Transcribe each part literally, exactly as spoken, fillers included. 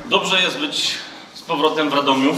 Dobrze jest być z powrotem w Radomiu.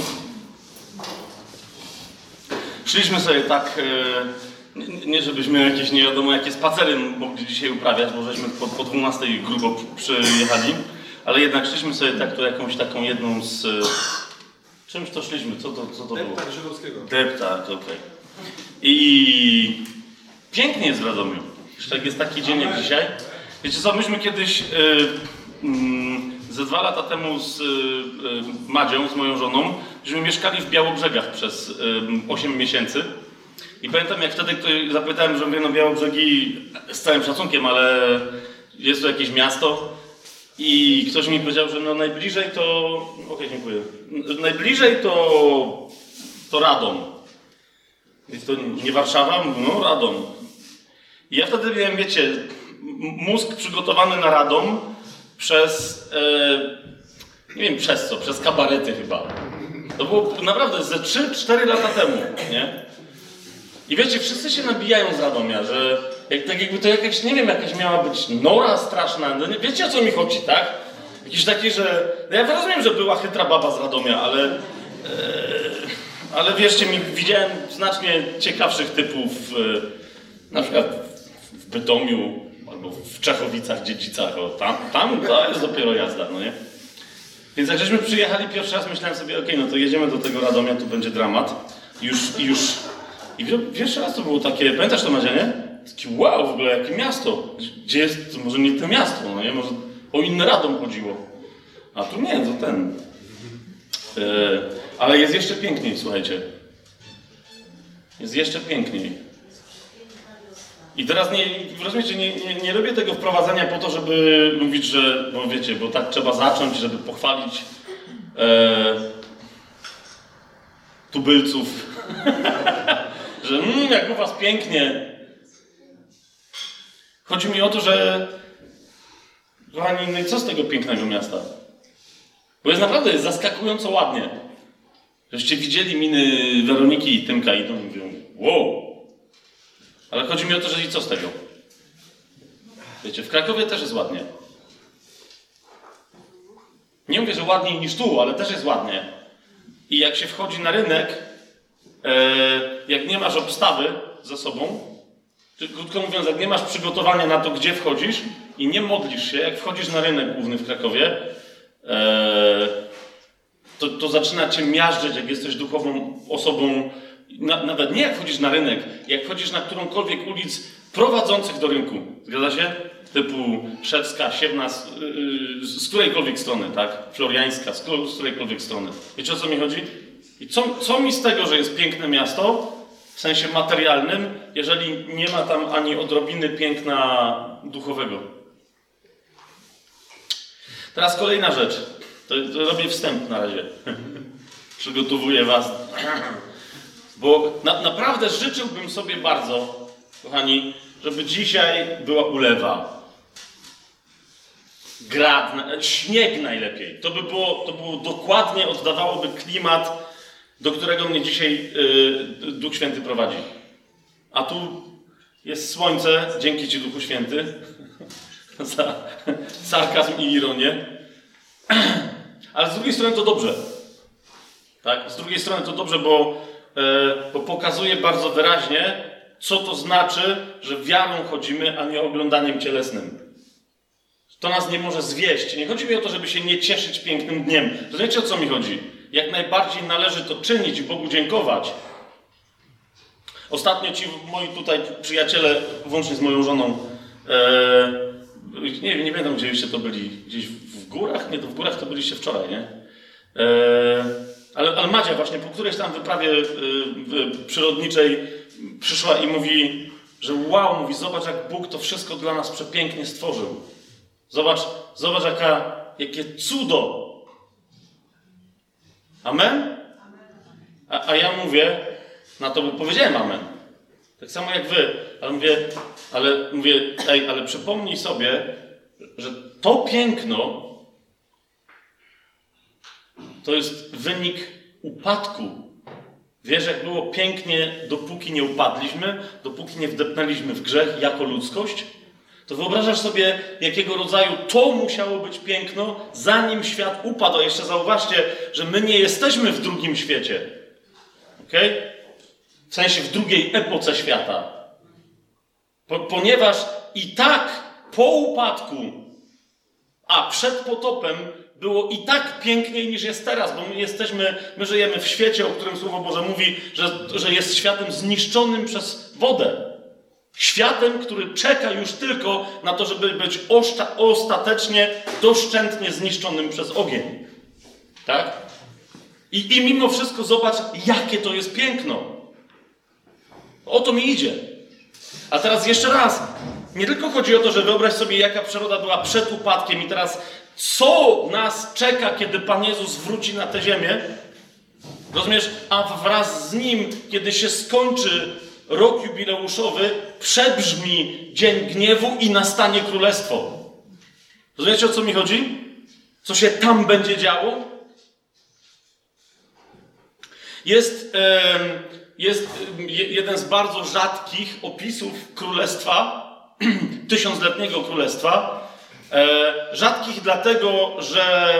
Szliśmy sobie tak, nie, nie żebyśmy jakieś nie wiadomo jakie spacery mogli dzisiaj uprawiać, bo żeśmy po, po dwunastej grubo przyjechali, ale jednak szliśmy sobie tak to jakąś taką jedną z... Czymś to szliśmy? Co to, co to było? Deptak Żydowskiego. Deptak, okej. Okay. I pięknie jest w Radomiu. Jak jest taki dzień jak dzisiaj. Wiecie co, myśmy kiedyś... Yy, yy, Ze dwa lata temu z y, y, Madzią, z moją żoną, żeśmy mieszkali w Białobrzegach przez y, osiem miesięcy. I pamiętam, jak wtedy ktoś zapytałem, że mówię, no Białobrzegi z całym szacunkiem, ale jest to jakieś miasto. I ktoś mi powiedział, że no najbliżej to... Okej, okay, dziękuję. Najbliżej to... to Radom. Jest to nie Warszawa? No Radom. I ja wtedy miałem, wiecie, mózg przygotowany na Radom, przez, e, nie wiem przez co, przez kabarety chyba. To było naprawdę ze trzy cztery lata temu, nie? I wiecie, wszyscy się nabijają z Radomia, że jak, tak jakby to jakaś, nie wiem, jakaś miała być nora straszna, no nie, wiecie o co mi chodzi, tak? Jakiś taki, że, no ja rozumiem, że była chytra baba z Radomia, ale, e, ale wierzcie mi, widziałem znacznie ciekawszych typów, e, na przykład w Bytomiu, albo w Czechowicach, Dziedzicach, o, tam, tam to jest dopiero jazda, no nie? Więc jak żeśmy przyjechali pierwszy raz, myślałem sobie, okej, okay, no to jedziemy do tego Radomia, tu będzie dramat. Już, już. I pierwszy raz to było takie, pamiętasz to, Madzia, nie? Taki wow, w ogóle, jakie miasto. Gdzie jest, to może nie to miasto, no nie? Może o inny Radom chodziło. A tu nie, to ten. Yy, ale jest jeszcze piękniej, słuchajcie. Jest jeszcze piękniej. I teraz nie, rozumiecie, nie, nie, nie robię tego wprowadzania po to, żeby mówić, że, no wiecie, bo tak trzeba zacząć, żeby pochwalić e, tubylców, że mm, jak u was pięknie. Chodzi mi o to, że kochani, no i co z tego pięknego miasta? Bo jest naprawdę jest zaskakująco ładnie. Żeście widzieli miny Weroniki i Tymka i to mówią, wow. Ale chodzi mi o to, że i co z tego? Wiecie, w Krakowie też jest ładnie. Nie mówię, że ładniej niż tu, ale też jest ładnie. I jak się wchodzi na rynek, e, jak nie masz obstawy za sobą, czy, krótko mówiąc, jak nie masz przygotowania na to, gdzie wchodzisz i nie modlisz się, jak wchodzisz na rynek główny w Krakowie, e, to, to zaczyna cię miażdżyć, jak jesteś duchową osobą. Na, nawet nie jak wchodzisz na rynek, jak wchodzisz na którąkolwiek ulic prowadzących do rynku. Zgadza się? Typu Szewska, Siewna, z, yy, z którejkolwiek strony, tak? Floriańska, z, z którejkolwiek strony. Wiecie o co mi chodzi? I co, co mi z tego, że jest piękne miasto, w sensie materialnym, jeżeli nie ma tam ani odrobiny piękna duchowego? Teraz kolejna rzecz. To, to robię wstęp na razie. Przygotowuję was. Bo na, naprawdę życzyłbym sobie bardzo, kochani, żeby dzisiaj była ulewa. Grad, śnieg najlepiej. To by było, to było dokładnie, oddawałoby klimat, do którego mnie dzisiaj yy, Duch Święty prowadzi. A tu jest słońce, dzięki Ci, Duchu Święty, za sarkazm i ironię. Ale z drugiej strony to dobrze. Tak? Z drugiej strony to dobrze, bo bo pokazuje bardzo wyraźnie, co to znaczy, że wiarą chodzimy, a nie oglądaniem cielesnym. To nas nie może zwieść. Nie chodzi mi o to, żeby się nie cieszyć pięknym dniem. Rozumiecie, o co mi chodzi? Jak najbardziej należy to czynić i Bogu dziękować. Ostatnio ci moi tutaj przyjaciele, włącznie z moją żoną, e, nie wiem, nie pamiętam, gdzie jeszcze to byli. Gdzieś w górach? Nie, to w górach to byliście wczoraj, nie? E, Ale, ale Madzia właśnie po którejś tam wyprawie y, y, przyrodniczej przyszła i mówi, że wow, mówi, zobacz jak Bóg to wszystko dla nas przepięknie stworzył. Zobacz, zobacz jaka, jakie cudo. Amen? A, a ja mówię, na to powiedziałem amen. Tak samo jak wy. Ale mówię, ale mówię, ej, ale przypomnij sobie, że to piękno to jest wynik upadku. Wiesz, jak było pięknie, dopóki nie upadliśmy, dopóki nie wdepnęliśmy w grzech jako ludzkość? to wyobrażasz sobie, jakiego rodzaju to musiało być piękno, zanim świat upadł. A jeszcze zauważcie, że my nie jesteśmy w drugim świecie. Okej? Okay? W sensie w drugiej epoce świata. Po, ponieważ i tak po upadku, a przed potopem było i tak piękniej niż jest teraz, bo my jesteśmy, my żyjemy w świecie, o którym Słowo Boże mówi, że, że jest światem zniszczonym przez wodę. Światem, który czeka już tylko na to, żeby być oszta, ostatecznie, doszczętnie zniszczonym przez ogień. Tak? I, I mimo wszystko zobacz, jakie to jest piękno. O to mi idzie. A teraz jeszcze raz. Nie tylko chodzi o to, że wyobraź sobie, jaka przyroda była przed upadkiem i teraz co nas czeka, kiedy Pan Jezus wróci na tę ziemię. Rozumiesz? A wraz z Nim, kiedy się skończy rok jubileuszowy, przebrzmi dzień gniewu i nastanie królestwo. Rozumiecie, o co mi chodzi? Co się tam będzie działo? Jest, jest jeden z bardzo rzadkich opisów królestwa, tysiącletniego królestwa. Rzadkich dlatego, że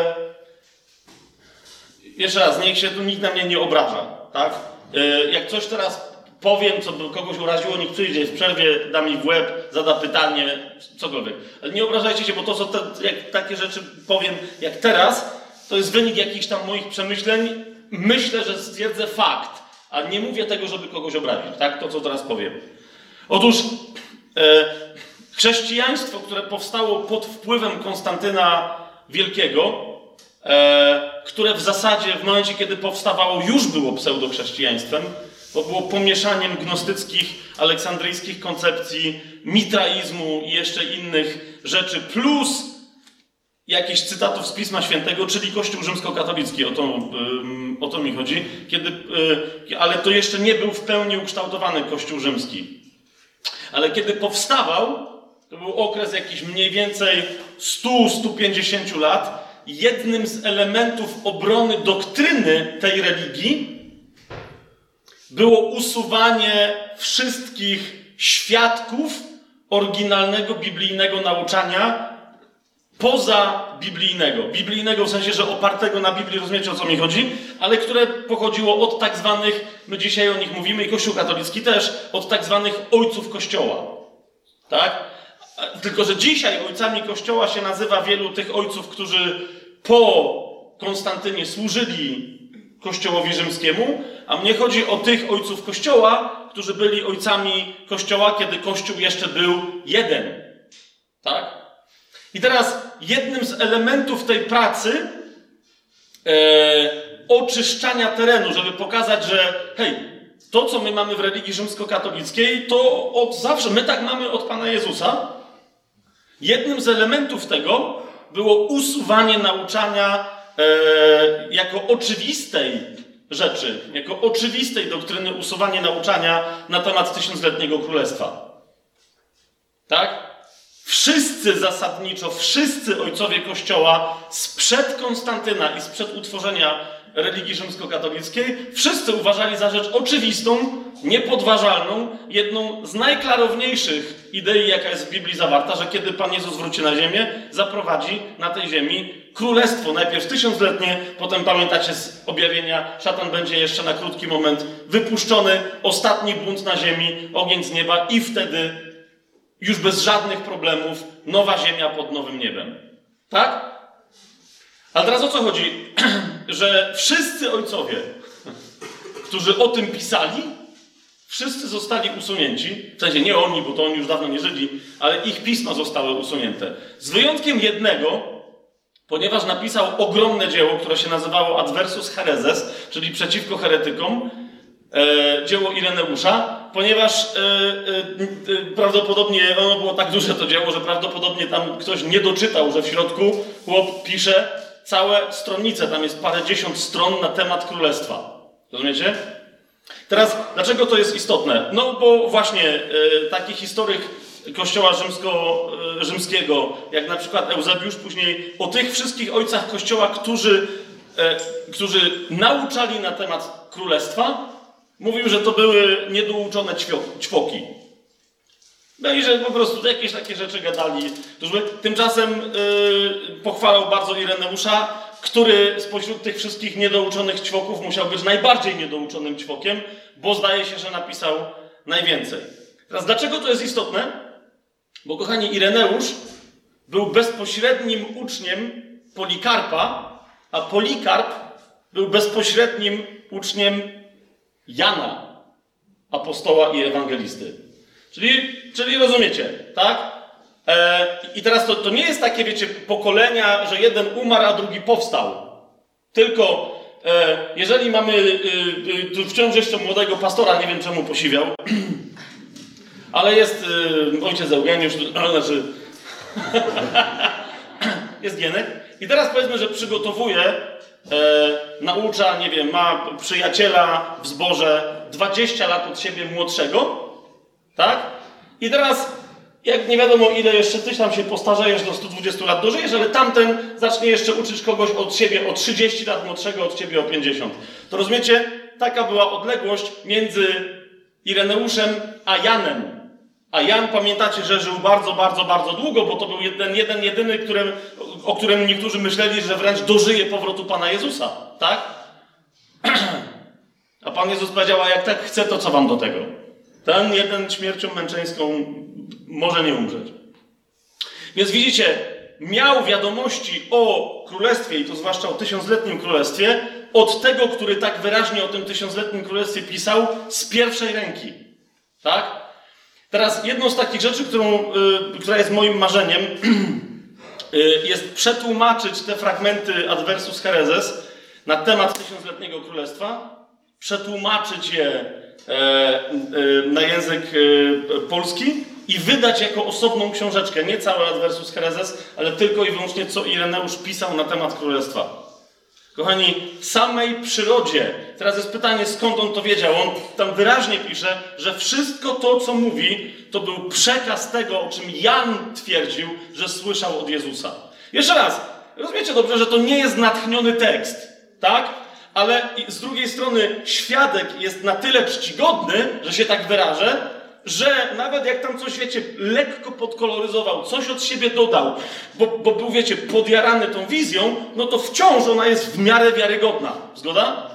jeszcze raz, niech się tu nikt na mnie nie obraża, tak? Jak coś teraz powiem, co by kogoś uraziło, niech przyjdzie w przerwie, da mi w łeb, zada pytanie, cokolwiek. Ale nie obrażajcie się, bo to, co te, jak takie rzeczy powiem jak teraz, to jest wynik jakichś tam moich przemyśleń. Myślę, że stwierdzę fakt, a nie mówię tego, żeby kogoś obrazić, tak? To, co teraz powiem. Otóż e, chrześcijaństwo, które powstało pod wpływem Konstantyna Wielkiego, e, które w zasadzie w momencie, kiedy powstawało, już było pseudochrześcijaństwem, bo było pomieszaniem gnostyckich, aleksandryjskich koncepcji, mitraizmu i jeszcze innych rzeczy, plus jakichś cytatów z Pisma Świętego, czyli Kościół rzymskokatolicki, o to, um, o to mi chodzi, kiedy, y, ale to jeszcze nie był w pełni ukształtowany Kościół rzymski. Ale kiedy powstawał, to był okres jakiś mniej więcej sto do stu pięćdziesięciu lat, jednym z elementów obrony doktryny tej religii było usuwanie wszystkich świadków oryginalnego biblijnego nauczania poza biblijnego. Biblijnego w sensie, że opartego na Biblii, rozumiecie, o co mi chodzi, ale które pochodziło od tak zwanych, my dzisiaj o nich mówimy i Kościół katolicki też, od tak zwanych ojców Kościoła. Tak? Tylko że dzisiaj ojcami Kościoła się nazywa wielu tych ojców, którzy po Konstantynie służyli Kościołowi rzymskiemu, a mnie chodzi o tych ojców Kościoła, którzy byli ojcami Kościoła, kiedy Kościół jeszcze był jeden. Tak? I teraz jednym z elementów tej pracy e, oczyszczania terenu, żeby pokazać, że hej, to co my mamy w religii rzymskokatolickiej, to od zawsze, my tak mamy od Pana Jezusa. Jednym z elementów tego było usuwanie nauczania e, jako oczywistej rzeczy, jako oczywistej doktryny, usuwanie nauczania na temat tysiącletniego królestwa. Tak? Wszyscy zasadniczo, wszyscy ojcowie Kościoła sprzed Konstantyna i sprzed utworzenia religii rzymskokatolickiej, wszyscy uważali za rzecz oczywistą, niepodważalną, jedną z najklarowniejszych idei, jaka jest w Biblii zawarta, że kiedy Pan Jezus wróci na ziemię, zaprowadzi na tej ziemi królestwo. Najpierw tysiącletnie, potem pamiętacie z objawienia, szatan będzie jeszcze na krótki moment wypuszczony, ostatni bunt na ziemi, ogień z nieba i wtedy już bez żadnych problemów, nowa ziemia pod nowym niebem. Tak? Ale teraz o co chodzi? Że wszyscy ojcowie, którzy o tym pisali, wszyscy zostali usunięci. W sensie nie oni, bo to oni już dawno nie żyli, ale ich pisma zostały usunięte. Z wyjątkiem jednego, ponieważ napisał ogromne dzieło, które się nazywało Adversus Hereses, czyli przeciwko heretykom, e, dzieło Ireneusza, ponieważ e, e, e, prawdopodobnie ono było tak duże to dzieło, że prawdopodobnie tam ktoś nie doczytał, że w środku chłop pisze całe stronice, tam jest parędziesiąt stron na temat królestwa. Rozumiecie? Teraz, dlaczego to jest istotne? No bo właśnie e, taki historyk Kościoła rzymsko, e, rzymskiego, jak na przykład Eusebiusz, później o tych wszystkich ojcach Kościoła, którzy, e, którzy nauczali na temat królestwa, mówił, że to były niedouczone ćwioki. No i że po prostu jakieś takie rzeczy gadali. Tymczasem yy, pochwalał bardzo Ireneusza, który spośród tych wszystkich niedouczonych ćwoków musiał być najbardziej niedouczonym ćwokiem, bo zdaje się, że napisał najwięcej. Teraz dlaczego to jest istotne? Bo kochani, Ireneusz był bezpośrednim uczniem Polikarpa, a Polikarp był bezpośrednim uczniem Jana, apostoła i ewangelisty. Czyli, czyli rozumiecie, tak? E, I teraz to, to nie jest takie, wiecie, pokolenia, że jeden umarł, a drugi powstał. Tylko e, jeżeli mamy e, e, wciąż jeszcze młodego pastora, nie wiem czemu posiwiał, ale jest e, ojciec Eugeniusz, znaczy jest Gienek. I teraz powiedzmy, że przygotowuje, e, naucza, nie wiem, ma przyjaciela w zborze dwadzieścia lat od siebie młodszego, tak? I teraz, jak nie wiadomo ile jeszcze ty tam się postarzejesz, do stu dwudziestu lat dożyjesz, ale tamten zacznie jeszcze uczyć kogoś od siebie o trzydzieści lat młodszego, od ciebie o pięćdziesiąt. To rozumiecie? Taka była odległość między Ireneuszem a Janem. A Jan, pamiętacie, że żył bardzo, bardzo, bardzo długo, bo to był jeden, jeden jedyny, którym, o którym niektórzy myśleli, że wręcz dożyje powrotu Pana Jezusa. Tak? A Pan Jezus powiedział, a jak tak chce, to co wam do tego? Ten jeden śmiercią męczeńską może nie umrzeć. Więc widzicie, miał wiadomości o królestwie, i to zwłaszcza o tysiącletnim królestwie, od tego, który tak wyraźnie o tym tysiącletnim królestwie pisał, z pierwszej ręki. Tak? Teraz jedną z takich rzeczy, którą, y, która jest moim marzeniem, y, jest przetłumaczyć te fragmenty Adversus Hereses na temat tysiącletniego królestwa, przetłumaczyć je e, e, na język e, polski i wydać jako osobną książeczkę, nie cały Adversus Hereses, ale tylko i wyłącznie co Ireneusz pisał na temat królestwa. Kochani, w samej przyrodzie, teraz jest pytanie, skąd on to wiedział. On tam wyraźnie pisze, że wszystko to, co mówi, to był przekaz tego, o czym Jan twierdził, że słyszał od Jezusa. Jeszcze raz, rozumiecie dobrze, że to nie jest natchniony tekst, tak? Ale z drugiej strony świadek jest na tyle czcigodny, że się tak wyrażę, że nawet jak tam coś, wiecie, lekko podkoloryzował, coś od siebie dodał, bo, bo był, wiecie, podjarany tą wizją, no to wciąż ona jest w miarę wiarygodna. Zgoda?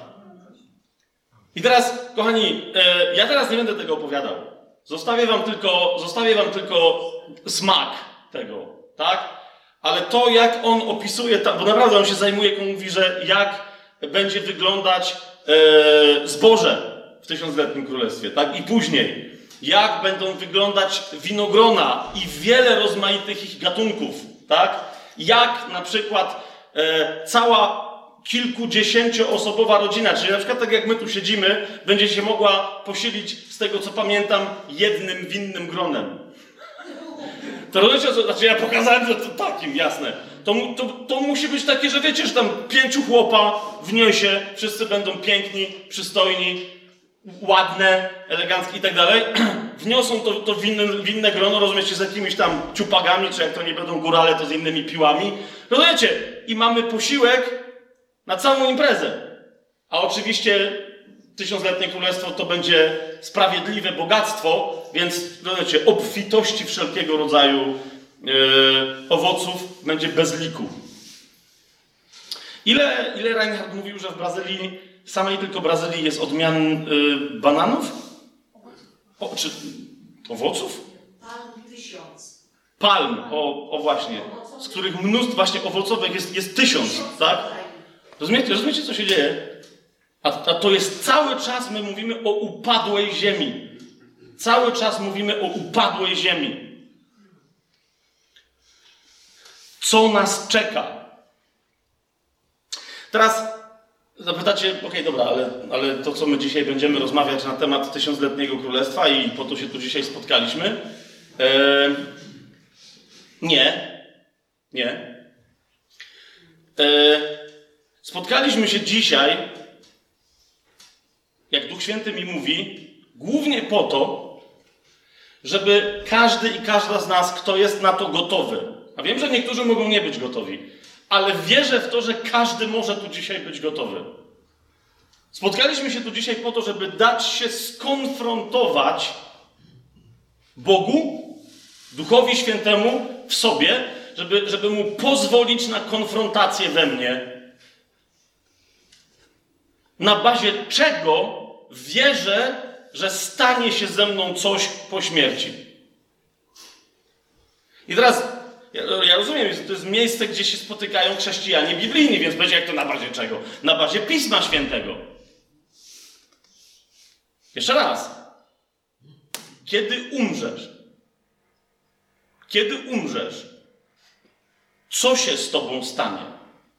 I teraz, kochani, e, ja teraz nie będę tego opowiadał. Zostawię wam tylko, zostawię wam tylko smak tego, tak? Ale to, jak on opisuje, ta, bo naprawdę on się zajmuje, jak on mówi, że jak będzie wyglądać e, zboże w tysiącletnim królestwie, tak? I później. Jak będą wyglądać winogrona i wiele rozmaitych ich gatunków, tak? Jak na przykład e, cała kilkudziesięcioosobowa rodzina, czyli na przykład tak jak my tu siedzimy, będzie się mogła posilić, z tego co pamiętam, jednym winnym gronem. To rozumiecie, co znaczy ja pokazałem, że to takim, jasne. To, to, to musi być takie, że wiecie, że tam pięciu chłopa wniesie, wszyscy będą piękni, przystojni, ładne, eleganckie i tak dalej, wniosą to, to winne, winne grono, rozumiecie, z jakimiś tam ciupagami, czy jak to nie będą górale, to z innymi piłami. Rozumiecie? I mamy posiłek na całą imprezę. A oczywiście tysiącletnie królestwo to będzie sprawiedliwe bogactwo, więc rozumiecie, obfitości wszelkiego rodzaju yy, owoców będzie bez liku. Ile, ile Reinhardt mówił, że w Brazylii, w samej tylko Brazylii jest odmian y, bananów? O, czy owoców? Palm tysiąc. Palm, o, o właśnie. Z których mnóstwo właśnie owocowych jest, jest tysiąc, tak? Rozumiecie, rozumiecie, co się dzieje? A, a to jest cały czas, my mówimy o upadłej ziemi. Cały czas mówimy o upadłej ziemi. Co nas czeka? Teraz zapytacie, okej, okay, dobra, ale, ale to, co my dzisiaj będziemy rozmawiać na temat tysiącletniego królestwa i po to się tu dzisiaj spotkaliśmy? Eee, nie. Nie. Eee, spotkaliśmy się dzisiaj, jak Duch Święty mi mówi, głównie po to, żeby każdy i każda z nas, kto jest na to gotowy, a wiem, że niektórzy mogą nie być gotowi, ale wierzę w to, że każdy może tu dzisiaj być gotowy. Spotkaliśmy się tu dzisiaj po to, żeby dać się skonfrontować Bogu Duchowi Świętemu w sobie, żeby, żeby mu pozwolić na konfrontację we mnie. Na bazie czego wierzę, że stanie się ze mną coś po śmierci. I teraz, ja, ja rozumiem, to jest miejsce, gdzie się spotykają chrześcijanie biblijni, więc będzie jak to na bazie czego? Na bazie Pisma Świętego. Jeszcze raz. Kiedy umrzesz, kiedy umrzesz, co się z tobą stanie?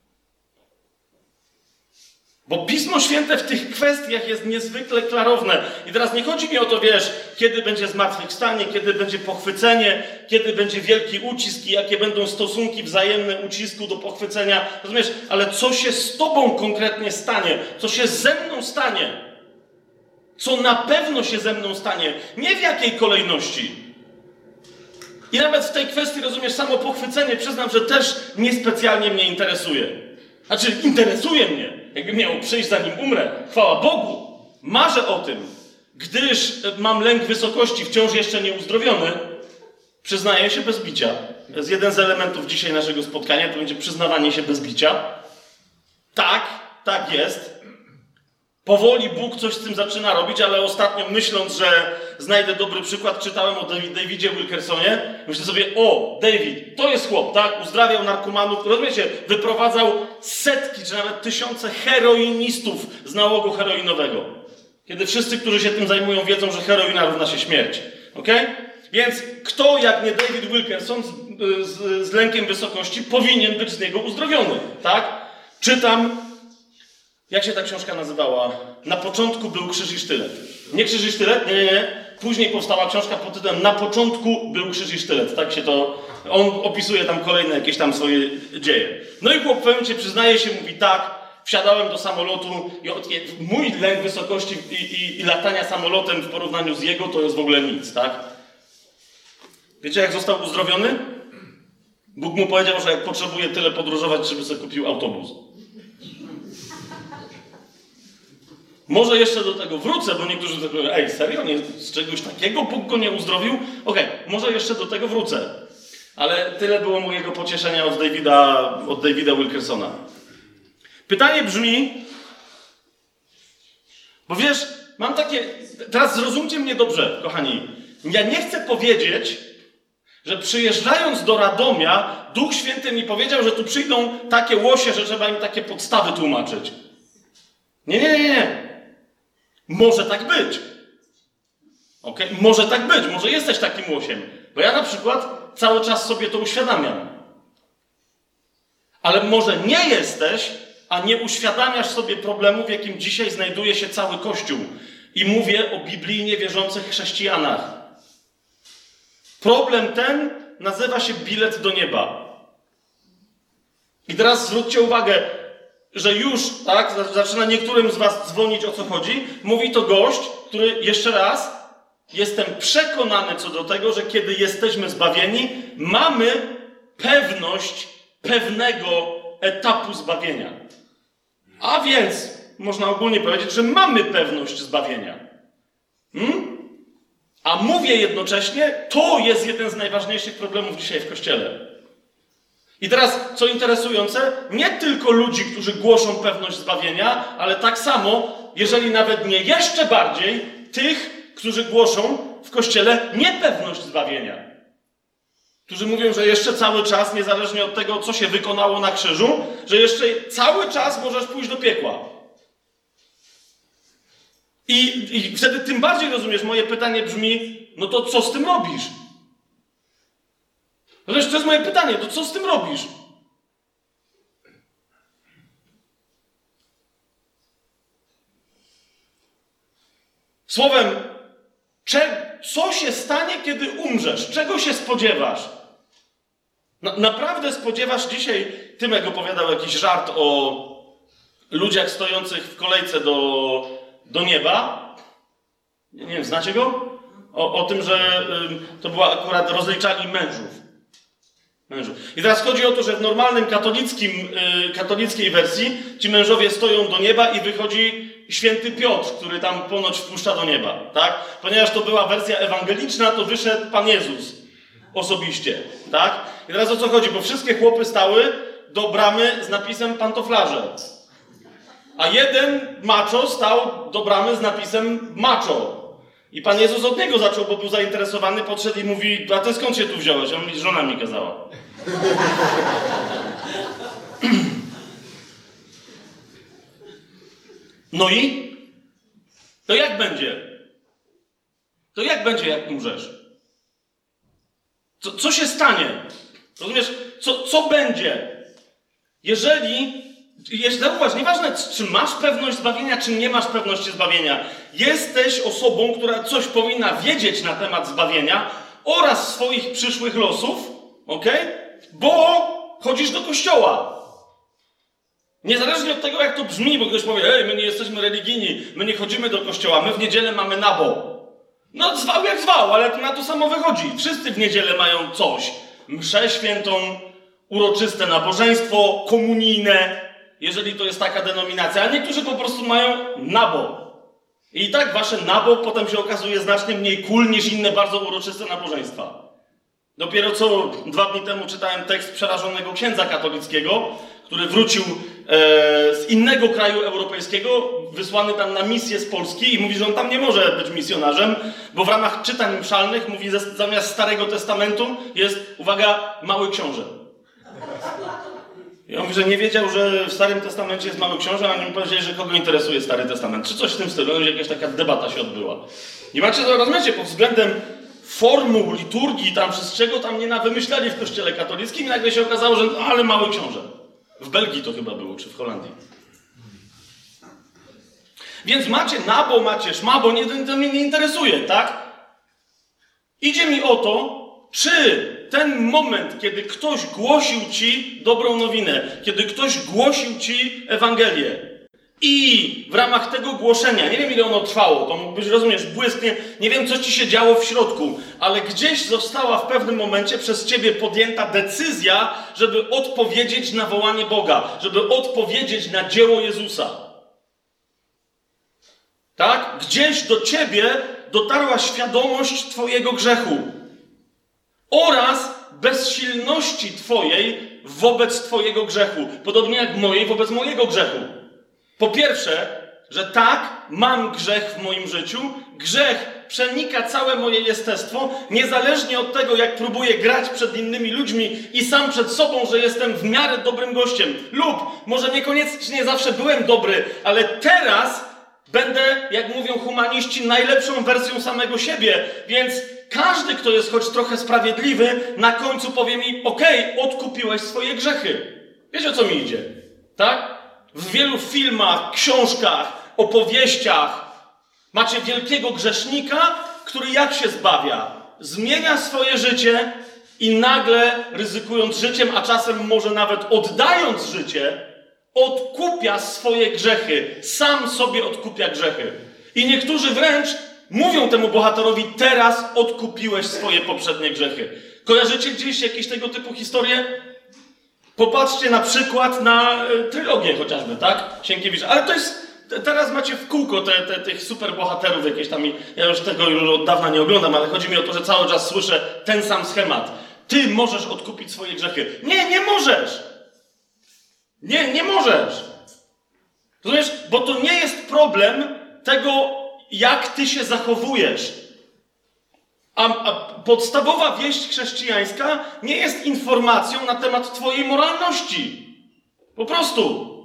Bo Pismo Święte w tych kwestiach jest niezwykle klarowne. I teraz nie chodzi mi o to, wiesz, kiedy będzie zmartwychwstanie, kiedy będzie pochwycenie, kiedy będzie wielki ucisk i jakie będą stosunki wzajemne ucisku do pochwycenia. Rozumiesz? Ale co się z tobą konkretnie stanie? Co się ze mną stanie? Co na pewno się ze mną stanie? Nie w jakiej kolejności. I nawet w tej kwestii, rozumiesz, samo pochwycenie, przyznam, że też niespecjalnie mnie interesuje. Znaczy, interesuje mnie. Jakby miało przyjść, zanim umrę. Chwała Bogu. Marzę o tym. Gdyż mam lęk wysokości, wciąż jeszcze nieuzdrowiony, przyznaję się bez bicia. To jest jeden z elementów dzisiaj naszego spotkania, to będzie przyznawanie się bez bicia. Tak, tak jest. Powoli Bóg coś z tym zaczyna robić, ale ostatnio myśląc, że znajdę dobry przykład, czytałem o Davidzie Wilkersonie. Myślę sobie, o, David, to jest chłop, tak? Uzdrawiał narkomanów, rozumiecie? Wyprowadzał setki, czy nawet tysiące heroinistów z nałogu heroinowego. Kiedy wszyscy, którzy się tym zajmują, wiedzą, że heroina równa się śmierć. Okej? Okay? Więc kto, jak nie David Wilkerson z, z, z lękiem wysokości, powinien być z niego uzdrowiony, tak? Czytam. Jak się ta książka nazywała? Na początku był Krzyż i Sztylet. Nie Krzyż i Sztylet? Nie, nie, nie. Później powstała książka pod tytułem Na początku był Krzyż i Sztylet. Tak się to... On opisuje tam kolejne jakieś tam swoje dzieje. No i chłop w pewnym momencie przyznaje się, mówi tak, wsiadałem do samolotu i od, mój lęk wysokości i, i, i latania samolotem w porównaniu z jego to jest w ogóle nic, tak? Wiecie, jak został uzdrowiony? Bóg mu powiedział, że jak potrzebuje tyle podróżować, żeby sobie kupił autobus. Może jeszcze do tego wrócę, bo niektórzy tak mówią, ej, serio? Nie, z czegoś takiego Bóg go nie uzdrowił? Okej, okay, może jeszcze do tego wrócę. Ale tyle było mojego pocieszenia od Davida, od Davida Wilkersona. Pytanie brzmi, bo wiesz, mam takie, teraz zrozumcie mnie dobrze, kochani. Ja nie chcę powiedzieć, że przyjeżdżając do Radomia, Duch Święty mi powiedział, że tu przyjdą takie łosie, że trzeba im takie podstawy tłumaczyć. Nie, nie, nie, nie. Może tak być. Okay? Może tak być. Może jesteś takim łosiem. Bo ja na przykład cały czas sobie to uświadamiam. Ale może nie jesteś, a nie uświadamiasz sobie problemu, w jakim dzisiaj znajduje się cały Kościół. I mówię o biblijnie wierzących chrześcijanach. Problem ten nazywa się bilet do nieba. I teraz zwróćcie uwagę, że już, tak, zaczyna niektórym z was dzwonić, o co chodzi. Mówi to gość, który, jeszcze raz, jestem przekonany co do tego, że kiedy jesteśmy zbawieni, mamy pewność pewnego etapu zbawienia. A więc, można ogólnie powiedzieć, że mamy pewność zbawienia. Hmm? A mówię jednocześnie, to jest jeden z najważniejszych problemów dzisiaj w Kościele. I teraz, co interesujące, nie tylko ludzi, którzy głoszą pewność zbawienia, ale tak samo, jeżeli nawet nie jeszcze bardziej, tych, którzy głoszą w Kościele niepewność zbawienia. Którzy mówią, że jeszcze cały czas, niezależnie od tego, co się wykonało na krzyżu, że jeszcze cały czas możesz pójść do piekła. I, i wtedy tym bardziej, rozumiesz, moje pytanie brzmi, no to co z tym robisz? Zresztą to jest moje pytanie, to co z tym robisz? Słowem, cze- co się stanie, kiedy umrzesz? Czego się spodziewasz? Na- naprawdę spodziewasz dzisiaj, Tymek opowiadał jakiś żart o ludziach stojących w kolejce do, do nieba. Nie wiem, znacie go? O, o tym, że y, to była akurat rozliczali mężów. Mężów. I teraz chodzi o to, że w normalnym katolickim, yy, katolickiej wersji ci mężowie stoją do nieba i wychodzi święty Piotr, który tam ponoć wpuszcza do nieba, tak? Ponieważ to była wersja ewangeliczna, to wyszedł Pan Jezus. osobiście, tak? I teraz o co chodzi? Bo wszystkie chłopy stały do bramy z napisem pantoflarze. A jeden macho stał do bramy z napisem macho. I Pan Jezus od niego zaczął, bo był zainteresowany, podszedł i mówi, a ty skąd się tu wziąłeś? A on mówi, żona mi kazała. No i? To jak będzie? To jak będzie, jak umrzesz? Co, co się stanie? Rozumiesz? Co, co będzie? Jeżeli... Zauważ, nieważne, czy masz pewność zbawienia, czy nie masz pewności zbawienia. Jesteś osobą, która coś powinna wiedzieć na temat zbawienia oraz swoich przyszłych losów, okej? Bo chodzisz do kościoła. Niezależnie od tego, jak to brzmi, bo ktoś powie, ej, my nie jesteśmy religijni, my nie chodzimy do kościoła, my w niedzielę mamy nabo. No zwał jak zwał, ale to na to samo wychodzi. Wszyscy w niedzielę mają coś. Mszę świętą, uroczyste nabożeństwo, komunijne, jeżeli to jest taka denominacja, a niektórzy po prostu mają nabo. I tak wasze nabo potem się okazuje znacznie mniej cool niż inne bardzo uroczyste nabożeństwa. Dopiero co dwa dni temu czytałem tekst przerażonego księdza katolickiego, który wrócił e, z innego kraju europejskiego, wysłany tam na misję z Polski i mówi, że on tam nie może być misjonarzem, bo w ramach czytań mszalnych, mówi, że zamiast Starego Testamentu jest, uwaga, Mały Książę. I on mówi, że nie wiedział, że w Starym Testamencie jest Mały Książę, a oni mu powiedzieli, że kogo interesuje Stary Testament. Czy coś w tym stylu, jakaś taka debata się odbyła. I macie to, rozumiecie, pod względem formuł, liturgii, tam wszystkiego tam nie nawymyślali w kościele katolickim i nagle się okazało, że no, ale Mały Książę. W Belgii to chyba było, czy w Holandii. Więc macie nabo, macie szmabo, nie, to mnie nie interesuje, tak? Idzie mi o to, czy ten moment, kiedy ktoś głosił ci dobrą nowinę, kiedy ktoś głosił ci Ewangelię i w ramach tego głoszenia, nie wiem ile ono trwało, to mógł być, rozumiesz, błysknie, nie wiem co ci się działo w środku, ale gdzieś została w pewnym momencie przez ciebie podjęta decyzja, żeby odpowiedzieć na wołanie Boga, żeby odpowiedzieć na dzieło Jezusa. Tak? Gdzieś do ciebie dotarła świadomość twojego grzechu oraz bezsilności twojej wobec twojego grzechu. Podobnie jak mojej wobec mojego grzechu. Po pierwsze, że tak, mam grzech w moim życiu. Grzech przenika całe moje jestestwo, niezależnie od tego, jak próbuję grać przed innymi ludźmi i sam przed sobą, że jestem w miarę dobrym gościem. Lub może niekoniecznie zawsze byłem dobry, ale teraz będę, jak mówią humaniści, najlepszą wersją samego siebie. Więc każdy, kto jest choć trochę sprawiedliwy, na końcu powie mi, okej, okay, odkupiłeś swoje grzechy. Wiecie, o co mi idzie? Tak? W wielu filmach, książkach, opowieściach macie wielkiego grzesznika, który jak się zbawia? Zmienia swoje życie i nagle, ryzykując życiem, a czasem może nawet oddając życie, odkupia swoje grzechy. Sam sobie odkupia grzechy. I niektórzy wręcz mówią temu bohaterowi, teraz odkupiłeś swoje poprzednie grzechy. Kojarzycie gdzieś jakieś tego typu historie? Popatrzcie na przykład na y, trylogię chociażby, tak? Sienkiewicza. Ale to jest... Teraz macie w kółko te, te, tych superbohaterów jakieś tam... Ja już tego już od dawna nie oglądam, ale chodzi mi o to, że cały czas słyszę ten sam schemat. Ty możesz odkupić swoje grzechy. Nie, nie możesz! Nie, nie możesz! Rozumiesz? Bo to nie jest problem tego, jak ty się zachowujesz. A, a podstawowa wieść chrześcijańska nie jest informacją na temat twojej moralności. Po prostu.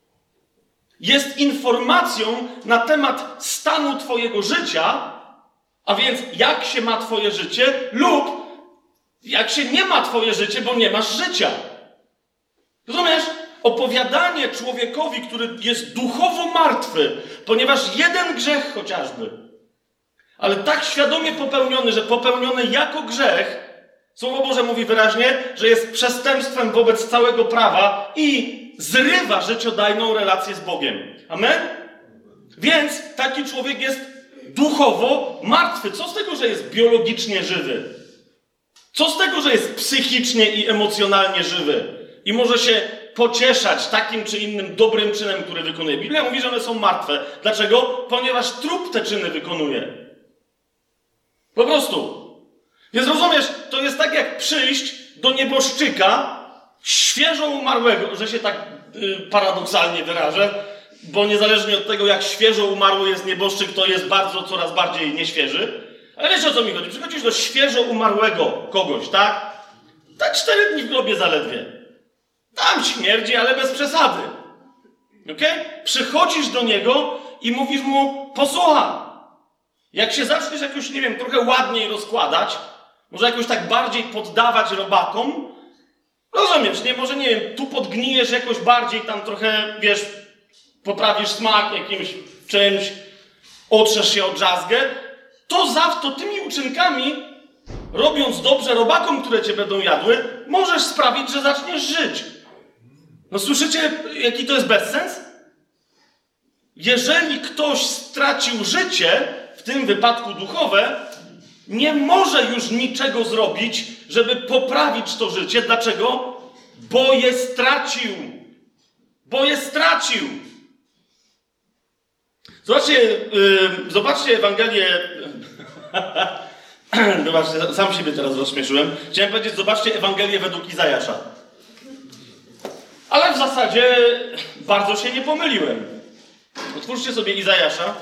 Jest informacją na temat stanu twojego życia, a więc jak się ma twoje życie lub jak się nie ma twoje życie, bo nie masz życia. Rozumiesz? Opowiadanie człowiekowi, który jest duchowo martwy, ponieważ jeden grzech chociażby, ale tak świadomie popełniony, że popełniony jako grzech, Słowo Boże mówi wyraźnie, że jest przestępstwem wobec całego prawa i zrywa życiodajną relację z Bogiem. Amen? Więc taki człowiek jest duchowo martwy. Co z tego, że jest biologicznie żywy? Co z tego, że jest psychicznie i emocjonalnie żywy? I może się pocieszać takim czy innym dobrym czynem, który wykonuje. Biblia mówi, że one są martwe. Dlaczego? Ponieważ trup te czyny wykonuje. Po prostu. Więc rozumiesz, to jest tak jak przyjść do nieboszczyka świeżo umarłego, że się tak y, paradoksalnie wyrażę, bo niezależnie od tego, jak świeżo umarły jest nieboszczyk, to jest bardzo, coraz bardziej nieświeży. Ale wiesz, o co mi chodzi? Przychodzisz do świeżo umarłego kogoś, tak? Tak cztery dni w grobie zaledwie. Tam śmierdzi, ale bez przesady. Okej? Okay? Przychodzisz do niego i mówisz mu, posłuchaj, jak się zaczniesz jakoś, nie wiem, trochę ładniej rozkładać, może jakoś tak bardziej poddawać robakom, rozumiesz, nie? Może, nie wiem, tu podgnijesz jakoś bardziej, tam trochę, wiesz, poprawisz smak jakimś czymś, otrzesz się o drzazgę, to za to tymi uczynkami, robiąc dobrze robakom, które cię będą jadły, możesz sprawić, że zaczniesz żyć. No słyszycie, jaki to jest bezsens? Jeżeli ktoś stracił życie, w tym wypadku duchowe, nie może już niczego zrobić, żeby poprawić to życie. Dlaczego? Bo je stracił. Bo je stracił. Zobaczcie, yy, zobaczcie Ewangelię. Zobaczcie, sam siebie teraz rozśmieszyłem. Chciałem powiedzieć, zobaczcie Ewangelię według Izajasza. Ale w zasadzie bardzo się nie pomyliłem. Otwórzcie sobie Izajasza.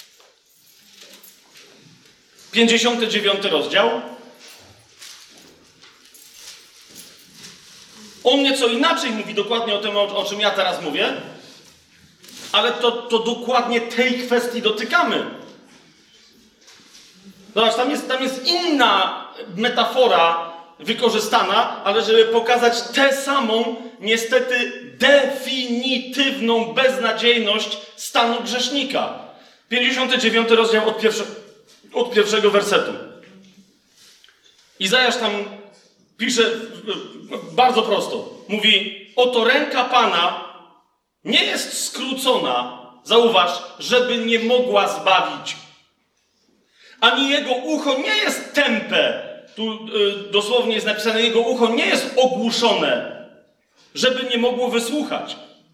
pięćdziesiąty dziewiąty rozdział. On nieco inaczej mówi dokładnie o tym, o, o czym ja teraz mówię, ale to, to dokładnie tej kwestii dotykamy. Zobacz, tam jest, tam jest inna metafora wykorzystana, ale żeby pokazać tę samą, niestety definitywną beznadziejność stanu grzesznika. pięćdziesiąty dziewiąty rozdział od, pierwsze, od pierwszego wersetu. Izajasz tam pisze bardzo prosto. Mówi, oto ręka Pana nie jest skrócona, zauważ, żeby nie mogła zbawić. Ani jego ucho nie jest tępe. Tu y, dosłownie jest napisane, jego ucho nie jest ogłuszone, żeby nie mogło wysłuchać.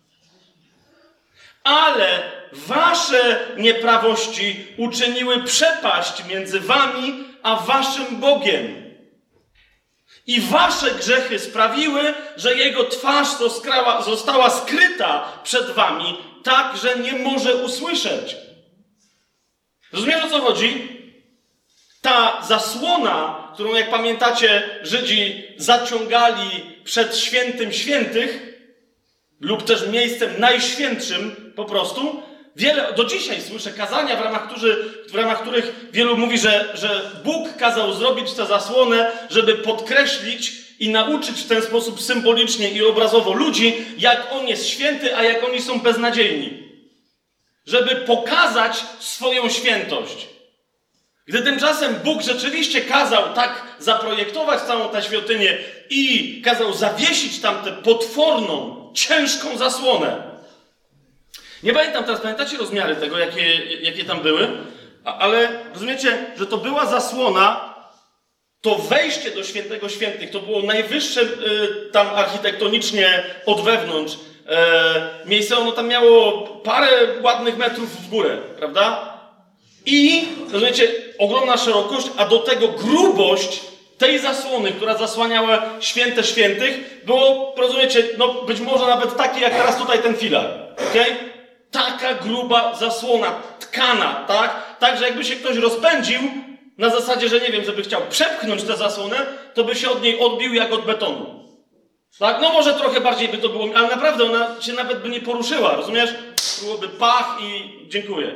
Ale wasze nieprawości uczyniły przepaść między wami a waszym Bogiem. I wasze grzechy sprawiły, że jego twarz została, została skryta przed wami, tak, że nie może usłyszeć. Rozumiesz, o co chodzi? Ta zasłona, którą, jak pamiętacie, Żydzi zaciągali przed świętym świętych, lub też miejscem najświętszym po prostu, wiele, do dzisiaj słyszę kazania, w ramach, którzy, w ramach których wielu mówi, że, że Bóg kazał zrobić tę zasłonę, żeby podkreślić i nauczyć w ten sposób symbolicznie i obrazowo ludzi, jak On jest święty, a jak oni są beznadziejni. Żeby pokazać swoją świętość. Gdy tymczasem Bóg rzeczywiście kazał tak zaprojektować całą tę świątynię i kazał zawiesić tam tę potworną, ciężką zasłonę. Nie pamiętam teraz, pamiętacie rozmiary tego, jakie, jakie tam były? A, ale rozumiecie, że to była zasłona, to wejście do Świętego Świętych, to było najwyższe y, tam architektonicznie od wewnątrz y, miejsce, ono tam miało parę ładnych metrów w górę, prawda? I, rozumiecie, ogromna szerokość, a do tego grubość tej zasłony, która zasłaniała Święte Świętych, było, rozumiecie, no być może nawet takie jak teraz tutaj ten filar, okej? Okay? Taka gruba zasłona, tkana, tak? Tak, że jakby się ktoś rozpędził, na zasadzie, że nie wiem, żeby chciał przepchnąć tę zasłonę, to by się od niej odbił jak od betonu. Tak? No może trochę bardziej by to było, ale naprawdę ona się nawet by nie poruszyła, rozumiesz? Byłoby pach i dziękuję.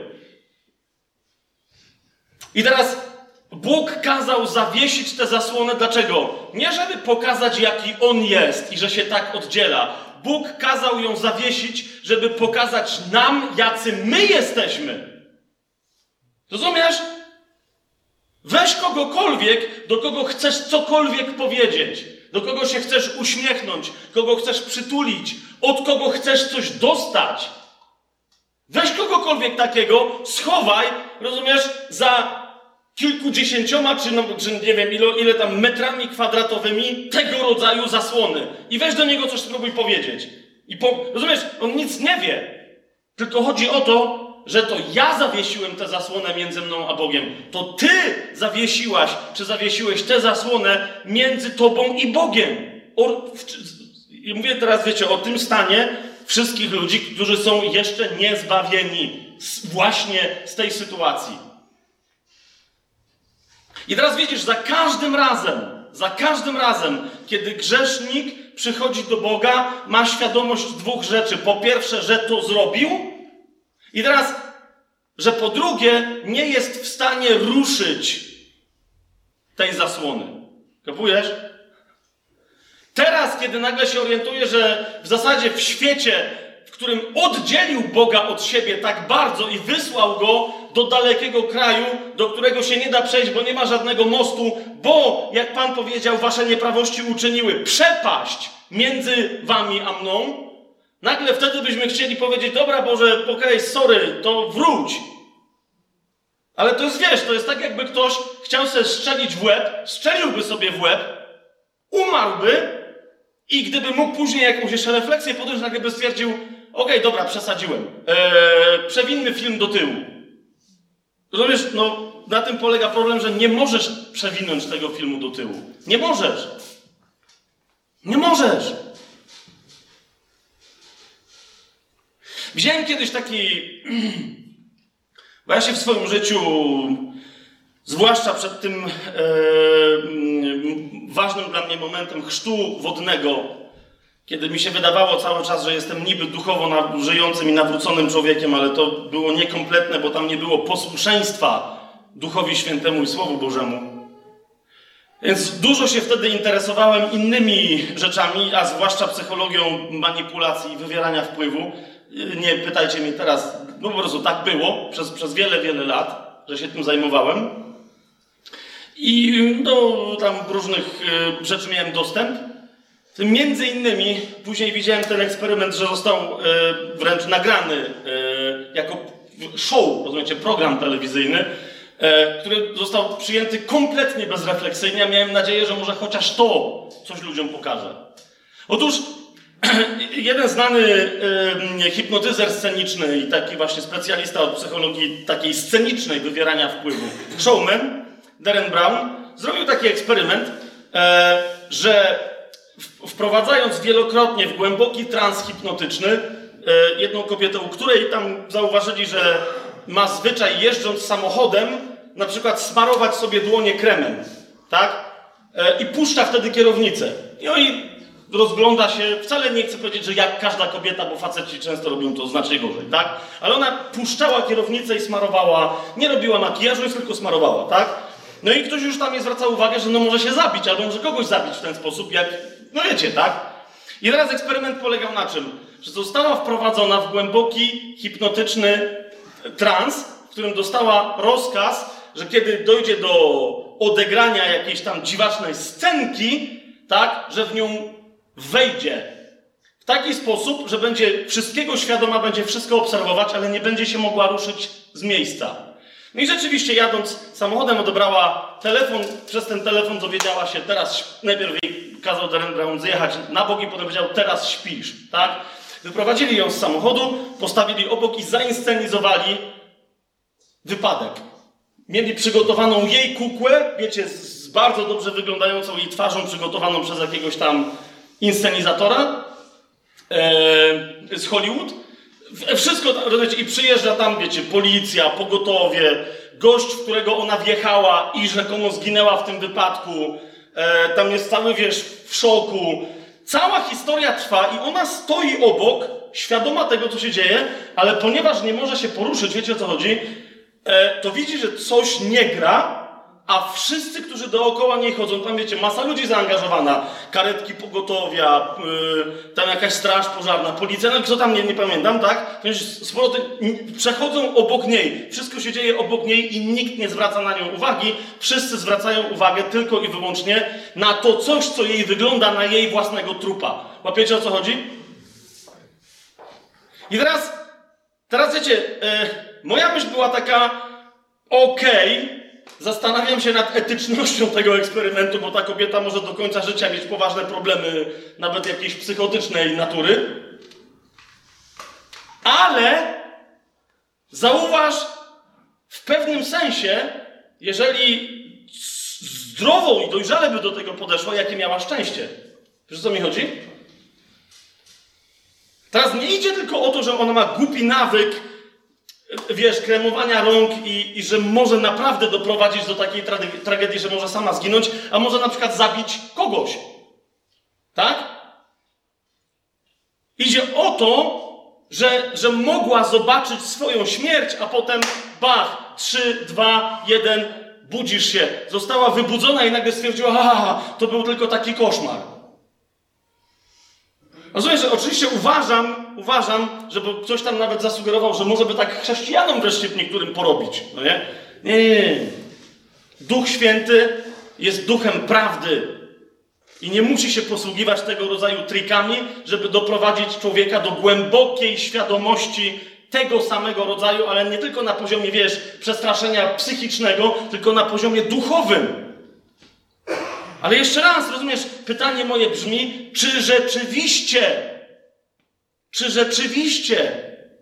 I teraz Bóg kazał zawiesić tę zasłonę. Dlaczego? Nie żeby pokazać, jaki On jest i że się tak oddziela. Bóg kazał ją zawiesić, żeby pokazać nam, jacy my jesteśmy. Rozumiesz? Weź kogokolwiek, do kogo chcesz cokolwiek powiedzieć, do kogo się chcesz uśmiechnąć, kogo chcesz przytulić, od kogo chcesz coś dostać. Weź kogokolwiek takiego, schowaj, rozumiesz, za kilkudziesięcioma, czy, no, czy nie wiem, ile, ile tam metrami kwadratowymi tego rodzaju zasłony. I weź do niego coś spróbuj powiedzieć. I po, rozumiesz, on nic nie wie. Tylko chodzi o to, że to ja zawiesiłem tę zasłonę między mną a Bogiem. To ty zawiesiłaś, czy zawiesiłeś tę zasłonę między tobą i Bogiem. O, I mówię teraz, wiecie, o tym stanie wszystkich ludzi, którzy są jeszcze niezbawieni z, właśnie z tej sytuacji. I teraz widzisz, za każdym razem, za każdym razem, kiedy grzesznik przychodzi do Boga, ma świadomość dwóch rzeczy. Po pierwsze, że to zrobił i teraz, że po drugie, nie jest w stanie ruszyć tej zasłony. Kapujesz? Teraz, kiedy nagle się orientuje, że w zasadzie w świecie, w którym oddzielił Boga od siebie tak bardzo i wysłał Go do dalekiego kraju, do którego się nie da przejść, bo nie ma żadnego mostu, bo, jak Pan powiedział, wasze nieprawości uczyniły przepaść między wami a mną, nagle wtedy byśmy chcieli powiedzieć, dobra Boże, okej, okay, sorry, to wróć. Ale to jest, wiesz, to jest tak, jakby ktoś chciał sobie strzelić w łeb, strzeliłby sobie w łeb, umarłby i gdyby mógł później jakąś jeszcze refleksję podjąć, nagle by stwierdził, okej, okay, dobra, przesadziłem. Eee, przewinmy film do tyłu. Rozumiesz, no na tym polega problem, że nie możesz przewinąć tego filmu do tyłu. Nie możesz. Nie możesz. Widziałem kiedyś taki... Bo ja się w swoim życiu, zwłaszcza przed tym e, ważnym dla mnie momentem chrztu wodnego, kiedy mi się wydawało cały czas, że jestem niby duchowo na, żyjącym i nawróconym człowiekiem, ale to było niekompletne, bo tam nie było posłuszeństwa Duchowi Świętemu i Słowu Bożemu. Więc dużo się wtedy interesowałem innymi rzeczami, a zwłaszcza psychologią manipulacji i wywierania wpływu. Nie pytajcie mnie teraz, no po prostu tak było przez, przez wiele, wiele lat, że się tym zajmowałem. I do tam różnych y, rzeczy miałem dostęp. Tym między innymi później widziałem ten eksperyment, że został y, wręcz nagrany y, jako show, rozumiecie, program telewizyjny, y, który został przyjęty kompletnie bezrefleksyjnie. Miałem nadzieję, że może chociaż to coś ludziom pokaże. Otóż jeden znany y, hipnotyzer sceniczny i taki właśnie specjalista od psychologii takiej scenicznej wywierania wpływu, showman, Darren Brown, zrobił taki eksperyment, y, że w, wprowadzając wielokrotnie w głęboki trans hipnotyczny y, jedną kobietę, u której tam zauważyli, że ma zwyczaj jeżdżąc samochodem, na przykład smarować sobie dłonie kremem, tak? Y, I puszcza wtedy kierownicę. I oni rozgląda się, wcale nie chcę powiedzieć, że jak każda kobieta, bo faceci często robią to znacznie gorzej, tak? Ale ona puszczała kierownicę i smarowała, nie robiła makijażu, tylko smarowała, tak? No i ktoś już tam nie zwraca uwagi, że no może się zabić, albo może kogoś zabić w ten sposób, jak, no wiecie, tak? I teraz eksperyment polegał na czym? Że została wprowadzona w głęboki, hipnotyczny trans, w którym dostała rozkaz, że kiedy dojdzie do odegrania jakiejś tam dziwacznej scenki, tak, że w nią wejdzie w taki sposób, że będzie wszystkiego świadoma, będzie wszystko obserwować, ale nie będzie się mogła ruszyć z miejsca. No i rzeczywiście jadąc samochodem odebrała telefon, przez ten telefon dowiedziała się, teraz najpierw jej kazał Darren Brown zjechać na bok i potem powiedział, teraz śpisz, tak? Wyprowadzili ją z samochodu, postawili obok i zainscenizowali wypadek. Mieli przygotowaną jej kukłę, wiecie, z bardzo dobrze wyglądającą jej twarzą, przygotowaną przez jakiegoś tam inscenizatora e, z Hollywood. Wszystko, rozumiecie, i przyjeżdża tam, wiecie, policja, pogotowie, gość, w którego ona wjechała i rzekomo zginęła w tym wypadku. E, tam jest cały, wiesz, w szoku. Cała historia trwa i ona stoi obok, świadoma tego, co się dzieje, ale ponieważ nie może się poruszyć, wiecie o co chodzi, e, to widzi, że coś nie gra, a wszyscy, którzy dookoła niej chodzą, tam wiecie, masa ludzi zaangażowana, karetki pogotowia, yy, tam jakaś straż pożarna, policja, no co tam, nie, nie pamiętam, tak? Sporo ty, przechodzą obok niej, wszystko się dzieje obok niej i nikt nie zwraca na nią uwagi, wszyscy zwracają uwagę tylko i wyłącznie na to coś, co jej wygląda na jej własnego trupa. Łapiecie, o co chodzi? I teraz, teraz wiecie, yy, moja myśl była taka, okej, okay, zastanawiam się nad etycznością tego eksperymentu, bo ta kobieta może do końca życia mieć poważne problemy, nawet jakiejś psychotycznej natury. Ale Zauważ, w pewnym sensie, jeżeli zdrowo i dojrzale by do tego podeszła, jakie miała szczęście. Wiesz, o co mi chodzi? Teraz nie idzie tylko o to, że ona ma głupi nawyk, wiesz, kremowania rąk i, i że może naprawdę doprowadzić do takiej trage- tragedii, że może sama zginąć, a może na przykład zabić kogoś. Tak? Idzie o to, że, że mogła zobaczyć swoją śmierć, a potem bach, trzy, dwa, jeden, budzisz się. Została wybudzona i nagle stwierdziła, a to był tylko taki koszmar. Rozumiesz, że oczywiście uważam, uważam, żeby ktoś tam nawet zasugerował, że może by tak chrześcijanom wreszcie niektórym porobić. No nie? Nie, nie, nie. Duch Święty jest duchem prawdy. I nie musi się posługiwać tego rodzaju trikami, żeby doprowadzić człowieka do głębokiej świadomości tego samego rodzaju, ale nie tylko na poziomie, wiesz, przestraszenia psychicznego, tylko na poziomie duchowym. Ale jeszcze raz, rozumiesz, pytanie moje brzmi, czy rzeczywiście, czy rzeczywiście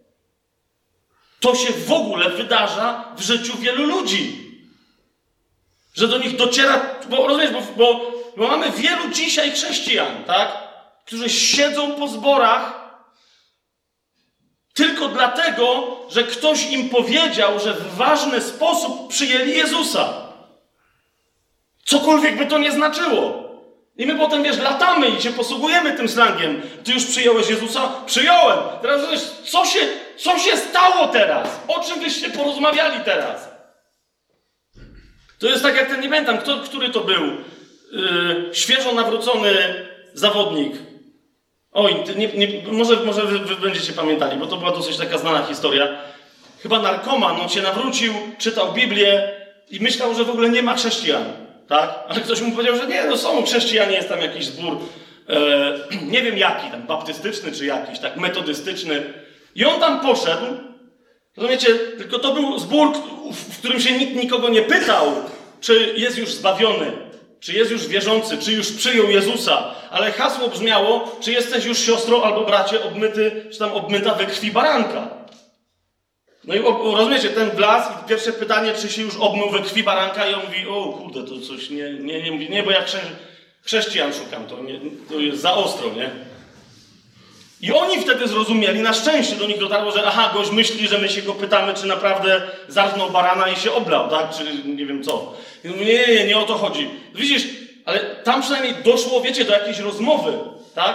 to się w ogóle wydarza w życiu wielu ludzi? Że do nich dociera, bo rozumiesz, bo, bo, bo mamy wielu dzisiaj chrześcijan, tak? Którzy siedzą po zborach tylko dlatego, że ktoś im powiedział, że w ważny sposób przyjęli Jezusa. Cokolwiek by to nie znaczyło. I my potem, wiesz, latamy i się posługujemy tym slangiem. Ty już przyjąłeś Jezusa? Przyjąłem. Teraz wiesz, co się, co się stało teraz? O czym wyście porozmawiali teraz? To jest tak jak ten, nie pamiętam, kto, który to był. Yy, świeżo nawrócony zawodnik. Oj, nie, nie, może, może wy, wy będziecie pamiętali, bo to była dosyć taka znana historia. Chyba narkoman, on się nawrócił, czytał Biblię i myślał, że w ogóle nie ma chrześcijan. Tak? Ale ktoś mu powiedział, że nie, no są chrześcijanie, jest tam jakiś zbór, e, nie wiem jaki, tam baptystyczny czy jakiś, tak metodystyczny. I on tam poszedł, rozumiecie, tylko to był zbór, w którym się nikt nikogo nie pytał, czy jest już zbawiony, czy jest już wierzący, czy już przyjął Jezusa, ale hasło brzmiało, czy jesteś już siostrą albo bracie obmyty, czy tam obmyta we krwi baranka. No i rozumiecie, ten blask i pierwsze pytanie, czy się już obmył we krwi baranka i on mówi, o kurde, to coś nie, nie, nie, mówi, nie, bo ja chrze, chrześcijan szukam, to, nie, to jest za ostro, nie? I oni wtedy zrozumieli, na szczęście do nich dotarło, że aha, gość myśli, że my się go pytamy, czy naprawdę zarżnął barana i się oblał, tak? Czy nie wiem co. I mówi, nie, nie, nie o to chodzi. Widzisz, ale tam przynajmniej doszło, wiecie, do jakiejś rozmowy, tak?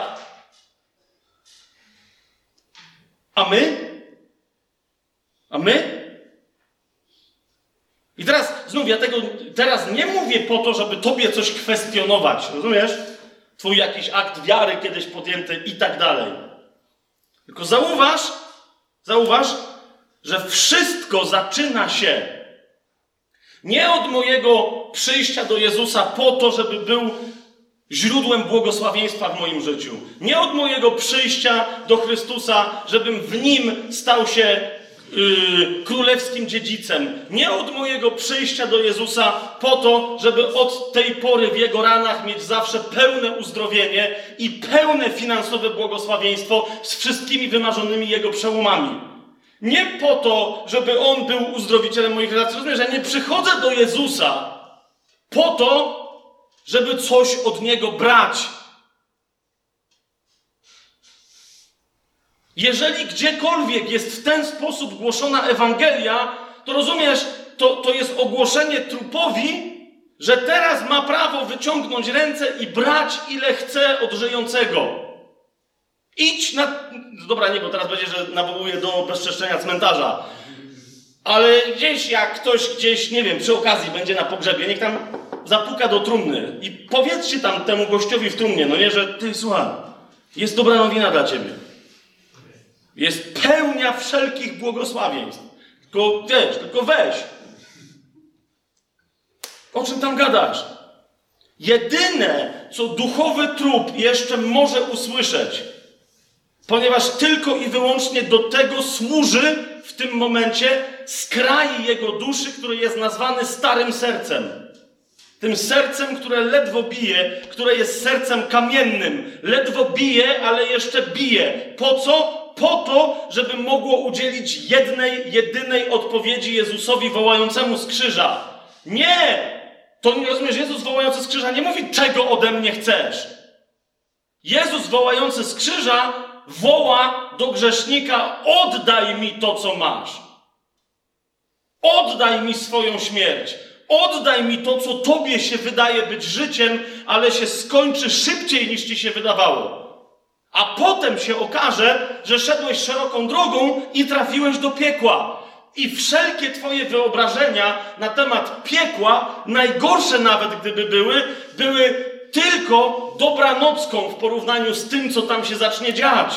A my? A my? I teraz, znów, ja tego teraz nie mówię po to, żeby tobie coś kwestionować, rozumiesz? Twój jakiś akt wiary kiedyś podjęty i tak dalej. Tylko zauważ, zauważ, że wszystko zaczyna się nie od mojego przyjścia do Jezusa po to, żeby był źródłem błogosławieństwa w moim życiu. Nie od mojego przyjścia do Chrystusa, żebym w Nim stał się Yy, królewskim dziedzicem. Nie od mojego przyjścia do Jezusa po to, żeby od tej pory w Jego ranach mieć zawsze pełne uzdrowienie i pełne finansowe błogosławieństwo z wszystkimi wymarzonymi Jego przełomami. Nie po to, żeby On był uzdrowicielem moich relacji. Rozumiem, że nie przychodzę do Jezusa po to, żeby coś od Niego brać. Jeżeli gdziekolwiek jest w ten sposób głoszona Ewangelia, to rozumiesz, to, to jest ogłoszenie trupowi, że teraz ma prawo wyciągnąć ręce i brać ile chce od żyjącego. Idź na... Dobra, nie, bo teraz będzie, że nawołuje do bezczeszczenia cmentarza. Ale gdzieś, jak ktoś gdzieś, nie wiem, przy okazji będzie na pogrzebie, niech tam zapuka do trumny i powiedzcie tam temu gościowi w trumnie, no nie, że ty, słuchaj, jest dobra nowina dla ciebie. Jest pełnia wszelkich błogosławieństw. Tylko wiesz, tylko weź. O czym tam gadasz? Jedyne, co duchowy trup jeszcze może usłyszeć, ponieważ tylko i wyłącznie do tego służy w tym momencie skraj jego duszy, który jest nazwany starym sercem. Tym sercem, które ledwo bije, które jest sercem kamiennym. Ledwo bije, ale jeszcze bije. Po co? Po to, żeby mogło udzielić jednej, jedynej odpowiedzi Jezusowi wołającemu z krzyża. Nie! To nie rozumiesz, Jezus wołający z krzyża nie mówi, czego ode mnie chcesz. Jezus wołający z krzyża woła do grzesznika, oddaj mi to, co masz. Oddaj mi swoją śmierć. Oddaj mi to, co tobie się wydaje być życiem, ale się skończy szybciej, niż ci się wydawało. A potem się okaże, że szedłeś szeroką drogą i trafiłeś do piekła. I wszelkie twoje wyobrażenia na temat piekła, najgorsze nawet gdyby były, były tylko dobranocką w porównaniu z tym, co tam się zacznie dziać.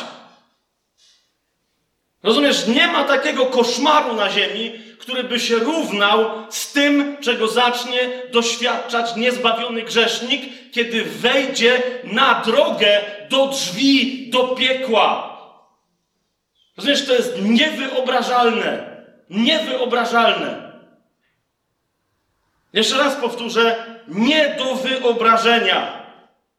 Rozumiesz, nie ma takiego koszmaru na ziemi, który by się równał z tym, czego zacznie doświadczać niezbawiony grzesznik, kiedy wejdzie na drogę do drzwi, do piekła. Rozumiesz, to jest niewyobrażalne. Niewyobrażalne. Jeszcze raz powtórzę, nie do wyobrażenia.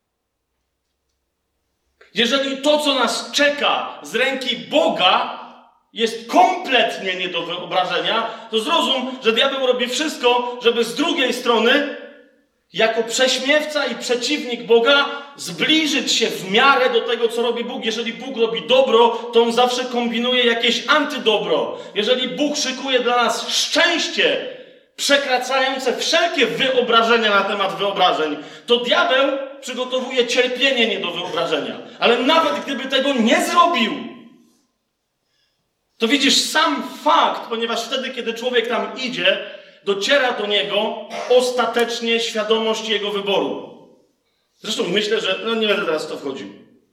Jeżeli to, co nas czeka z ręki Boga, jest kompletnie nie do wyobrażenia, to zrozum, że diabeł robi wszystko, żeby z drugiej strony, jako prześmiewca i przeciwnik Boga, zbliżyć się w miarę do tego, co robi Bóg. Jeżeli Bóg robi dobro, to On zawsze kombinuje jakieś antydobro. Jeżeli Bóg szykuje dla nas szczęście, przekraczające wszelkie wyobrażenia na temat wyobrażeń, to diabeł przygotowuje cierpienie nie do wyobrażenia. Ale nawet gdyby tego nie zrobił, to widzisz, sam fakt, ponieważ wtedy, kiedy człowiek tam idzie, dociera do niego ostatecznie świadomość jego wyboru. Zresztą myślę, że... No nie będę teraz w to wchodził.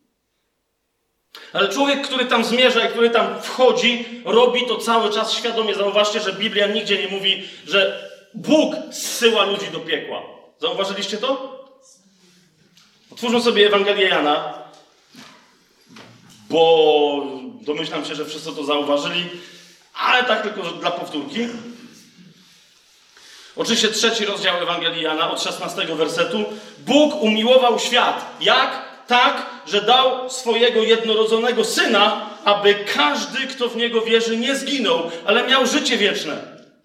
Ale człowiek, który tam zmierza i który tam wchodzi, robi to cały czas świadomie. Zauważcie, że Biblia nigdzie nie mówi, że Bóg zsyła ludzi do piekła. Zauważyliście to? Otwórzmy sobie Ewangelię Jana, bo domyślam się, że wszyscy to zauważyli, ale tak tylko dla powtórki. Oczywiście trzeci rozdział Ewangelii Jana od szesnastego wersetu. Bóg umiłował świat. Jak? Tak, że dał swojego jednorodzonego Syna, aby każdy, kto w Niego wierzy, nie zginął, ale miał życie wieczne.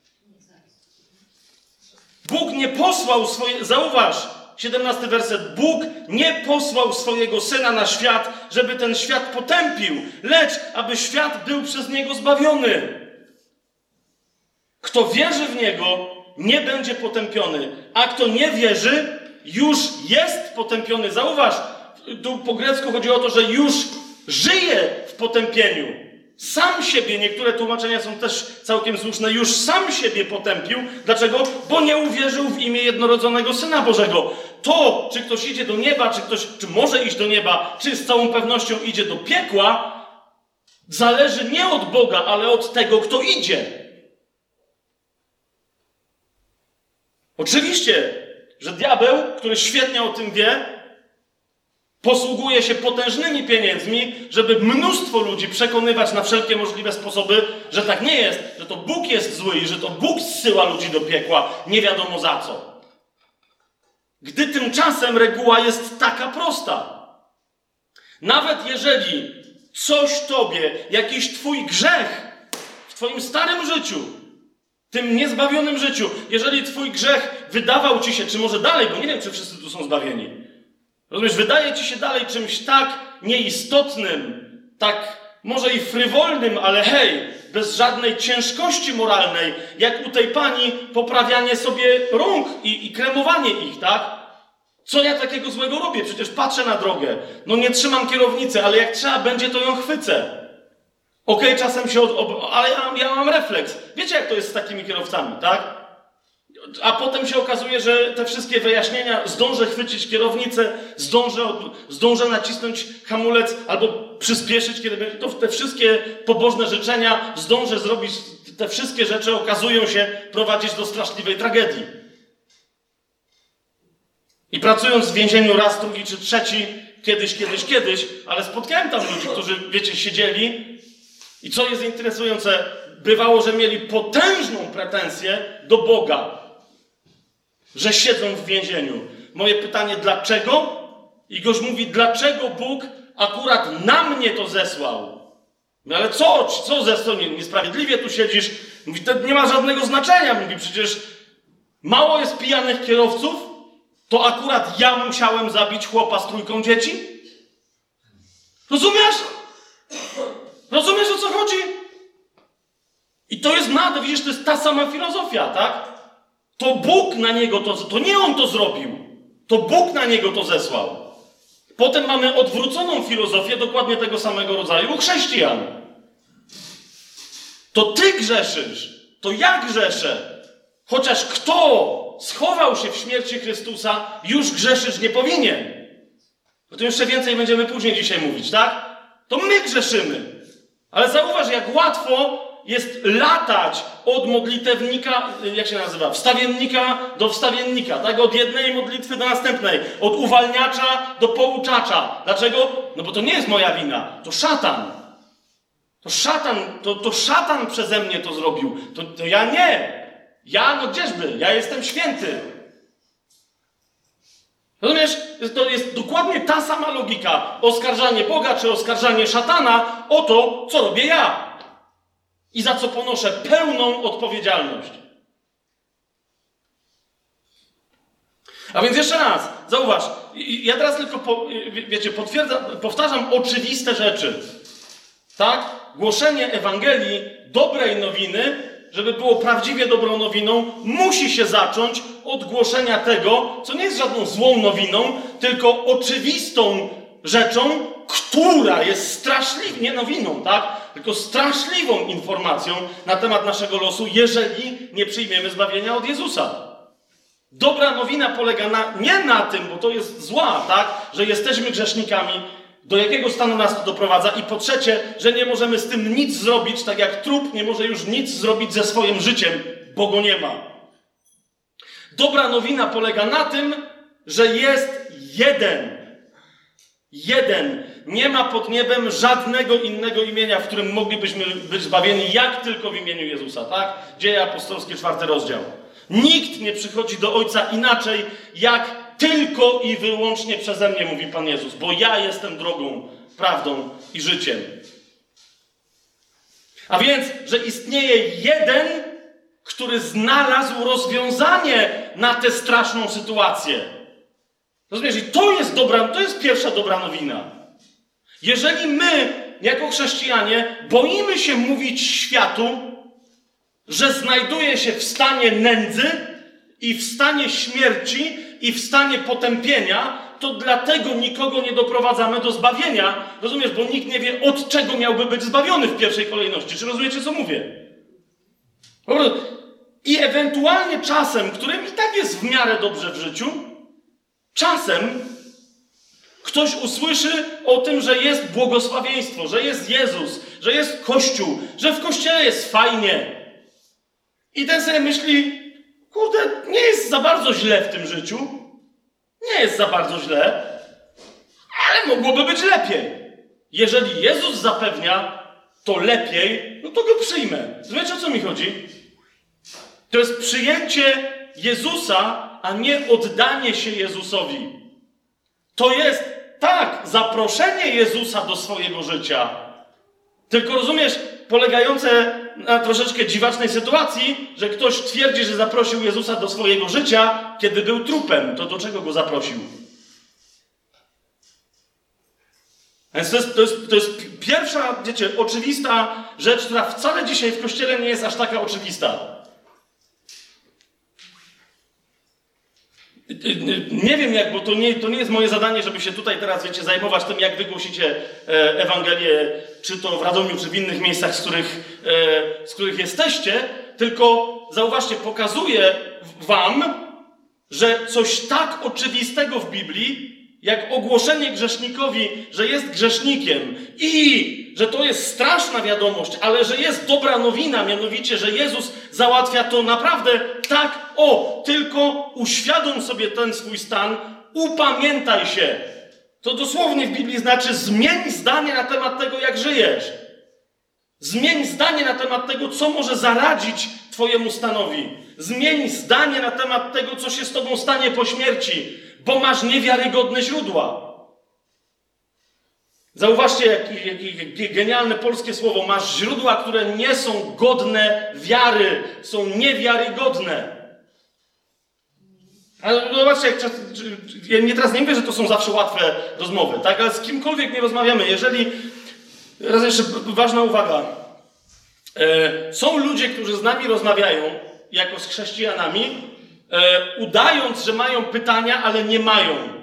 Bóg nie posłał swoje... Zauważ, siedemnasty werset. Bóg nie posłał swojego Syna na świat, żeby ten świat potępił, lecz aby świat był przez Niego zbawiony. Kto wierzy w Niego, nie będzie potępiony, a kto nie wierzy, już jest potępiony. Zauważ, tu po grecku chodzi o to, że już żyje w potępieniu. Sam siebie, niektóre tłumaczenia są też całkiem słuszne, już sam siebie potępił. Dlaczego? Bo nie uwierzył w imię jednorodzonego Syna Bożego. To, czy ktoś idzie do nieba, czy ktoś czy może iść do nieba, czy z całą pewnością idzie do piekła, zależy nie od Boga, ale od tego, kto idzie. Oczywiście, że diabeł, który świetnie o tym wie, posługuje się potężnymi pieniędzmi, żeby mnóstwo ludzi przekonywać na wszelkie możliwe sposoby, że tak nie jest, że to Bóg jest zły i że to Bóg zsyła ludzi do piekła, nie wiadomo za co. Gdy tymczasem reguła jest taka prosta. Nawet jeżeli coś tobie, jakiś twój grzech w twoim starym życiu, tym niezbawionym życiu, jeżeli twój grzech wydawał ci się, czy może dalej, bo nie wiem, czy wszyscy tu są zbawieni. Rozumiesz, wydaje ci się dalej czymś tak nieistotnym, tak może i frywolnym, ale hej, bez żadnej ciężkości moralnej, jak u tej pani poprawianie sobie rąk i, i kremowanie ich, tak? Co ja takiego złego robię? Przecież patrzę na drogę. No nie trzymam kierownicy, ale jak trzeba będzie, to ją chwycę. Okej, okay, czasem się... Od, ob... ale ja, ja mam refleks. Wiecie, jak to jest z takimi kierowcami, tak? A potem się okazuje, że te wszystkie wyjaśnienia, zdążę chwycić kierownicę, zdążę, od, zdążę nacisnąć hamulec albo przyspieszyć, kiedy będzie... To te wszystkie pobożne życzenia zdążę zrobić. Te wszystkie rzeczy okazują się prowadzić do straszliwej tragedii. I pracując w więzieniu raz, drugi czy trzeci, kiedyś, kiedyś, kiedyś, ale spotkałem tam ludzi, którzy, wiecie, siedzieli i co jest interesujące, bywało, że mieli potężną pretensję do Boga, że siedzą w więzieniu. Moje pytanie, dlaczego? I gość mówi, dlaczego Bóg akurat na mnie to zesłał? No ale co? Co ze nie, niesprawiedliwie tu siedzisz? Mówi, to nie ma żadnego znaczenia. Mówi, przecież mało jest pijanych kierowców, to akurat ja musiałem zabić chłopa z trójką dzieci? Rozumiesz? Rozumiesz, o co chodzi? I to jest nade, widzisz, to jest ta sama filozofia, tak? To Bóg na niego to, to nie on to zrobił. To Bóg na niego to zesłał. Potem mamy odwróconą filozofię dokładnie tego samego rodzaju u chrześcijan. To ty grzeszysz, to ja grzeszę. Chociaż kto schował się w śmierci Chrystusa, już grzeszyć nie powinien. O tym jeszcze więcej będziemy później dzisiaj mówić, tak? To my grzeszymy. Ale zauważ, jak łatwo jest latać od modlitewnika, jak się nazywa, wstawiennika do wstawiennika, tak? Od jednej modlitwy do następnej. Od uwalniacza do pouczacza. Dlaczego? No bo to nie jest moja wina. To szatan. To szatan, to, to szatan przeze mnie to zrobił. To, to ja nie. Ja, no gdzieżby? Ja jestem święty. Rozumiesz? To jest dokładnie ta sama logika. Oskarżanie Boga czy oskarżanie szatana o to, co robię ja. I za co ponoszę pełną odpowiedzialność. A więc jeszcze raz, zauważ, ja teraz tylko, po, wiecie, potwierdzam, powtarzam oczywiste rzeczy. Tak? Głoszenie Ewangelii, dobrej nowiny, żeby było prawdziwie dobrą nowiną, musi się zacząć od głoszenia tego, co nie jest żadną złą nowiną, tylko oczywistą rzeczą, która jest straszliwą, nie nowiną, tak? Tylko straszliwą informacją na temat naszego losu, jeżeli nie przyjmiemy zbawienia od Jezusa. Dobra nowina polega na, nie na tym, bo to jest zła, tak? Że jesteśmy grzesznikami, do jakiego stanu nas to doprowadza, i po trzecie, że nie możemy z tym nic zrobić, tak jak trup nie może już nic zrobić ze swoim życiem, bo go nie ma. Dobra nowina polega na tym, że jest jeden. Jeden. Nie ma pod niebem żadnego innego imienia, w którym moglibyśmy być zbawieni, jak tylko w imieniu Jezusa, tak? Dzieje apostolskie, czwarty rozdział. Nikt nie przychodzi do Ojca inaczej, jak tylko i wyłącznie przeze mnie, mówi Pan Jezus, bo ja jestem drogą, prawdą i życiem. A więc, że istnieje jeden, który znalazł rozwiązanie na tę straszną sytuację. Rozumiesz? I to jest dobra, to jest pierwsza dobra nowina. Jeżeli my, jako chrześcijanie, boimy się mówić światu, że znajduje się w stanie nędzy i w stanie śmierci i w stanie potępienia, to dlatego nikogo nie doprowadzamy do zbawienia. Rozumiesz? Bo nikt nie wie, od czego miałby być zbawiony w pierwszej kolejności. Czy rozumiecie, co mówię? I ewentualnie czasem, którym i tak jest w miarę dobrze w życiu, czasem ktoś usłyszy o tym, że jest błogosławieństwo, że jest Jezus, że jest Kościół, że w Kościele jest fajnie. I ten sobie myśli, kurde, nie jest za bardzo źle w tym życiu. Nie jest za bardzo źle, ale mogłoby być lepiej. Jeżeli Jezus zapewnia to lepiej, no to go przyjmę. Wiecie, o co mi chodzi? To jest przyjęcie Jezusa, a nie oddanie się Jezusowi. To jest, tak, zaproszenie Jezusa do swojego życia. Tylko rozumiesz, polegające na troszeczkę dziwacznej sytuacji, że ktoś twierdzi, że zaprosił Jezusa do swojego życia, kiedy był trupem. To do czego go zaprosił? Więc to jest, to jest, to jest pierwsza, wiecie, oczywista rzecz, która wcale dzisiaj w Kościele nie jest aż taka oczywista. Nie wiem jak, bo to nie, to nie jest moje zadanie, żeby się tutaj teraz, wiecie, zajmować tym, jak wygłosicie e, Ewangelię, czy to w Radomiu, czy w innych miejscach, z których, e, z których jesteście, tylko zauważcie, pokazuję wam, że coś tak oczywistego w Biblii, jak ogłoszenie grzesznikowi, że jest grzesznikiem i że to jest straszna wiadomość, ale że jest dobra nowina, mianowicie, że Jezus załatwia to naprawdę tak, o, tylko uświadom sobie ten swój stan, upamiętaj się. To dosłownie w Biblii znaczy zmień zdanie na temat tego, jak żyjesz. Zmień zdanie na temat tego, co może zaradzić twojemu stanowi. Zmień zdanie na temat tego, co się z tobą stanie po śmierci, bo masz niewiarygodne źródła. Zauważcie, jakie jak, jak genialne polskie słowo. Masz źródła, które nie są godne wiary, są niewiarygodne. Ale zobaczcie, jak czas, ja nie, teraz nie mówię, że to są zawsze łatwe rozmowy, tak? Ale z kimkolwiek nie rozmawiamy. Jeżeli, raz jeszcze ważna uwaga, e, są ludzie, którzy z nami rozmawiają, jako z chrześcijanami, e, udając, że mają pytania, ale nie mają.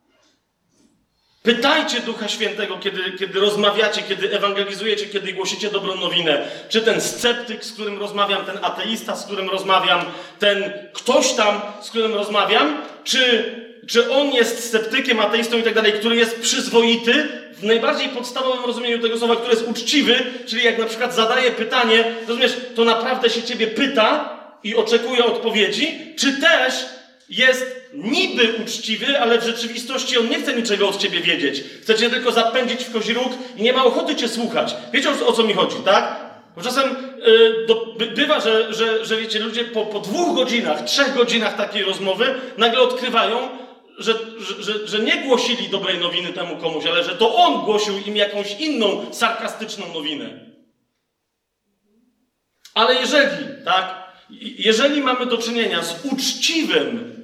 Pytajcie Ducha Świętego, kiedy, kiedy rozmawiacie, kiedy ewangelizujecie, kiedy głosicie dobrą nowinę. Czy ten sceptyk, z którym rozmawiam, ten ateista, z którym rozmawiam, ten ktoś tam, z którym rozmawiam, czy, czy on jest sceptykiem, ateistą i tak dalej, który jest przyzwoity, w najbardziej podstawowym rozumieniu tego słowa, który jest uczciwy, czyli jak na przykład zadaje pytanie, rozumiesz, to naprawdę się ciebie pyta i oczekuje odpowiedzi, czy też jest niby uczciwy, ale w rzeczywistości on nie chce niczego od ciebie wiedzieć. Chce cię tylko zapędzić w kozi róg i nie ma ochoty cię słuchać. Wiecie, o, o co mi chodzi, tak? Bo czasem yy, do, by, bywa, że, że, że wiecie, ludzie po, po dwóch godzinach, trzech godzinach takiej rozmowy nagle odkrywają, że, że, że, że nie głosili dobrej nowiny temu komuś, ale że to on głosił im jakąś inną, sarkastyczną nowinę. Ale jeżeli, tak? Jeżeli mamy do czynienia z uczciwym,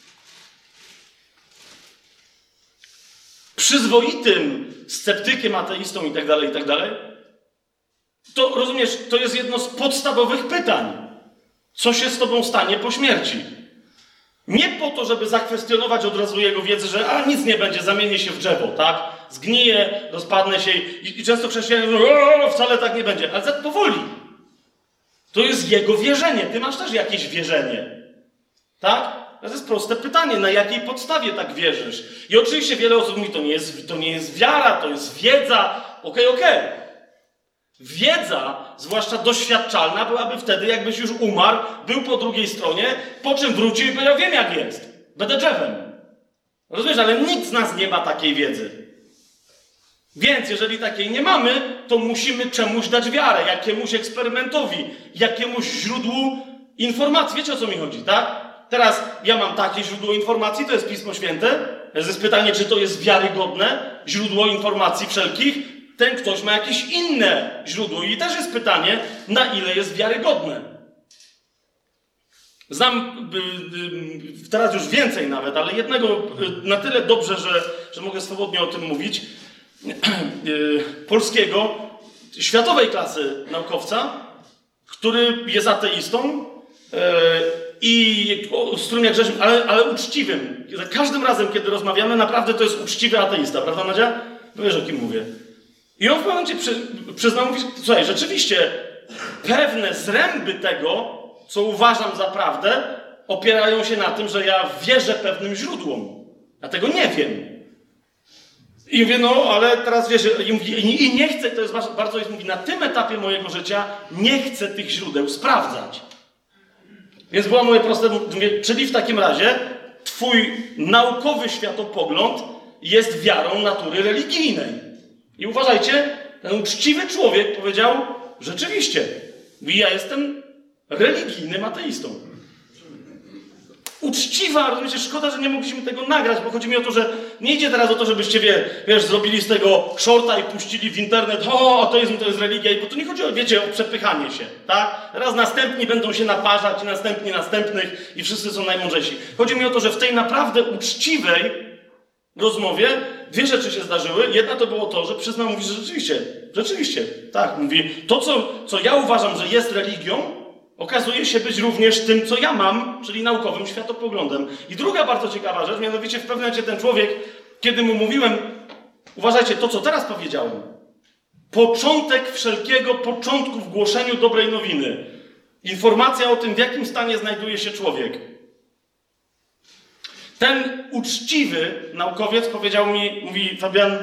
przyzwoitym sceptykiem, ateistą i tak dalej, i tak dalej, to rozumiesz, to jest jedno z podstawowych pytań. Co się z tobą stanie po śmierci? Nie po to, żeby zakwestionować od razu jego wiedzę, że a nic nie będzie, zamienię się w drzewo, tak? Zgniję, rozpadnę się i, i często chrześcijanie mówią, o, wcale tak nie będzie, ale tak powoli. To jest jego wierzenie. Ty masz też jakieś wierzenie. Tak? To jest proste pytanie, na jakiej podstawie tak wierzysz? I oczywiście wiele osób mówi, to nie jest, to nie jest wiara, to jest wiedza. Okej, okay, okej. Okay. Wiedza, zwłaszcza doświadczalna, byłaby wtedy, jakbyś już umarł, był po drugiej stronie, po czym wrócił i powiedział, wiem jak jest. Będę drzewem. Rozumiesz, ale nikt z nas nie ma takiej wiedzy. Więc jeżeli takiej nie mamy, to musimy czemuś dać wiarę, jakiemuś eksperymentowi, jakiemuś źródłu informacji. Wiecie, o co mi chodzi, tak? Teraz ja mam takie źródło informacji, to jest Pismo Święte. Jest pytanie, czy to jest wiarygodne źródło informacji wszelkich. Ten ktoś ma jakieś inne źródło i też jest pytanie, na ile jest wiarygodne. Znam y, y, teraz już więcej nawet, ale jednego y, na tyle dobrze, że, że mogę swobodnie o tym mówić. Y, polskiego, światowej klasy naukowca, który jest ateistą, y, i z którym jak żeśmy, ale, ale uczciwym. Za każdym razem, kiedy rozmawiamy, naprawdę to jest uczciwy ateista, prawda, Madzia? No wiesz, o kim mówię. I on w pewnym momencie przy, przyznał, mówi, słuchaj, rzeczywiście pewne zręby tego, co uważam za prawdę, opierają się na tym, że ja wierzę pewnym źródłom. Ja tego nie wiem. I mówię, no, ale teraz wiesz, i, mówi, i nie chcę, to jest bardzo, jest, mówi, na tym etapie mojego życia nie chcę tych źródeł sprawdzać. Więc było moje proste, mówię, czyli w takim razie twój naukowy światopogląd jest wiarą natury religijnej. I uważajcie, ten uczciwy człowiek powiedział, rzeczywiście, ja jestem religijnym ateistą. Uczciwa, rozumiecie, szkoda, że nie mogliśmy tego nagrać, bo chodzi mi o to, że nie idzie teraz o to, żebyście, wie, wiesz, zrobili z tego shorta i puścili w internet, o, ateizm to jest religia, bo tu nie chodzi o, wiecie, o przepychanie się, tak? Teraz następni będą się naparzać i następni następnych i wszyscy są najmądrzejsi. Chodzi mi o to, że w tej naprawdę uczciwej rozmowie dwie rzeczy się zdarzyły. Jedna to było to, że przyznał, mówi, że rzeczywiście, rzeczywiście, tak, mówi, to, co, co ja uważam, że jest religią, okazuje się być również tym, co ja mam, czyli naukowym światopoglądem. I druga bardzo ciekawa rzecz, mianowicie w pewnym momencie ten człowiek, kiedy mu mówiłem, uważajcie, to, co teraz powiedziałem, początek wszelkiego początku w głoszeniu dobrej nowiny. Informacja o tym, w jakim stanie znajduje się człowiek. Ten uczciwy naukowiec powiedział mi, mówi, Fabian,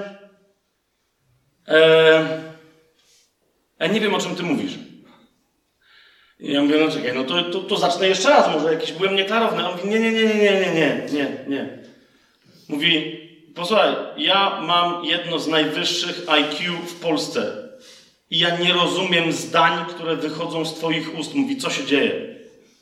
e, ja nie wiem, o czym ty mówisz. I ja mówię, no czekaj, no to, to, to zacznę jeszcze raz, może jakiś byłem nieklarowny. A on mówi, nie, nie, nie, nie, nie, nie, nie, nie. Mówi, posłuchaj, ja mam jedno z najwyższych I Q w Polsce i ja nie rozumiem zdań, które wychodzą z twoich ust. Mówi, co się dzieje?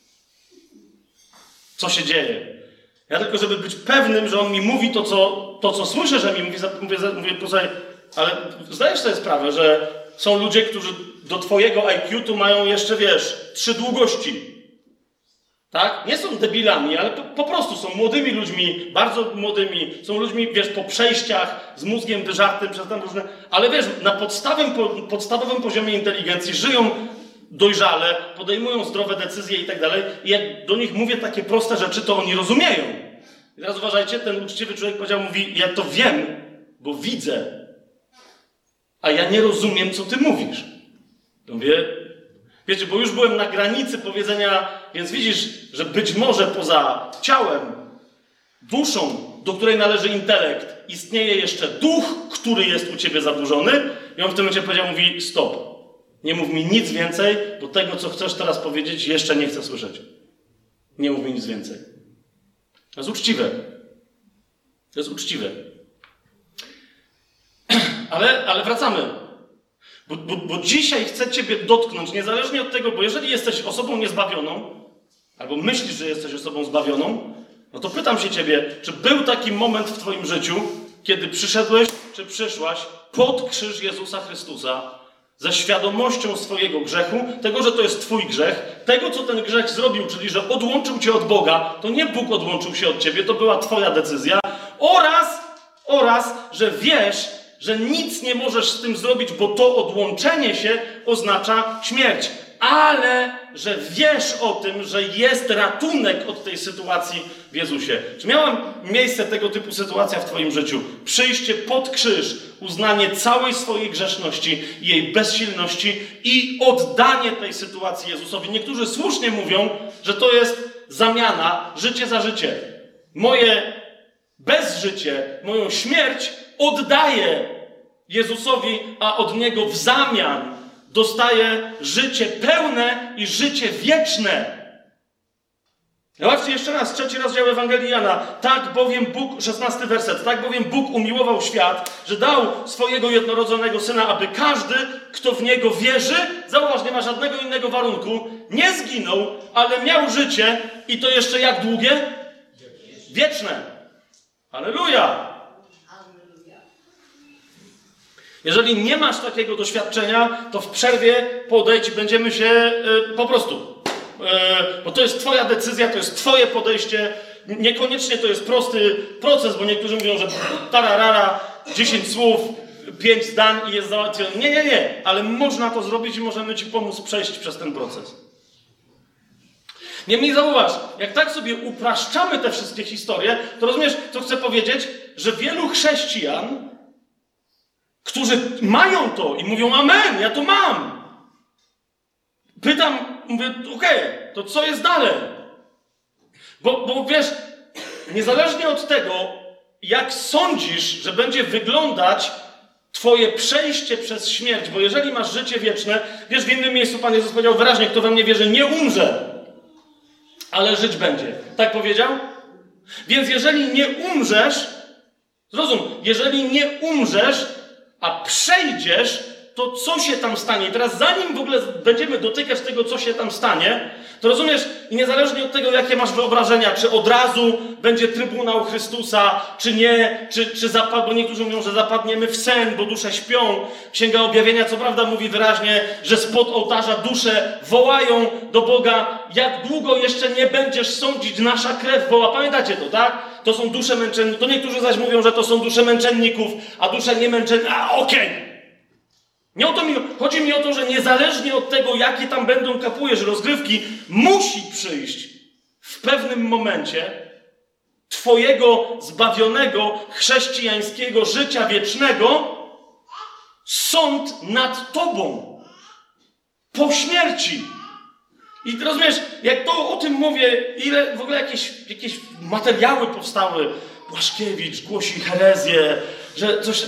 Co się dzieje? Ja tylko, żeby być pewnym, że on mi mówi to, co, to, co słyszę, że mi mówi, mówię, mówię posłuchaj, ale zdajesz sobie sprawę, że są ludzie, którzy do twojego I Q tu mają jeszcze, wiesz, trzy długości. Tak? Nie są debilami, ale po, po prostu są młodymi ludźmi, bardzo młodymi, są ludźmi, wiesz, po przejściach z mózgiem wyżartym przez tam różne, ale wiesz, na podstawowym, po, podstawowym poziomie inteligencji żyją dojrzale, podejmują zdrowe decyzje i tak dalej. I jak do nich mówię takie proste rzeczy, to oni rozumieją. I teraz uważajcie, ten uczciwy człowiek powiedział, mówi, ja to wiem, bo widzę, a ja nie rozumiem, co ty mówisz. To mówię, wiecie, bo już byłem na granicy powiedzenia, więc widzisz, że być może poza ciałem, duszą, do której należy intelekt, istnieje jeszcze duch, który jest u ciebie zaburzony. I on w tym momencie powiedział, mówi, stop. Nie mów mi nic więcej, bo tego, co chcesz teraz powiedzieć, jeszcze nie chcę słyszeć. Nie mów mi nic więcej. To jest uczciwe. To jest uczciwe. Ale, ale wracamy. Bo, bo, bo dzisiaj chcę ciebie dotknąć, niezależnie od tego, bo jeżeli jesteś osobą niezbawioną, albo myślisz, że jesteś osobą zbawioną, no to pytam się ciebie, czy był taki moment w twoim życiu, kiedy przyszedłeś, czy przyszłaś pod krzyż Jezusa Chrystusa, ze świadomością swojego grzechu, tego, że to jest twój grzech, tego, co ten grzech zrobił, czyli, że odłączył cię od Boga, to nie Bóg odłączył się od ciebie, to była twoja decyzja, oraz, oraz, że wiesz, że nic nie możesz z tym zrobić, bo to odłączenie się oznacza śmierć. Ale, że wiesz o tym, że jest ratunek od tej sytuacji w Jezusie. Czy miała miejsce tego typu sytuacja w twoim życiu? Przyjście pod krzyż, uznanie całej swojej grzeszności i jej bezsilności i oddanie tej sytuacji Jezusowi. Niektórzy słusznie mówią, że to jest zamiana, życie za życie. Moje bezżycie, moją śmierć oddaję Jezusowi, a od Niego w zamian dostaje życie pełne i życie wieczne. Zobaczcie jeszcze raz, trzeci rozdział Ewangelii Jana. Tak bowiem Bóg, szesnasty werset, tak bowiem Bóg umiłował świat, że dał swojego jednorodzonego Syna, aby każdy, kto w Niego wierzy, zauważ, nie ma żadnego innego warunku, nie zginął, ale miał życie i to jeszcze jak długie? Wieczne. Halleluja! Jeżeli nie masz takiego doświadczenia, to w przerwie podejdź, będziemy się yy, po prostu. Yy, bo to jest twoja decyzja, to jest twoje podejście. Niekoniecznie to jest prosty proces, bo niektórzy mówią, że tararara, dziesięć słów, pięć zdań i jest załatwione. Nie, nie, nie. Ale można to zrobić i możemy ci pomóc przejść przez ten proces. Niemniej zauważ, jak tak sobie upraszczamy te wszystkie historie, to rozumiesz, co chcę powiedzieć? Że wielu chrześcijan, którzy mają to i mówią amen, ja to mam. Pytam, mówię, okej, okay, to co jest dalej? Bo, bo wiesz, niezależnie od tego, jak sądzisz, że będzie wyglądać twoje przejście przez śmierć, bo jeżeli masz życie wieczne, wiesz, w innym miejscu Pan Jezus powiedział wyraźnie, kto we mnie wierzy, nie umrze, ale żyć będzie. Tak powiedział? Więc jeżeli nie umrzesz, zrozum, jeżeli nie umrzesz, a przejdziesz, to co się tam stanie? I teraz zanim w ogóle będziemy dotykać tego, co się tam stanie, to rozumiesz, i niezależnie od tego, jakie masz wyobrażenia, czy od razu będzie Trybunał Chrystusa, czy nie, czy, czy zapad, bo niektórzy mówią, że zapadniemy w sen, bo dusze śpią. Księga Objawienia, co prawda, mówi wyraźnie, że spod ołtarza dusze wołają do Boga, jak długo jeszcze nie będziesz sądzić, nasza krew woła. Pamiętacie to, tak? To są dusze męczenników. To niektórzy zaś mówią, że to są dusze męczenników, a dusze nie męczenników. A okej! Okay. Nie o to mi, chodzi mi o to, że niezależnie od tego, jakie tam będą kapujesz rozgrywki, musi przyjść w pewnym momencie twojego zbawionego, chrześcijańskiego życia wiecznego sąd nad tobą po śmierci. I rozumiesz, jak to o tym mówię, ile w ogóle jakieś, jakieś materiały powstały, Błaszkiewicz głosi herezję, że coś...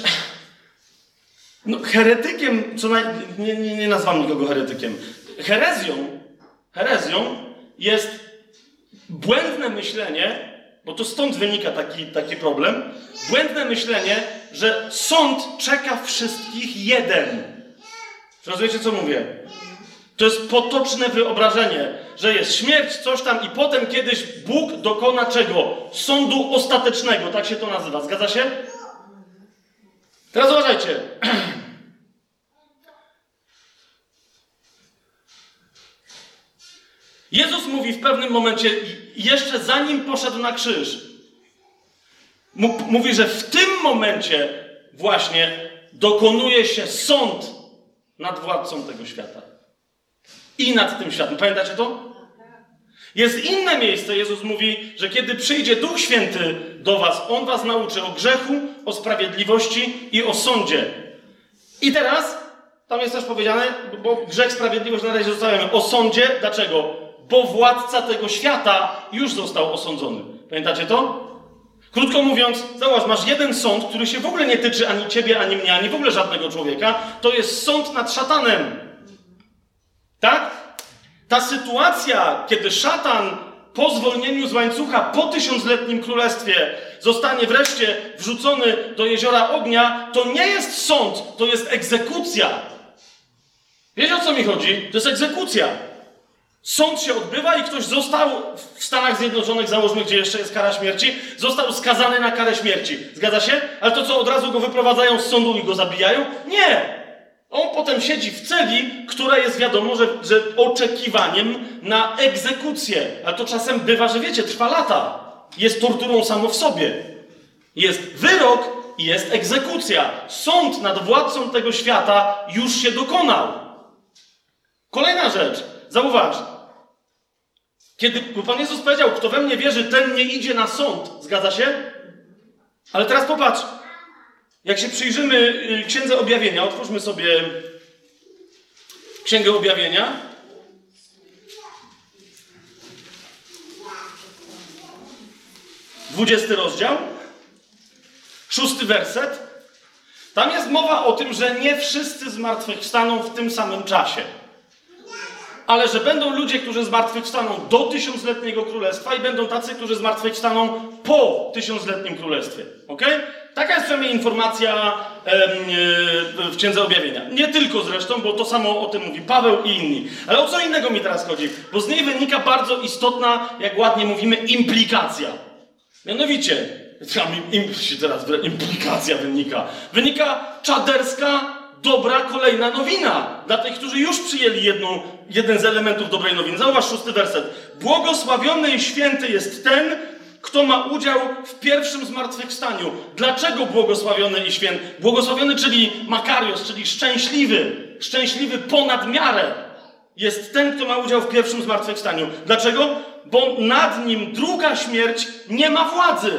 No, heretykiem, co naj... nie, nie, nie nazwam nikogo heretykiem. Herezją, herezją jest błędne myślenie, bo to stąd wynika taki, taki problem, błędne myślenie, że sąd czeka wszystkich jeden. Rozumiecie, co mówię? To jest potoczne wyobrażenie, że jest śmierć, coś tam i potem kiedyś Bóg dokona czego? Sądu ostatecznego, tak się to nazywa. Zgadza się? Teraz uważajcie. Jezus mówi w pewnym momencie, jeszcze zanim poszedł na krzyż, mówi, że w tym momencie właśnie dokonuje się sąd nad władcą tego świata. I nad tym światem. Pamiętacie to? Jest inne miejsce, Jezus mówi, że kiedy przyjdzie Duch Święty do was, On was nauczy o grzechu, o sprawiedliwości i o sądzie. I teraz, tam jest też powiedziane, bo grzech, sprawiedliwość na razie zostawiamy, o sądzie. Dlaczego? Bo władca tego świata już został osądzony. Pamiętacie to? Krótko mówiąc, zauważ, masz jeden sąd, który się w ogóle nie tyczy ani ciebie, ani mnie, ani w ogóle żadnego człowieka. To jest sąd nad szatanem. Tak? Ta sytuacja, kiedy szatan po zwolnieniu z łańcucha, po tysiącletnim królestwie zostanie wreszcie wrzucony do jeziora ognia, to nie jest sąd, to jest egzekucja. Wiecie, o co mi chodzi? To jest egzekucja. Sąd się odbywa i ktoś został w Stanach Zjednoczonych, załóżmy, gdzie jeszcze jest kara śmierci, został skazany na karę śmierci. Zgadza się? Ale to co, od razu go wyprowadzają z sądu i go zabijają? Nie! On potem siedzi w celi, która jest wiadomo, że, że oczekiwaniem na egzekucję. Ale to czasem bywa, że wiecie, trwa lata. Jest torturą samo w sobie. Jest wyrok i jest egzekucja. Sąd nad władcą tego świata już się dokonał. Kolejna rzecz. Zauważ. Kiedy Pan Jezus powiedział, kto we mnie wierzy, ten nie idzie na sąd. Zgadza się? Ale teraz popatrz. Jak się przyjrzymy Księdze Objawienia, otwórzmy sobie Księgę Objawienia. Dwudziesty rozdział. Szósty werset. Tam jest mowa o tym, że nie wszyscy zmartwychwstaną w tym samym czasie. Ale że będą ludzie, którzy zmartwychwstaną do tysiącletniego królestwa i będą tacy, którzy zmartwychwstaną po tysiącletnim królestwie. Okej? Taka jest przynajmniej informacja em, w Księdze Objawienia. Nie tylko zresztą, bo to samo o tym mówi Paweł i inni. Ale o co innego mi teraz chodzi? Bo z niej wynika bardzo istotna, jak ładnie mówimy, implikacja. Mianowicie, im, im, teraz implikacja wynika. Wynika czaderska, dobra kolejna nowina. Dla tych, którzy już przyjęli jedną, jeden z elementów dobrej nowiny. Zauważ szósty werset. Błogosławiony i święty jest ten, kto ma udział w pierwszym zmartwychwstaniu. Dlaczego błogosławiony i święty? Błogosławiony, czyli makarios, czyli szczęśliwy. Szczęśliwy ponad miarę. Jest ten, kto ma udział w pierwszym zmartwychwstaniu. Dlaczego? Bo nad nim druga śmierć nie ma władzy.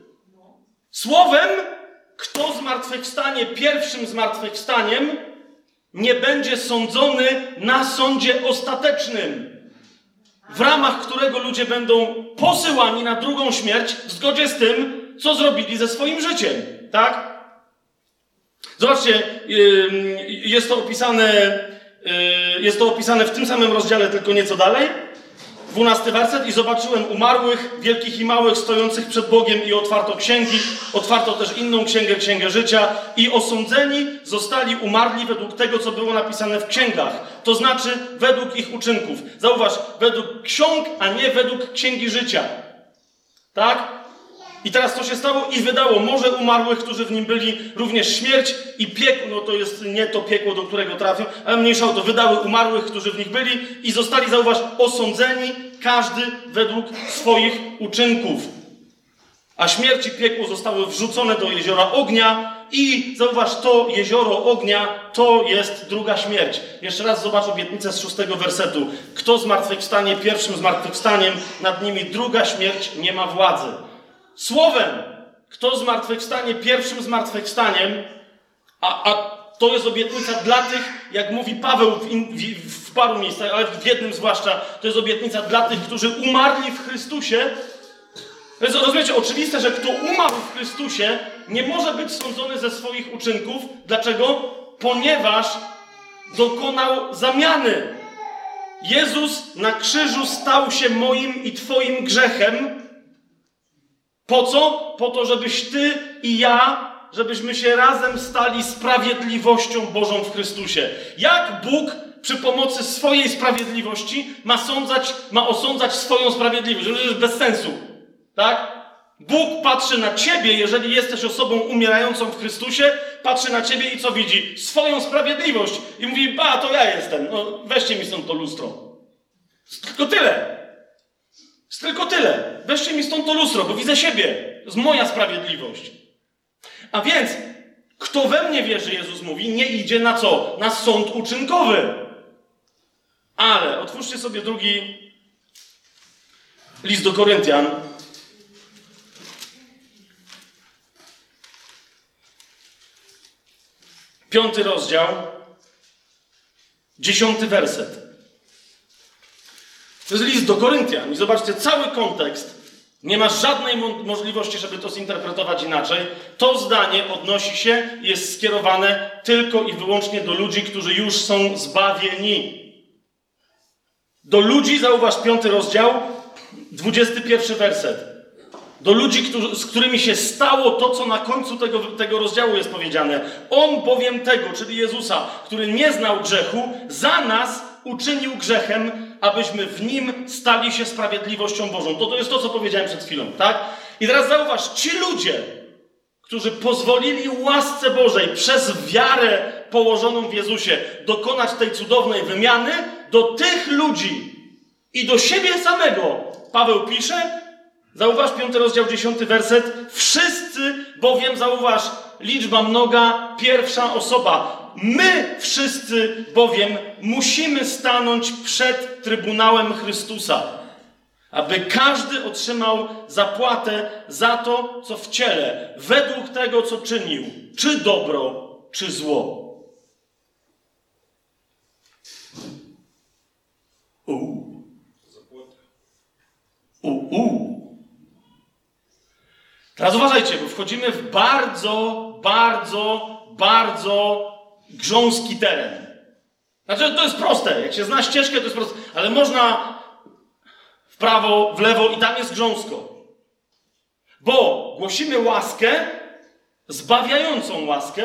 Słowem, kto zmartwychwstanie pierwszym zmartwychwstaniem, nie będzie sądzony na sądzie ostatecznym, w ramach którego ludzie będą posyłani na drugą śmierć w zgodzie z tym, co zrobili ze swoim życiem. Tak? Zobaczcie, jest to opisane, jest to opisane w tym samym rozdziale, tylko nieco dalej. Dwunasty werset. I zobaczyłem umarłych, wielkich i małych, stojących przed Bogiem i otwarto księgi. Otwarto też inną księgę, księgę życia. I osądzeni zostali umarli według tego, co było napisane w księgach. To znaczy według ich uczynków. Zauważ, według ksiąg, a nie według księgi życia. Tak? I teraz co się stało? I wydało morze umarłych, którzy w nim byli, również śmierć i piekło. No to jest nie to piekło, do którego trafią, ale mniejsza o to. Wydały umarłych, którzy w nich byli i zostali, zauważ, osądzeni, każdy według swoich uczynków. A śmierć i piekło zostały wrzucone do jeziora ognia i zauważ, to jezioro ognia to jest druga śmierć. Jeszcze raz zobacz obietnicę z szóstego wersetu. Kto zmartwychwstanie pierwszym zmartwychwstaniem, nad nimi druga śmierć nie ma władzy. Słowem, kto zmartwychwstanie pierwszym zmartwychwstaniem, a, a to jest obietnica dla tych, jak mówi Paweł w, in, w, w paru miejscach, ale w jednym zwłaszcza, to jest obietnica dla tych, którzy umarli w Chrystusie. To jest, rozumiecie, oczywiste, że kto umarł w Chrystusie, nie może być sądzony ze swoich uczynków. Dlaczego? Ponieważ dokonał zamiany. Jezus na krzyżu stał się moim i twoim grzechem. Po co? Po to, żebyś ty i ja, żebyśmy się razem stali sprawiedliwością Bożą w Chrystusie. Jak Bóg przy pomocy swojej sprawiedliwości ma sądzać, ma osądzać swoją sprawiedliwość? To jest bez sensu. Tak? Bóg patrzy na ciebie, jeżeli jesteś osobą umierającą w Chrystusie, patrzy na ciebie i co widzi? Swoją sprawiedliwość. I mówi, ba, to ja jestem. No, weźcie mi stąd to lustro. Tylko tyle. Tylko tyle. Weźcie mi stąd to lustro, bo widzę siebie. To jest moja sprawiedliwość. A więc, kto we mnie wierzy, Jezus mówi, nie idzie na co? Na sąd uczynkowy. Ale, otwórzcie sobie drugi list do Koryntian. Piąty rozdział. Dziesiąty werset. To jest list do Koryntian. I zobaczcie, cały kontekst. Nie ma żadnej mo- możliwości, żeby to zinterpretować inaczej. To zdanie odnosi się, jest skierowane tylko i wyłącznie do ludzi, którzy już są zbawieni. Do ludzi, zauważ piąty rozdział, dwudziesty pierwszy werset. Do ludzi, którzy, z którymi się stało to, co na końcu tego, tego rozdziału jest powiedziane. On bowiem tego, czyli Jezusa, który nie znał grzechu, za nas uczynił grzechem, abyśmy w nim stali się sprawiedliwością Bożą. To, to jest to, co powiedziałem przed chwilą, tak? I teraz zauważ, ci ludzie, którzy pozwolili łasce Bożej przez wiarę położoną w Jezusie dokonać tej cudownej wymiany, do tych ludzi i do siebie samego Paweł pisze, zauważ piąty rozdział, dziesiąty werset, wszyscy bowiem, zauważ, liczba mnoga, pierwsza osoba, my wszyscy bowiem musimy stanąć przed Trybunałem Chrystusa, aby każdy otrzymał zapłatę za to, co w ciele, według tego, co czynił, czy dobro, czy zło. Uuu. Uuu. Teraz uważajcie, bo wchodzimy w bardzo, bardzo, bardzo grząski teren. Znaczy, to jest proste. Jak się zna ścieżkę, to jest proste. Ale można w prawo, w lewo i tam jest grząsko. Bo głosimy łaskę, zbawiającą łaskę.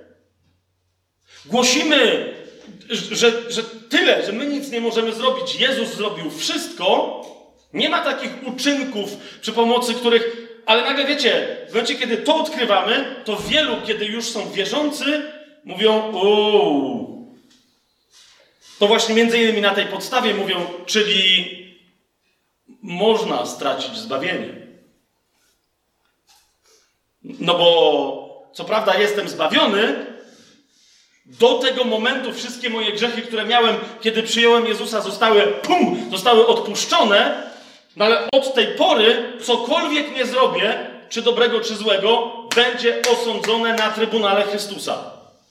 Głosimy, że, że tyle, że my nic nie możemy zrobić. Jezus zrobił wszystko. Nie ma takich uczynków, przy pomocy których... Ale nagle wiecie, w momencie, kiedy to odkrywamy, to wielu, kiedy już są wierzący, mówią, uuu. To właśnie między innymi na tej podstawie mówią, czyli można stracić zbawienie. No bo, co prawda jestem zbawiony, do tego momentu wszystkie moje grzechy, które miałem, kiedy przyjąłem Jezusa, zostały, pum, zostały odpuszczone, no ale od tej pory, cokolwiek nie zrobię, czy dobrego, czy złego, będzie osądzone na Trybunale Chrystusa.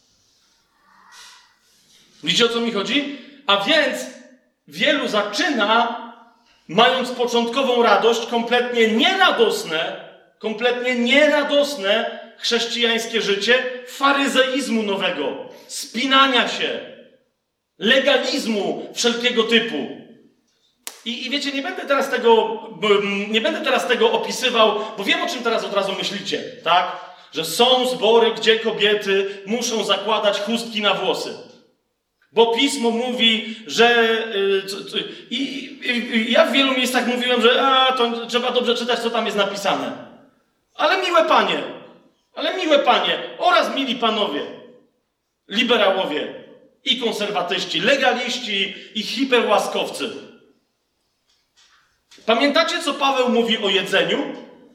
Widzicie, o co mi chodzi? A więc wielu zaczyna, mając początkową radość, kompletnie nieradosne, kompletnie nieradosne chrześcijańskie życie faryzeizmu nowego, spinania się, legalizmu wszelkiego typu. I, I wiecie, nie będę teraz tego, nie będę teraz tego opisywał, bo wiem, o czym teraz od razu myślicie, tak? Że są zbory, gdzie kobiety muszą zakładać chustki na włosy. Bo Pismo mówi, że... Yy, co, co, i, i ja w wielu miejscach mówiłem, że a, to trzeba dobrze czytać, co tam jest napisane. Ale miłe panie, ale miłe panie oraz mili panowie, liberałowie i konserwatyści, legaliści i hiperłaskowcy. Pamiętacie, co Paweł mówi o jedzeniu?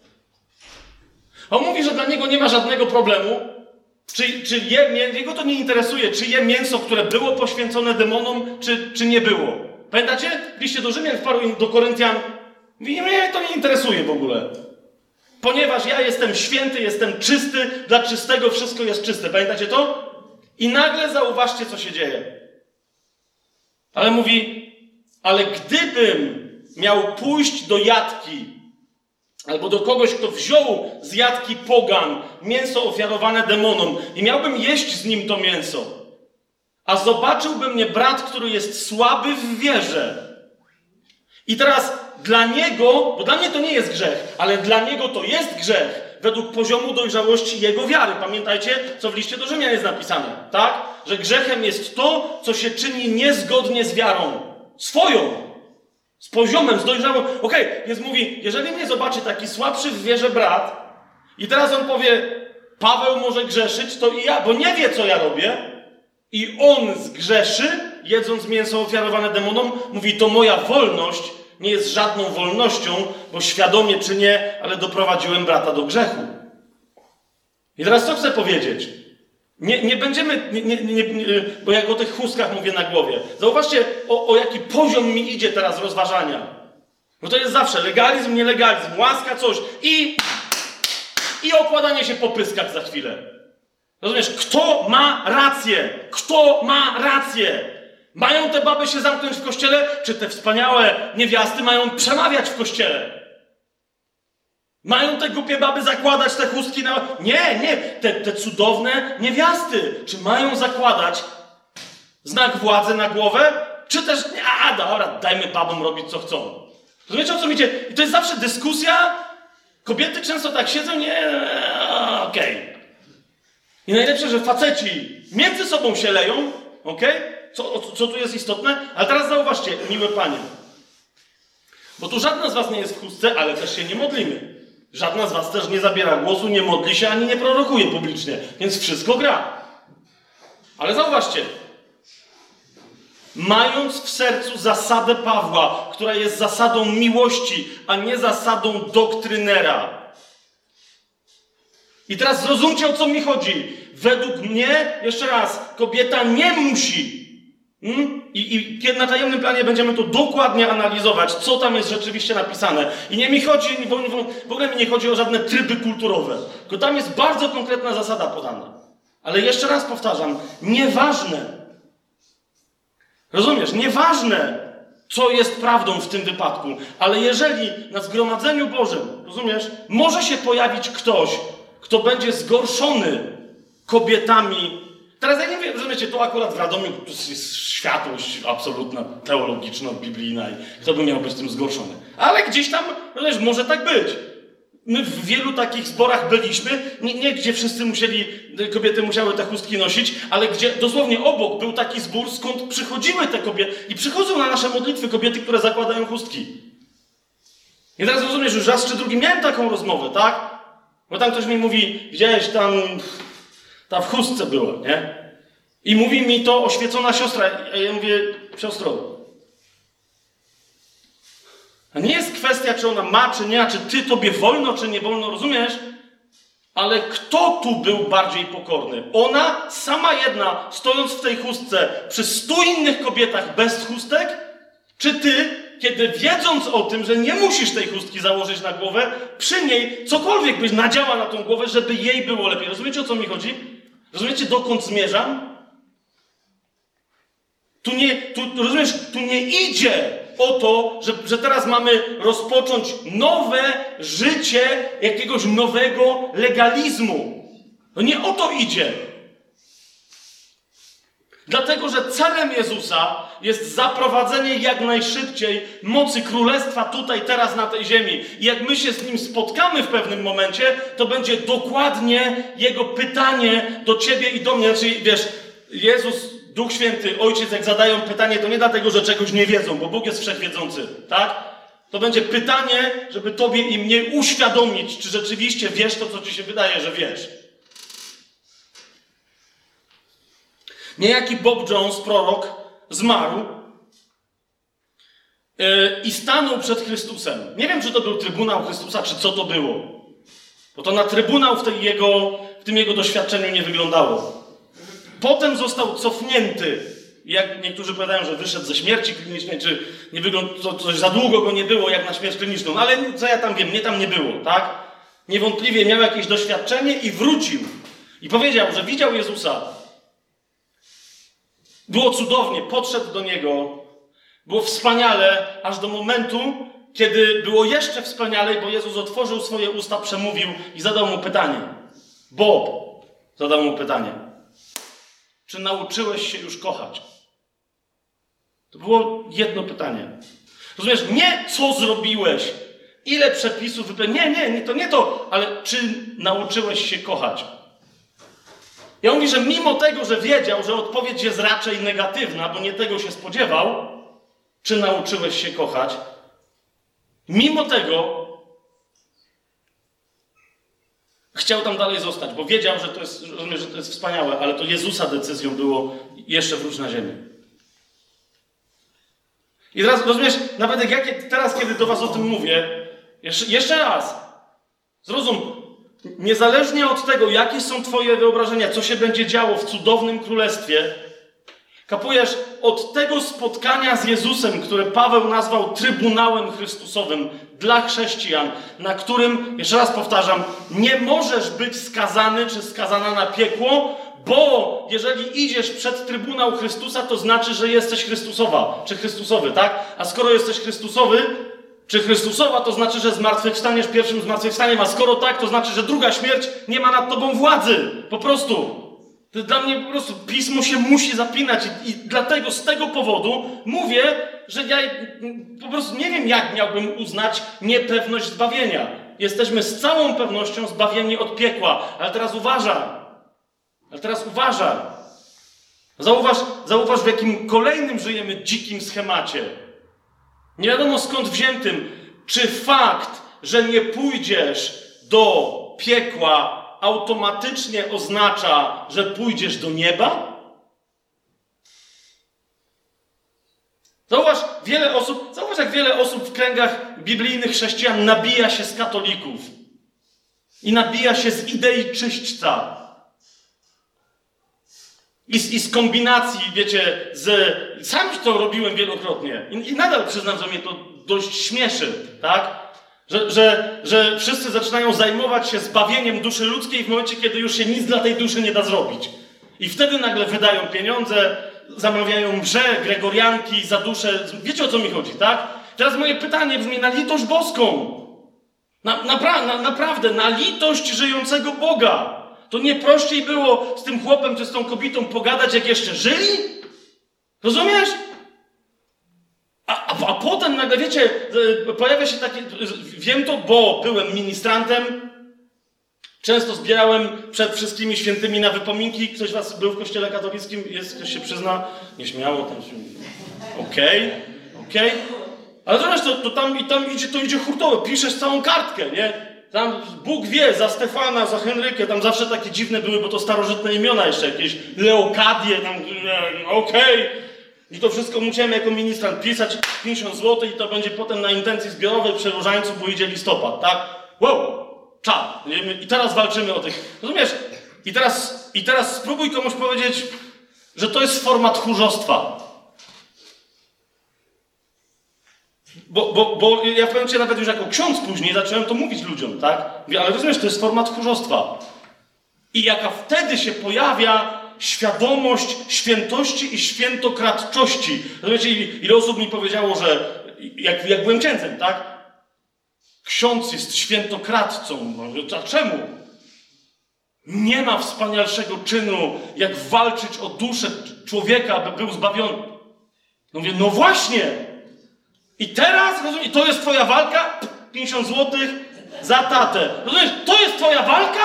On mówi, że dla niego nie ma żadnego problemu. Czy, czy je, jego to nie interesuje, czy je mięso, które było poświęcone demonom, czy, czy nie było. Pamiętacie? W liście do Rzymian, w paru do Koryntian. Mówi, mnie to nie interesuje w ogóle. Ponieważ ja jestem święty, jestem czysty, dla czystego wszystko jest czyste. Pamiętacie to? I nagle zauważcie, co się dzieje. Ale mówi, ale gdybym miał pójść do jatki, albo do kogoś, kto wziął z jatki pogan mięso ofiarowane demonom i miałbym jeść z nim to mięso, a zobaczyłby mnie brat, który jest słaby w wierze. I teraz dla niego, bo dla mnie to nie jest grzech, ale dla niego to jest grzech według poziomu dojrzałości jego wiary. Pamiętajcie, co w liście do Rzymian jest napisane, tak? Że grzechem jest to, co się czyni niezgodnie z wiarą swoją. Z poziomem, z dojrzałym. Okej, okay, więc mówi, jeżeli mnie zobaczy taki słabszy w wierze brat i teraz on powie, Paweł może grzeszyć, to i ja, bo nie wie, co ja robię. I on zgrzeszy, jedząc mięso ofiarowane demonom, mówi, to moja wolność nie jest żadną wolnością, bo świadomie czy nie, ale doprowadziłem brata do grzechu. I teraz co chcę powiedzieć? Nie, nie będziemy, nie, nie, nie, bo jak o tych chustkach mówię na głowie. Zauważcie, o, o jaki poziom mi idzie teraz rozważania. Bo to jest zawsze legalizm, nielegalizm, łaska, coś i, i okładanie się po pyskach za chwilę. Rozumiesz? Kto ma rację? Kto ma rację? Mają te baby się zamknąć w kościele, czy te wspaniałe niewiasty mają przemawiać w kościele? Mają te głupie baby zakładać te chustki na... Nie, nie. Te, te cudowne niewiasty. Czy mają zakładać znak władzy na głowę? Czy też... Nie, a, dobra, dajmy babom robić, co chcą. Rozumiecie, o co mi idzie? I to jest zawsze dyskusja. Kobiety często tak siedzą, nie... Okej. Okay. I najlepsze, że faceci między sobą się leją, okej? Okay? Co, co tu jest istotne? Ale teraz zauważcie, miłe panie. Bo tu żadna z was nie jest w chustce, ale też się nie modlimy. Żadna z was też nie zabiera głosu, nie modli się, ani nie prorokuje publicznie. Więc wszystko gra. Ale zauważcie. Mając w sercu zasadę Pawła, która jest zasadą miłości, a nie zasadą doktrynera. I teraz zrozumcie, o co mi chodzi. Według mnie, jeszcze raz, kobieta nie musi. Hmm? I, I kiedy na tajemnym planie będziemy to dokładnie analizować, co tam jest rzeczywiście napisane. I nie mi chodzi, w ogóle mi nie chodzi o żadne tryby kulturowe. Tylko tam jest bardzo konkretna zasada podana. Ale jeszcze raz powtarzam, nieważne. Rozumiesz? Nieważne, co jest prawdą w tym wypadku. Ale jeżeli na zgromadzeniu Bożym, rozumiesz, może się pojawić ktoś, kto będzie zgorszony kobietami. Teraz ja nie wiem, rozumiecie, to akurat w Radomiu to jest światłość absolutna, teologiczna, biblijna i kto by miał być tym zgorszony. Ale gdzieś tam, rozumiesz, może tak być. My w wielu takich zborach byliśmy, nie, nie gdzie wszyscy musieli, kobiety musiały te chustki nosić, ale gdzie dosłownie obok był taki zbór, skąd przychodziły te kobiety i przychodzą na nasze modlitwy kobiety, które zakładają chustki. I teraz rozumiesz, już raz czy drugi miałem taką rozmowę, tak? Bo tam ktoś mi mówi, widziałeś tam, ta w chustce była, nie? I mówi mi to oświecona siostra, a ja mówię, siostro, a nie jest kwestia, czy ona ma, czy nie, a czy ty tobie wolno, czy nie wolno, rozumiesz? Ale kto tu był bardziej pokorny? Ona, sama jedna, stojąc w tej chustce, przy stu innych kobietach bez chustek? Czy ty, kiedy wiedząc o tym, że nie musisz tej chustki założyć na głowę, przy niej cokolwiek byś nadziała na tą głowę, żeby jej było lepiej? Rozumiecie, o co mi chodzi? Rozumiecie, dokąd zmierzam? Tu nie, tu, rozumiesz, tu nie idzie o to, że, że teraz mamy rozpocząć nowe życie jakiegoś nowego legalizmu. No nie o to idzie. Dlatego, że celem Jezusa jest zaprowadzenie jak najszybciej mocy Królestwa tutaj, teraz na tej ziemi. I jak my się z Nim spotkamy w pewnym momencie, to będzie dokładnie Jego pytanie do ciebie i do mnie. Znaczy, wiesz, Jezus, Duch Święty, Ojciec, jak zadają pytanie, to nie dlatego, że czegoś nie wiedzą, bo Bóg jest wszechwiedzący, tak? To będzie pytanie, żeby tobie i mnie uświadomić, czy rzeczywiście wiesz to, co ci się wydaje, że wiesz. Niejaki Bob Jones, prorok, zmarł yy, i stanął przed Chrystusem. Nie wiem, czy to był Trybunał Chrystusa, czy co to było. Bo to na Trybunał w, tej jego, w tym jego doświadczeniu nie wyglądało. Potem został cofnięty. Jak niektórzy powiadają, że wyszedł ze śmierci klinicznej, czy nie wygląda, to coś za długo go nie było, jak na śmierć kliniczną. Ale co ja tam wiem, mnie tam nie było, tak? Niewątpliwie miał jakieś doświadczenie i wrócił. I powiedział, że widział Jezusa. Było cudownie, podszedł do Niego. Było wspaniale, aż do momentu, kiedy było jeszcze wspanialej, bo Jezus otworzył swoje usta, przemówił i zadał mu pytanie. Bob zadał mu pytanie. Czy nauczyłeś się już kochać? To było jedno pytanie. Rozumiesz, nie co zrobiłeś, ile przepisów wypełniłeś. Nie, nie, nie, to nie to, ale czy nauczyłeś się kochać? Ja mówię, że mimo tego, że wiedział, że odpowiedź jest raczej negatywna, bo nie tego się spodziewał, czy nauczyłeś się kochać, mimo tego chciał tam dalej zostać, bo wiedział, że to jest, rozumiem, że to jest wspaniałe, ale to Jezusa decyzją było jeszcze wróć na ziemię. I teraz, rozumiesz, nawet jak ja teraz, kiedy do was o tym mówię, jeszcze, jeszcze raz, zrozum, niezależnie od tego, jakie są twoje wyobrażenia, co się będzie działo w cudownym królestwie, kapujesz, od tego spotkania z Jezusem, które Paweł nazwał Trybunałem Chrystusowym dla chrześcijan, na którym, jeszcze raz powtarzam, nie możesz być skazany czy skazana na piekło, bo jeżeli idziesz przed Trybunał Chrystusa, to znaczy, że jesteś Chrystusowa, czy Chrystusowy, tak? A skoro jesteś Chrystusowy, czy Chrystusowa, to znaczy, że zmartwychwstaniesz pierwszym zmartwychwstaniem, a skoro tak, to znaczy, że druga śmierć nie ma nad tobą władzy. Po prostu. To dla mnie po prostu Pismo się musi zapinać i, i dlatego, z tego powodu mówię, że ja po prostu nie wiem, jak miałbym uznać niepewność zbawienia. Jesteśmy z całą pewnością zbawieni od piekła, ale teraz uważaj. Ale teraz uważaj. Zauważ, zauważ, w jakim kolejnym żyjemy dzikim schemacie. Nie wiadomo skąd wziętym, czy fakt, że nie pójdziesz do piekła, automatycznie oznacza, że pójdziesz do nieba? Zauważ, wiele osób, zauważ, jak wiele osób w kręgach biblijnych chrześcijan nabija się z katolików i nabija się z idei czyśćca. I z, I z kombinacji, wiecie, z... Sam to robiłem wielokrotnie i, i nadal przyznam, że mnie to dość śmieszy, tak? Że, że, że wszyscy zaczynają zajmować się zbawieniem duszy ludzkiej w momencie, kiedy już się nic dla tej duszy nie da zrobić. I wtedy nagle wydają pieniądze, zamawiają msze, gregorianki za duszę. Wiecie, o co mi chodzi, tak? Teraz moje pytanie brzmi na litość boską. Na, napra na, naprawdę, na litość żyjącego Boga. To nie prościej było z tym chłopem czy z tą kobietą pogadać, jak jeszcze żyli? Rozumiesz? A, a, a potem nagle, wiecie, pojawia się takie... Wiem to, bo byłem ministrantem. Często zbierałem przed wszystkimi świętymi na wypominki. Ktoś z was był w kościele katolickim? Jest, ktoś się przyzna? Nieśmiało. Tam się... Okej, okay, okej. Okay. Ale zobacz, to, to tam i tam idzie, to idzie hurtowo. Piszesz całą kartkę, nie? Tam Bóg wie, za Stefana, za Henrykę, tam zawsze takie dziwne były, bo to starożytne imiona jeszcze, jakieś Leokadie, tam, okej. Okay. I to wszystko musiałem jako ministrant pisać, pięćdziesiąt złotych i to będzie potem na intencji zbiorowej przy Różańcu, bo idzie listopad, tak? Wow, czad. I teraz walczymy o tych, rozumiesz? I teraz, i teraz spróbuj komuś powiedzieć, że to jest forma tchórzostwa. Bo, bo, bo ja w pewnym momencie nawet już jako ksiądz później zacząłem to mówić ludziom, tak? Mówię, ale rozumiesz, to jest forma tchórzostwa. I jaka wtedy się pojawia świadomość świętości i świętokradczości. Rozumiecie, ile osób mi powiedziało, że jak, jak byłem księdzem, tak? Ksiądz jest świętokradcą. Mówię, a czemu? Nie ma wspanialszego czynu, jak walczyć o duszę człowieka, aby był zbawiony. No mówię, no właśnie! I teraz, rozumiesz, i to jest twoja walka? pięćdziesiąt złotych za tatę. Rozumiesz, to jest twoja walka?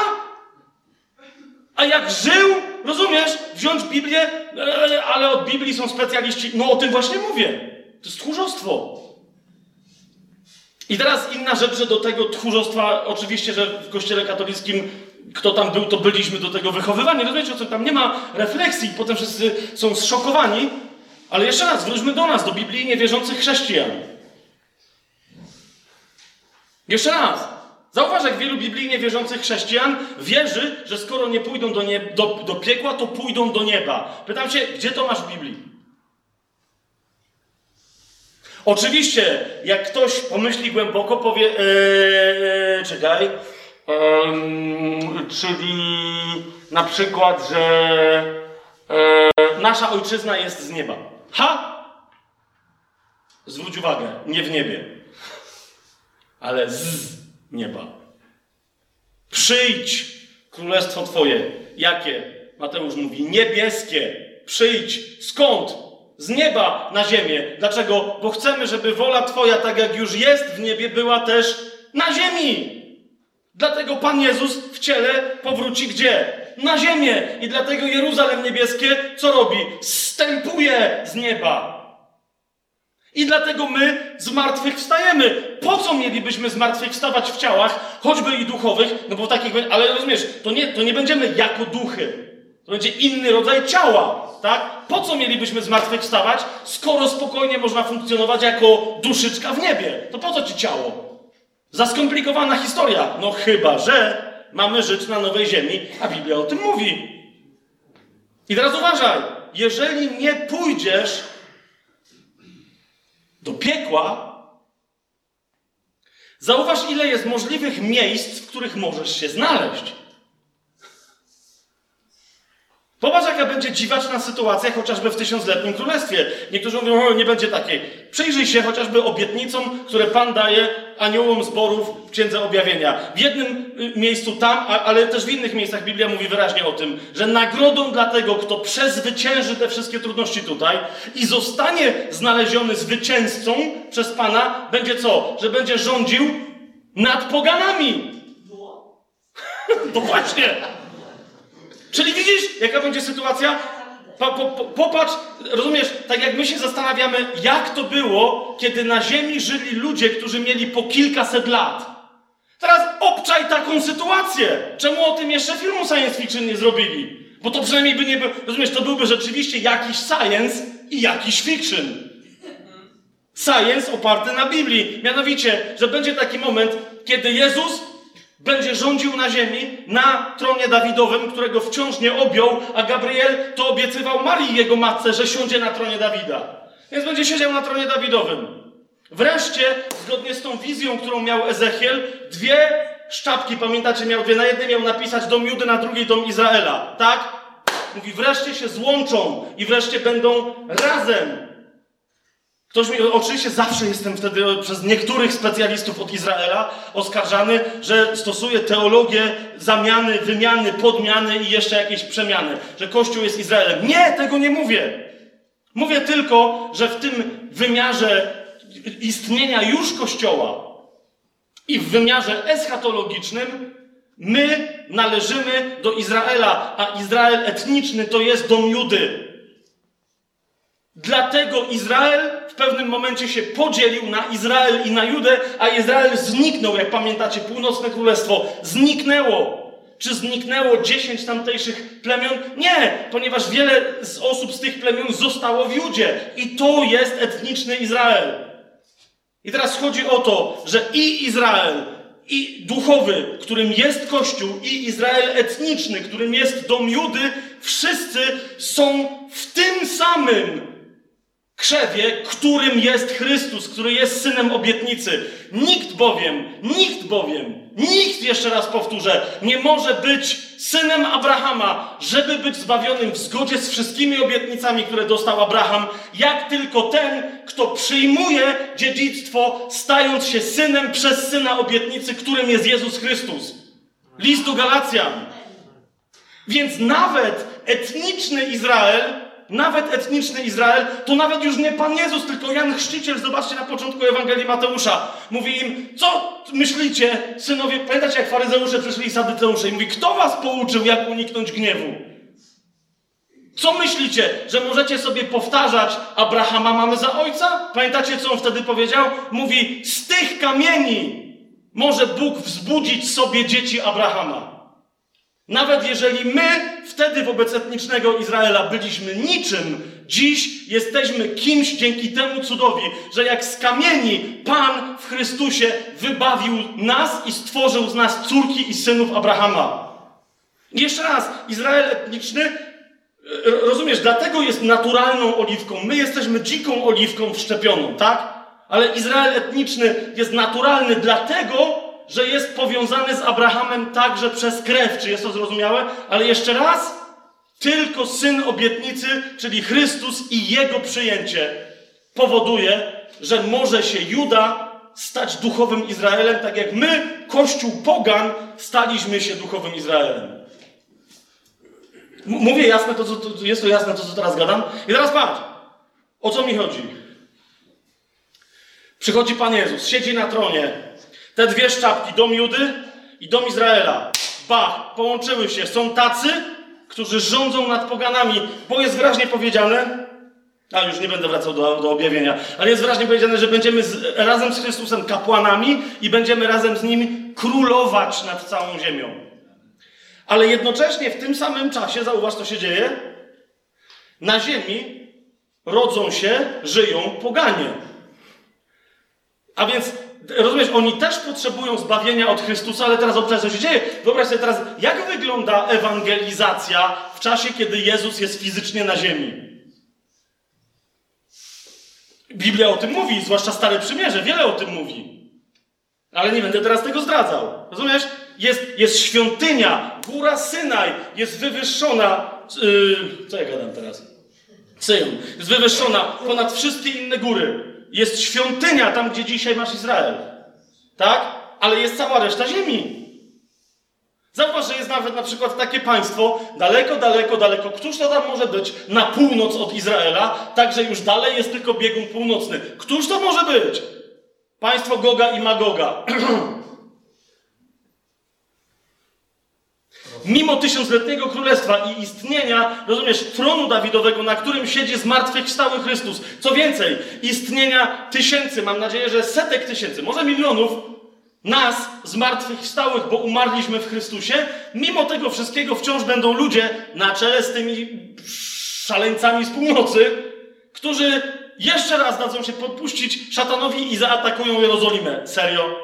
A jak żył, rozumiesz, wziąć Biblię, ale od Biblii są specjaliści. No o tym właśnie mówię. To jest tchórzostwo. I teraz inna rzecz, że do tego tchórzostwa, oczywiście, że w kościele katolickim, kto tam był, to byliśmy do tego wychowywani. Rozumiecie, o co tam nie ma refleksji, potem wszyscy są zszokowani. Ale jeszcze raz, wróćmy do nas, do Biblii niewierzących chrześcijan. Jeszcze raz. Zauważ, jak wielu biblijnie wierzących chrześcijan wierzy, że skoro nie pójdą do, nie, do, do piekła, to pójdą do nieba. Pytam się, gdzie to masz w Biblii? Oczywiście, jak ktoś pomyśli głęboko, powie, ee, czekaj, ee, czyli na przykład, że ee, nasza ojczyzna jest z nieba. Ha! Zwróć uwagę, nie w niebie, ale z nieba. Przyjdź, królestwo Twoje. Jakie? Mateusz mówi, niebieskie. Przyjdź. Skąd? Z nieba na ziemię. Dlaczego? Bo chcemy, żeby wola Twoja, tak jak już jest w niebie, była też na ziemi. Dlatego Pan Jezus w ciele powróci gdzie? Na ziemię. I dlatego Jeruzalem niebieskie co robi? Zstępuje z nieba. I dlatego my zmartwychwstajemy. Po co mielibyśmy zmartwychwstawać w ciałach, choćby i duchowych? No bo takich, ale rozumiesz, to nie, to nie będziemy jako duchy. To będzie inny rodzaj ciała, tak? Po co mielibyśmy zmartwychwstawać, skoro spokojnie można funkcjonować jako duszyczka w niebie? To po co ci ciało? Za skomplikowana historia. No chyba, że mamy żyć na nowej ziemi, a Biblia o tym mówi. I teraz uważaj, jeżeli nie pójdziesz do piekła, zauważ, ile jest możliwych miejsc, w których możesz się znaleźć. Popatrz, jaka będzie dziwaczna sytuacja, chociażby w tysiącletnim królestwie. Niektórzy mówią, o, nie będzie takiej. Przyjrzyj się chociażby obietnicom, które Pan daje aniołom zborów w Księdze Objawienia. W jednym miejscu tam, ale też w innych miejscach Biblia mówi wyraźnie o tym, że nagrodą dla tego, kto przezwycięży te wszystkie trudności tutaj i zostanie znaleziony zwycięzcą przez Pana, będzie co? Że będzie rządził nad poganami. To właśnie. Czyli widzisz, jaka będzie sytuacja? Po, po, po, popatrz, rozumiesz, tak jak my się zastanawiamy, jak to było, kiedy na ziemi żyli ludzie, którzy mieli po kilkaset lat. Teraz obczaj taką sytuację. Czemu o tym jeszcze filmu science fiction nie zrobili? Bo to przynajmniej by nie był, rozumiesz, to byłby rzeczywiście jakiś science i jakiś fiction. Science oparty na Biblii. Mianowicie, że będzie taki moment, kiedy Jezus będzie rządził na ziemi, na tronie Dawidowym, którego wciąż nie objął, a Gabriel to obiecywał Marii, jego matce, że siądzie na tronie Dawida. Więc będzie siedział na tronie Dawidowym. Wreszcie, zgodnie z tą wizją, którą miał Ezechiel, dwie szczapki, pamiętacie, miał dwie. Na jednej miał napisać dom Judy, na drugiej dom Izraela. Tak? Mówi, wreszcie się złączą i wreszcie będą razem. Ktoś mi, oczywiście zawsze jestem wtedy przez niektórych specjalistów od Izraela oskarżany, że stosuje teologię zamiany, wymiany, podmiany i jeszcze jakieś przemiany. Że Kościół jest Izraelem. Nie, tego nie mówię. Mówię tylko, że w tym wymiarze istnienia już Kościoła i w wymiarze eschatologicznym my należymy do Izraela, a Izrael etniczny to jest dom Judy. Dlatego Izrael w pewnym momencie się podzielił na Izrael i na Judę, a Izrael zniknął, jak pamiętacie, północne królestwo zniknęło. Czy zniknęło dziesięć tamtejszych plemion? Nie, ponieważ wiele z osób z tych plemion zostało w Judzie. I to jest etniczny Izrael. I teraz chodzi o to, że i Izrael, i duchowy, którym jest Kościół, i Izrael etniczny, którym jest dom Judy, wszyscy są w tym samym krzewie, którym jest Chrystus, który jest synem obietnicy. Nikt bowiem, nikt bowiem, nikt, jeszcze raz powtórzę, nie może być synem Abrahama, żeby być zbawionym w zgodzie z wszystkimi obietnicami, które dostał Abraham, jak tylko ten, kto przyjmuje dziedzictwo, stając się synem przez syna obietnicy, którym jest Jezus Chrystus. List do Galacjan. Więc nawet etniczny Izrael, Nawet etniczny Izrael, to nawet już nie Pan Jezus, tylko Jan Chrzciciel, zobaczcie na początku Ewangelii Mateusza. Mówi im, co myślicie, synowie, pamiętacie jak faryzeusze przyszli i sadyceusze i mówi, kto was pouczył, jak uniknąć gniewu? Co myślicie, że możecie sobie powtarzać, Abrahama mamy za ojca? Pamiętacie, co on wtedy powiedział? Mówi, z tych kamieni może Bóg wzbudzić sobie dzieci Abrahama. Nawet jeżeli my wtedy wobec etnicznego Izraela byliśmy niczym, dziś jesteśmy kimś dzięki temu cudowi, że jak z kamieni Pan w Chrystusie wybawił nas i stworzył z nas córki i synów Abrahama. I jeszcze raz, Izrael etniczny, rozumiesz, dlatego jest naturalną oliwką. My jesteśmy dziką oliwką wszczepioną, tak? Ale Izrael etniczny jest naturalny dlatego, że jest powiązany z Abrahamem także przez krew. Czy jest to zrozumiałe? Ale jeszcze raz, tylko Syn obietnicy, czyli Chrystus i Jego przyjęcie powoduje, że może się Juda stać duchowym Izraelem, tak jak my, Kościół pogan, staliśmy się duchowym Izraelem. M- mówię jasne, to, co, to jest to jasne, to co teraz gadam? I teraz patrz, o co mi chodzi? Przychodzi Pan Jezus, siedzi na tronie. Te dwie szczapki, dom Judy i dom Izraela, bach, połączyły się. Są tacy, którzy rządzą nad poganami, bo jest wyraźnie powiedziane, A już nie będę wracał do, do objawienia. Ale jest wyraźnie powiedziane, że będziemy z, razem z Chrystusem kapłanami i będziemy razem z Nim królować nad całą ziemią. Ale jednocześnie w tym samym czasie, zauważ co się dzieje, na ziemi rodzą się, żyją poganie. A więc, rozumiesz, oni też potrzebują zbawienia od Chrystusa, ale teraz obczaj co się dzieje. Wyobraź sobie teraz, jak wygląda ewangelizacja w czasie, kiedy Jezus jest fizycznie na ziemi. Biblia o tym mówi, zwłaszcza Stare Przymierze, wiele o tym mówi. Ale nie będę teraz tego zdradzał. Rozumiesz? Jest, jest świątynia, góra Synaj jest wywyższona. Yy, co ja gadam teraz? Syjon. Jest wywyższona ponad wszystkie inne góry. Jest świątynia tam, gdzie dzisiaj masz Izrael. Tak? Ale jest cała reszta ziemi. Zauważ, że jest nawet na przykład takie państwo daleko, daleko, daleko. Któż to tam może być na północ od Izraela? Także już dalej jest tylko biegun północny. Któż to może być? Państwo Goga i Magoga. Mimo tysiącletniego królestwa i istnienia, rozumiesz, tronu Dawidowego, na którym siedzi zmartwychwstały Chrystus. Co więcej, istnienia tysięcy, mam nadzieję, że setek tysięcy, może milionów nas zmartwychwstałych, bo umarliśmy w Chrystusie. Mimo tego wszystkiego wciąż będą ludzie na czele z tymi szaleńcami z północy, którzy jeszcze raz dadzą się podpuścić szatanowi i zaatakują Jerozolimę. Serio?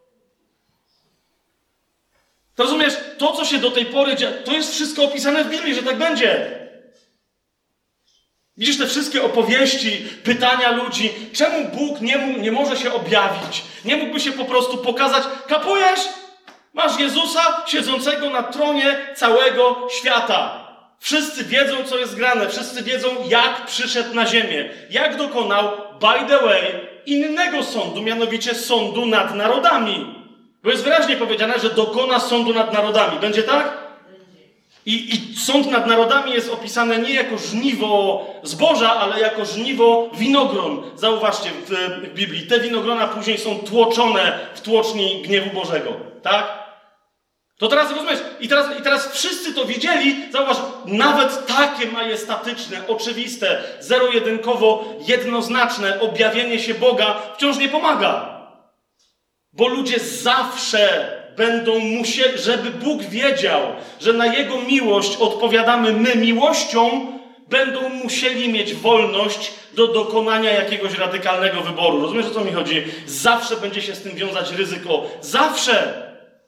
To rozumiesz, to co się do tej pory dzieje, to jest wszystko opisane w Biblii, że tak będzie. Widzisz te wszystkie opowieści, pytania ludzi, czemu Bóg nie, mógł, nie może się objawić? Nie mógłby się po prostu pokazać, kapujesz? Masz Jezusa siedzącego na tronie całego świata. Wszyscy wiedzą, co jest grane, wszyscy wiedzą, jak przyszedł na ziemię, jak dokonał, by the way, innego sądu, mianowicie sądu nad narodami. Bo jest wyraźnie powiedziane, że dokona sądu nad narodami. Będzie tak? I, I sąd nad narodami jest opisane nie jako żniwo zboża, ale jako żniwo winogron. Zauważcie w, w Biblii. Te winogrona później są tłoczone w tłoczni gniewu Bożego. Tak? To teraz rozumiesz? I teraz, i teraz wszyscy to widzieli. Zauważ, nawet takie majestatyczne, oczywiste, zero-jedynkowo, jednoznaczne objawienie się Boga wciąż nie pomaga. Bo ludzie zawsze będą musieli, żeby Bóg wiedział, że na Jego miłość odpowiadamy my miłością, będą musieli mieć wolność do dokonania jakiegoś radykalnego wyboru. Rozumiesz, o co mi chodzi? Zawsze będzie się z tym wiązać ryzyko. Zawsze!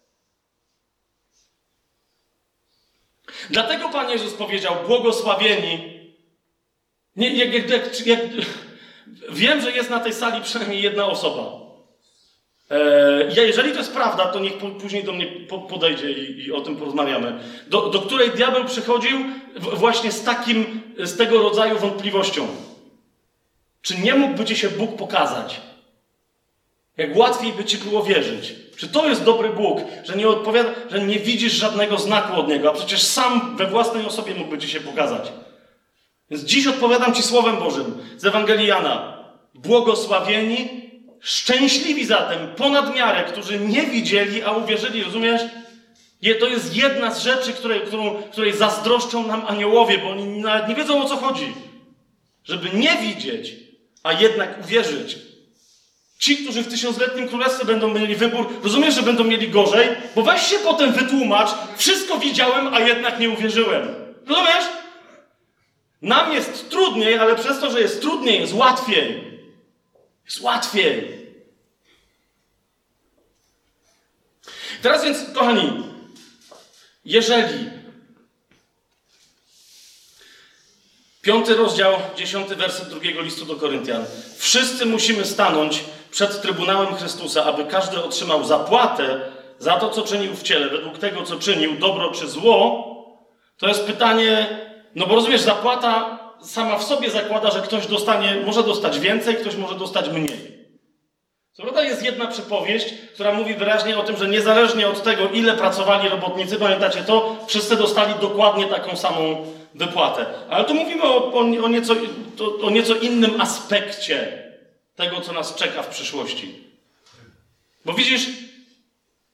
Dlatego Pan Jezus powiedział, błogosławieni. Nie, jak, jak, jak, jak, wiem, że jest na tej sali przynajmniej jedna osoba. Ja, jeżeli to jest prawda, to niech później do mnie podejdzie i, i o tym porozmawiamy. Do, do której diabeł przychodził właśnie z takim, z tego rodzaju wątpliwością. Czy nie mógłby ci się Bóg pokazać? Jak łatwiej by ci było wierzyć. Czy to jest dobry Bóg, że nie odpowiada, że nie widzisz żadnego znaku od Niego, a przecież sam we własnej osobie mógłby ci się pokazać. Więc dziś odpowiadam ci Słowem Bożym z Ewangelii Jana. Błogosławieni, szczęśliwi zatem, ponad miarę, którzy nie widzieli, a uwierzyli, rozumiesz? To jest jedna z rzeczy, której, którą, której zazdroszczą nam aniołowie, bo oni nawet nie wiedzą, o co chodzi. Żeby nie widzieć, a jednak uwierzyć. Ci, którzy w tysiącletnim królestwie będą mieli wybór, rozumiesz, że będą mieli gorzej? Bo weź się potem wytłumacz, wszystko widziałem, a jednak nie uwierzyłem. Rozumiesz? Nam jest trudniej, ale przez to, że jest trudniej, jest łatwiej. Jest łatwiej. Teraz więc, kochani, jeżeli piąty rozdział, dziesiąty werset drugiego listu do Koryntian. Wszyscy musimy stanąć przed Trybunałem Chrystusa, aby każdy otrzymał zapłatę za to, co czynił w ciele, według tego, co czynił, dobro czy zło. To jest pytanie, no bo rozumiesz, zapłata sama w sobie zakłada, że ktoś dostanie, może dostać więcej, ktoś może dostać mniej. Co prawda jest jedna przypowieść, która mówi wyraźnie o tym, że niezależnie od tego, ile pracowali robotnicy, pamiętacie to, wszyscy dostali dokładnie taką samą wypłatę. Ale tu mówimy o, o, o, nieco, to, o nieco innym aspekcie tego, co nas czeka w przyszłości. Bo widzisz,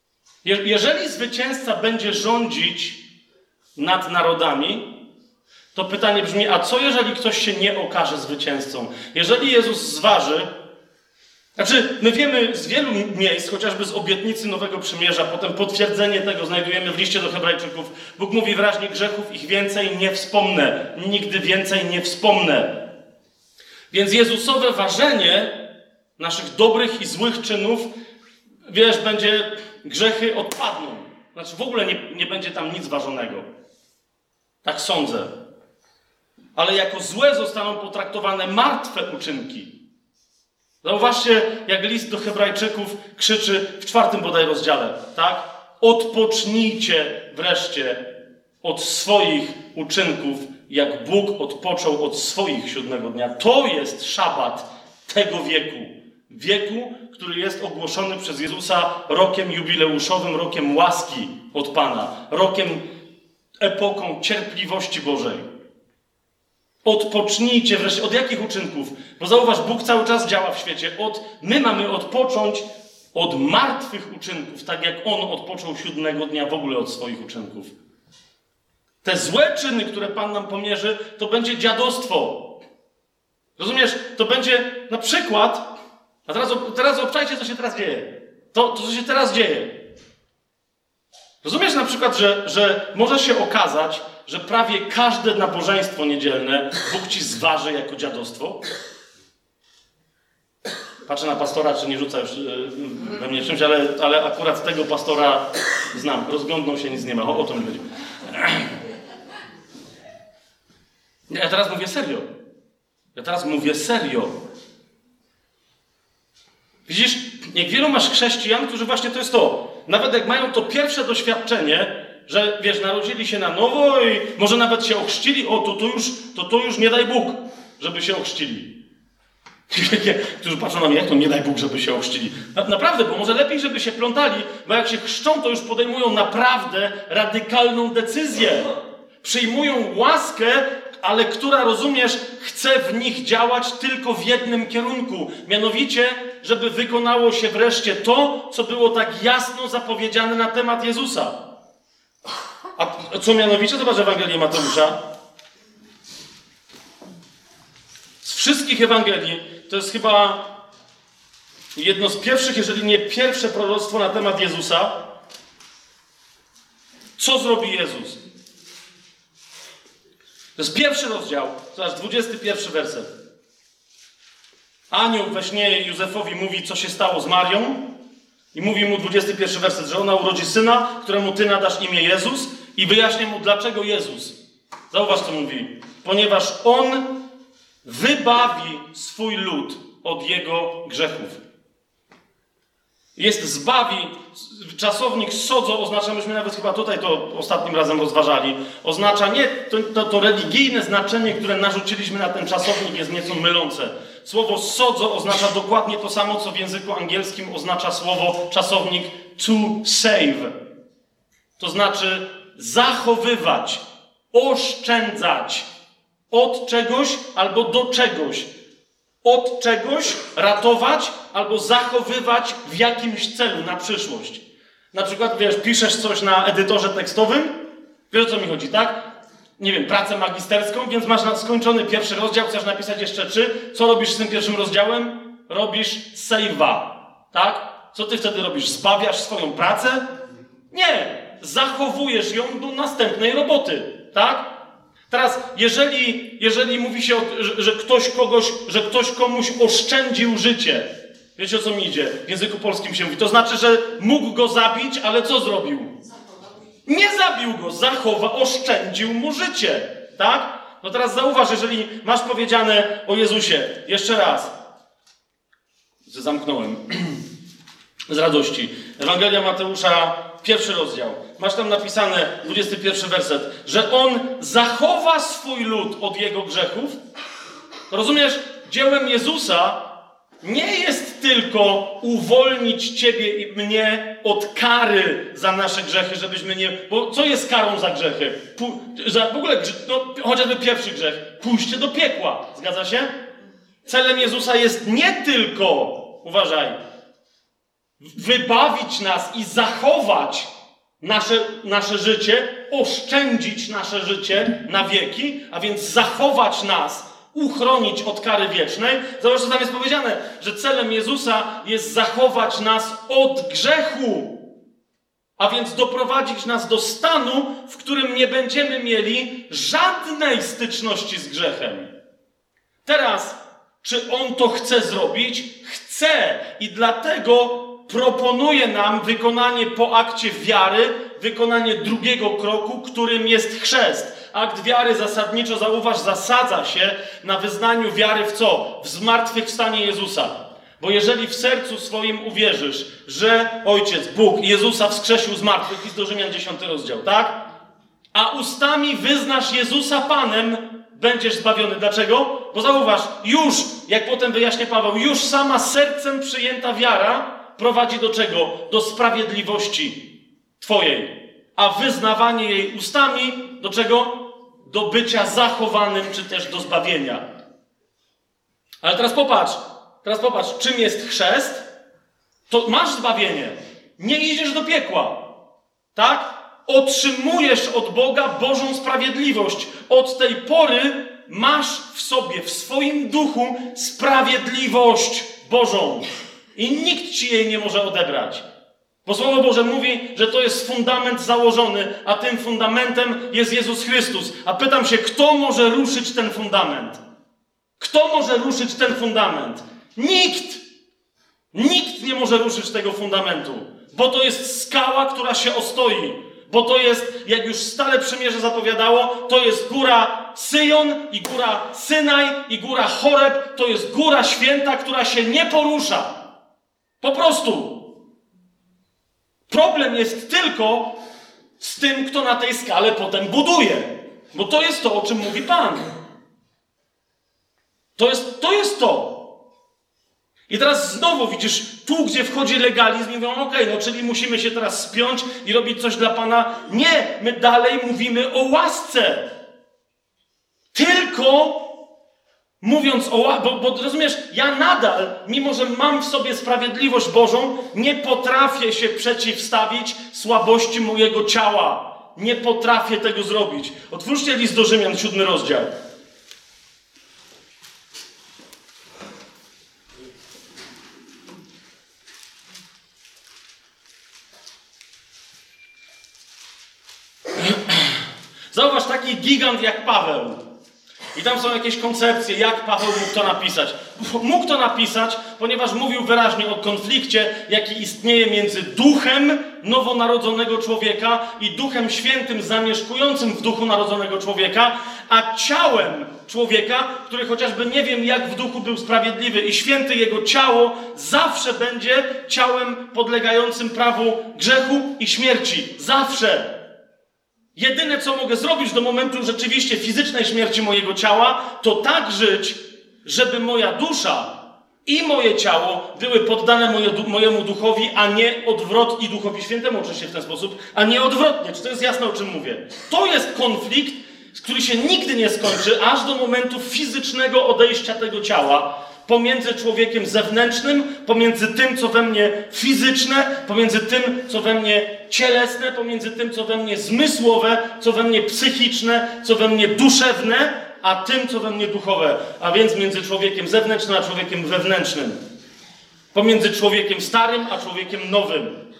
je, jeżeli zwycięzca będzie rządzić nad narodami, to pytanie brzmi, a co jeżeli ktoś się nie okaże zwycięzcą? Jeżeli Jezus zważy, znaczy my wiemy z wielu miejsc, chociażby z obietnicy Nowego Przymierza, potem potwierdzenie tego znajdujemy w liście do Hebrajczyków. Bóg mówi wyraźnie, grzechów ich więcej nie wspomnę, nigdy więcej nie wspomnę. Więc Jezusowe ważenie naszych dobrych i złych czynów, wiesz, będzie, grzechy odpadną. Znaczy w ogóle nie, nie będzie tam nic ważonego. Tak sądzę. Ale jako złe zostaną potraktowane martwe uczynki. Zauważcie, jak list do Hebrajczyków krzyczy w czwartym bodaj rozdziale, tak? Odpocznijcie wreszcie od swoich uczynków, jak Bóg odpoczął od swoich siódmego dnia. To jest szabat tego wieku. Wieku, który jest ogłoszony przez Jezusa rokiem jubileuszowym, rokiem łaski od Pana, rokiem, epoką cierpliwości Bożej. Odpocznijcie wreszcie. Od jakich uczynków? Bo zauważ, Bóg cały czas działa w świecie. Od, my mamy odpocząć od martwych uczynków, tak jak On odpoczął siódmego dnia w ogóle od swoich uczynków. Te złe czyny, które Pan nam pomierzy, to będzie dziadostwo. Rozumiesz? To będzie na przykład, a teraz, teraz obczajcie, co się teraz dzieje. To, to, co się teraz dzieje. Rozumiesz na przykład, że, że może się okazać, że prawie każde nabożeństwo niedzielne Bóg ci zważy jako dziadostwo? Patrzę na pastora, czy nie rzuca już we mnie czymś, ale, ale akurat tego pastora znam. Rozglądnął się, nic nie ma. O, o to mi chodzi. Ja teraz mówię serio. Ja teraz mówię serio. Widzisz, jak wielu masz chrześcijan, którzy właśnie to jest to. Nawet jak mają to pierwsze doświadczenie, że wiesz, narodzili się na nowo i może nawet się ochrzcili, o to, to, już, to, to już nie daj Bóg, żeby się ochrzcili. Którzy patrzą na mnie, jak to nie daj Bóg, żeby się ochrzcili. Na, naprawdę, bo może lepiej, żeby się plątali, bo jak się chrzczą, to już podejmują naprawdę radykalną decyzję. Przyjmują łaskę, ale która, rozumiesz, chce w nich działać tylko w jednym kierunku. Mianowicie, żeby wykonało się wreszcie to, co było tak jasno zapowiedziane na temat Jezusa. A co mianowicie? Zobacz Ewangelię Mateusza. Z wszystkich Ewangelii to jest chyba jedno z pierwszych, jeżeli nie pierwsze proroctwo na temat Jezusa. Co zrobi Jezus? To jest pierwszy rozdział, zobacz, dwudziesty pierwszy werset. Anioł we śnie Józefowi mówi, co się stało z Marią. I mówi mu dwudziesty pierwszy werset, że ona urodzi syna, któremu ty nadasz imię Jezus. I wyjaśnia mu, dlaczego Jezus. Zauważ, co mówi. Ponieważ On wybawi swój lud od jego grzechów. Jest zbawi. Czasownik sodzo oznacza, myśmy nawet chyba tutaj to ostatnim razem rozważali, oznacza nie, to, to, to religijne znaczenie, które narzuciliśmy na ten czasownik, jest nieco mylące. Słowo sodzo oznacza dokładnie to samo, co w języku angielskim oznacza słowo, czasownik to save. To znaczy zachowywać, oszczędzać od czegoś albo do czegoś. Od czegoś ratować albo zachowywać w jakimś celu na przyszłość. Na przykład, wiesz, piszesz coś na edytorze tekstowym, wiesz, o co mi chodzi, tak? Nie wiem, pracę magisterską, więc masz skończony pierwszy rozdział, chcesz napisać jeszcze trzy. Co robisz z tym pierwszym rozdziałem? Robisz save'a, tak? Co ty wtedy robisz? Zbawiasz swoją pracę? Nie! Zachowujesz ją do następnej roboty, tak? Teraz, jeżeli, jeżeli mówi się, o, że, że, ktoś kogoś, że ktoś komuś oszczędził życie, wiecie, o co mi idzie? W języku polskim się mówi. To znaczy, że mógł go zabić, ale co zrobił? Nie zabił go, zachowa, oszczędził mu życie, tak? No teraz zauważ, jeżeli masz powiedziane o Jezusie, jeszcze raz, zamknąłem, z radości, Ewangelia Mateusza, pierwszy rozdział. Masz tam napisane, dwudziesty pierwszy werset, że On zachowa swój lud od jego grzechów. Rozumiesz? Dziełem Jezusa nie jest tylko uwolnić ciebie i mnie od kary za nasze grzechy, żebyśmy nie... Bo co jest karą za grzechy? Pu... Za w ogóle, no, chociażby pierwszy grzech. Pójście do piekła. Zgadza się? Celem Jezusa jest nie tylko, uważaj, wybawić nas i zachować nasze, nasze życie, oszczędzić nasze życie na wieki, a więc zachować nas, uchronić od kary wiecznej. Zobacz, co tam jest powiedziane, że celem Jezusa jest zachować nas od grzechu, a więc doprowadzić nas do stanu, w którym nie będziemy mieli żadnej styczności z grzechem. Teraz, czy On to chce zrobić? Chce i dlatego proponuje nam wykonanie po akcie wiary, wykonanie drugiego kroku, którym jest chrzest. Akt wiary zasadniczo, zauważ, zasadza się na wyznaniu wiary w co? W zmartwychwstanie Jezusa. Bo jeżeli w sercu swoim uwierzysz, że Ojciec, Bóg Jezusa wskrzesił z martwych, list do Rzymian, dziesiąty rozdział, tak? A ustami wyznasz Jezusa Panem, będziesz zbawiony. Dlaczego? Bo zauważ, już, jak potem wyjaśnia Paweł, już sama sercem przyjęta wiara prowadzi do czego? Do sprawiedliwości twojej. A wyznawanie jej ustami do czego? Do bycia zachowanym, czy też do zbawienia. Ale teraz popatrz, teraz popatrz, czym jest chrzest? To masz zbawienie. Nie idziesz do piekła. Tak? Otrzymujesz od Boga Bożą sprawiedliwość. Od tej pory masz w sobie, w swoim duchu sprawiedliwość Bożą. I nikt ci jej nie może odebrać. Bo Słowo Boże mówi, że to jest fundament założony, a tym fundamentem jest Jezus Chrystus. A pytam się, kto może ruszyć ten fundament? Kto może ruszyć ten fundament? Nikt! Nikt nie może ruszyć tego fundamentu. Bo to jest skała, która się ostoi. Bo to jest, jak już Stare Przymierze zapowiadało, to jest góra Syjon i góra Synaj i góra Choreb. To jest góra święta, która się nie porusza. Po prostu. Problem jest tylko z tym, kto na tej skale potem buduje. Bo to jest to, o czym mówi Pan. To jest to. Jest to. I teraz znowu widzisz, tu gdzie wchodzi legalizm i mówią, okej, okay, no czyli musimy się teraz spiąć i robić coś dla Pana. Nie, my dalej mówimy o łasce. Tylko mówiąc o łasce, bo, bo rozumiesz, ja nadal, mimo że mam w sobie sprawiedliwość Bożą, nie potrafię się przeciwstawić słabości mojego ciała. Nie potrafię tego zrobić. Otwórzcie list do Rzymian, siódmy rozdział. Zauważ, taki gigant jak Paweł. I tam są jakieś koncepcje, jak Paweł mógł to napisać. Mógł to napisać, ponieważ mówił wyraźnie o konflikcie, jaki istnieje między duchem nowonarodzonego człowieka i Duchem Świętym zamieszkującym w duchu narodzonego człowieka, a ciałem człowieka, który chociażby nie wiem jak w duchu był sprawiedliwy i święty, jego ciało zawsze będzie ciałem podlegającym prawu grzechu i śmierci. Zawsze. Jedyne, co mogę zrobić do momentu rzeczywiście fizycznej śmierci mojego ciała, to tak żyć, żeby moja dusza i moje ciało były poddane moje, mojemu duchowi, a nie odwrotnie, i Duchowi Świętemu oczywiście w ten sposób, a nie odwrotnie. Czy to jest jasne, o czym mówię? To jest konflikt, który się nigdy nie skończy, aż do momentu fizycznego odejścia tego ciała, pomiędzy człowiekiem zewnętrznym, pomiędzy tym, co we mnie fizyczne, pomiędzy tym, co we mnie cielesne, pomiędzy tym, co we mnie zmysłowe, co we mnie psychiczne, co we mnie duszewne, a tym, co we mnie duchowe. A więc między człowiekiem zewnętrznym, a człowiekiem wewnętrznym. Pomiędzy człowiekiem starym, a człowiekiem nowym.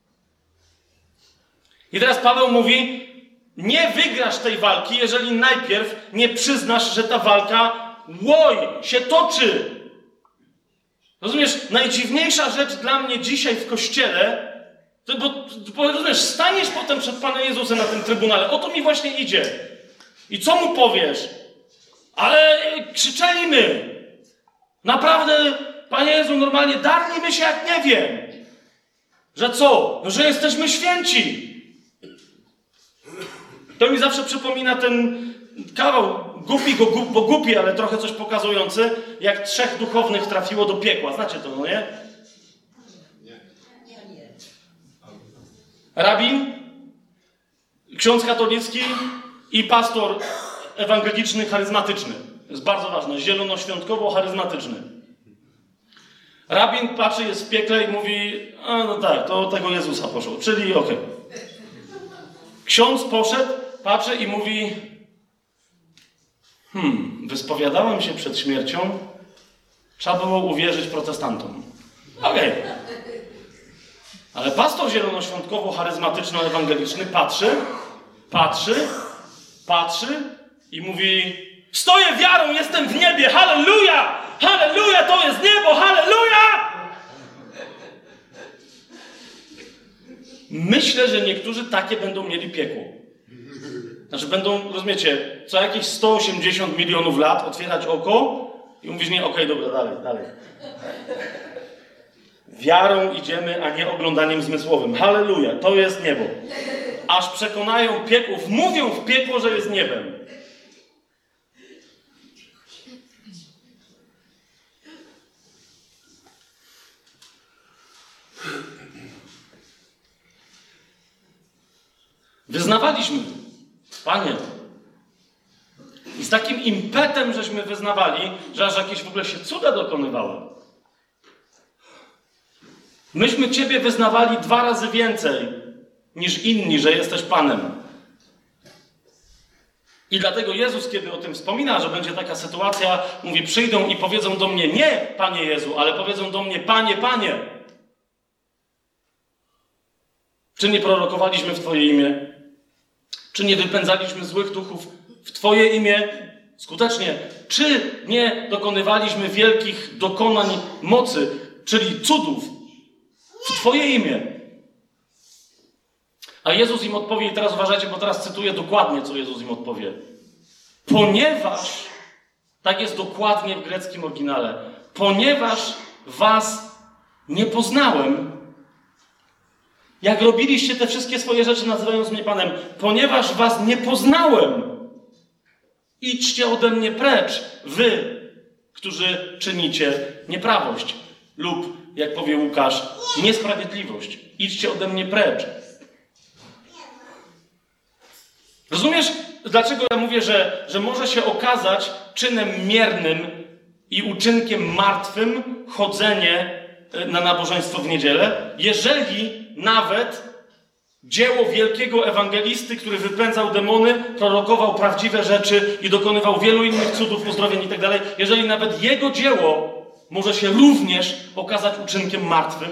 I teraz Paweł mówi, nie wygrasz tej walki, jeżeli najpierw nie przyznasz, że ta walka łoj, się toczy. Rozumiesz, najdziwniejsza rzecz dla mnie dzisiaj w kościele, to, bo, bo rozumiesz, staniesz potem przed Panem Jezusem na tym trybunale, o to mi właśnie idzie. I co mu powiesz? Ale krzyczeliśmy. Naprawdę, Panie Jezu, normalnie darliśmy się jak nie wiem. Że co? No, że jesteśmy święci. To mi zawsze przypomina ten kawał, głupi, go, bo głupi, ale trochę coś pokazujący, jak trzech duchownych trafiło do piekła. Znacie to, no nie? Nie, nie. Rabin, ksiądz katolicki i pastor ewangeliczny, charyzmatyczny. To jest bardzo ważne. Zielonoświątkowo-charyzmatyczny. Rabin patrzy, jest w piekle i mówi, a no tak, to tego Jezusa poszło. Czyli okej. Okay. Ksiądz poszedł, patrzy i mówi: Hmm, wyspowiadałem się przed śmiercią, trzeba było uwierzyć protestantom. Okej. Okay. Ale pastor zielonoświątkowo-charyzmatyczno-ewangeliczny patrzy, patrzy, patrzy i mówi: stoję wiarą, jestem w niebie, halleluja! Halleluja, to jest niebo, halleluja! Myślę, że niektórzy takie będą mieli piekło. Znaczy będą, rozumiecie, co jakieś sto osiemdziesiąt milionów lat otwierać oko i mówisz: nie, okej, okay, dobra, dalej, dalej. Wiarą idziemy, a nie oglądaniem zmysłowym. Halleluja, to jest niebo. Aż przekonają piekło, wmówią w piekło, że jest niebem. Wyznawaliśmy: Panie. I z takim impetem żeśmy wyznawali, że aż jakieś w ogóle się cuda dokonywały. Myśmy Ciebie wyznawali dwa razy więcej niż inni, że jesteś Panem. I dlatego Jezus, kiedy o tym wspomina, że będzie taka sytuacja, mówi: przyjdą i powiedzą do mnie nie Panie Jezu, ale powiedzą do mnie: Panie, Panie. Czy nie prorokowaliśmy w Twoje imię? Czy nie wypędzaliśmy złych duchów w Twoje imię? Skutecznie. Czy nie dokonywaliśmy wielkich dokonań mocy, czyli cudów w Twoje imię? A Jezus im odpowie, i teraz uważajcie, bo teraz cytuję dokładnie, co Jezus im odpowie. Ponieważ, tak jest dokładnie w greckim oryginale, ponieważ was nie poznałem, jak robiliście te wszystkie swoje rzeczy, nazywając mnie Panem, ponieważ was nie poznałem, idźcie ode mnie precz, wy, którzy czynicie nieprawość. Lub, jak powie Łukasz, niesprawiedliwość. Idźcie ode mnie precz. Rozumiesz, dlaczego ja mówię, że, że może się okazać czynem miernym i uczynkiem martwym chodzenie na nabożeństwo w niedzielę, jeżeli nawet dzieło wielkiego ewangelisty, który wypędzał demony, prorokował prawdziwe rzeczy i dokonywał wielu innych cudów, uzdrowień i tak dalej, jeżeli nawet jego dzieło może się również okazać uczynkiem martwym?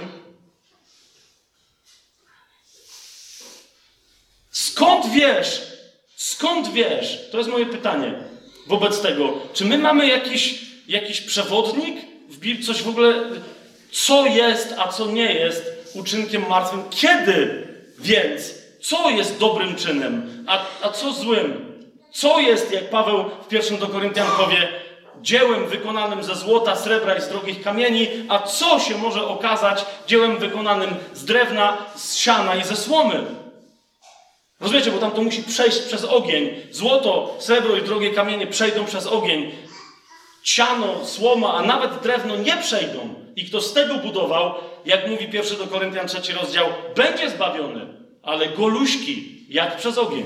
Skąd wiesz? Skąd wiesz? To jest moje pytanie wobec tego. Czy my mamy jakiś, jakiś przewodnik w Biblii, coś w ogóle, co jest, a co nie jest uczynkiem martwym? Kiedy więc? Co jest dobrym czynem, a, a co złym? Co jest, jak Paweł w pierwszym do Koryntian powie, dziełem wykonanym ze złota, srebra i z drogich kamieni, a co się może okazać dziełem wykonanym z drewna, z siana i ze słomy? Rozumiecie, bo tam to musi przejść przez ogień. Złoto, srebro i drogie kamienie przejdą przez ogień. Siano, słoma, a nawet drewno nie przejdą. I kto z tego budował, jak mówi pierwszy do Koryntian trzeci rozdział, będzie zbawiony, ale goluśki jak przez ogień.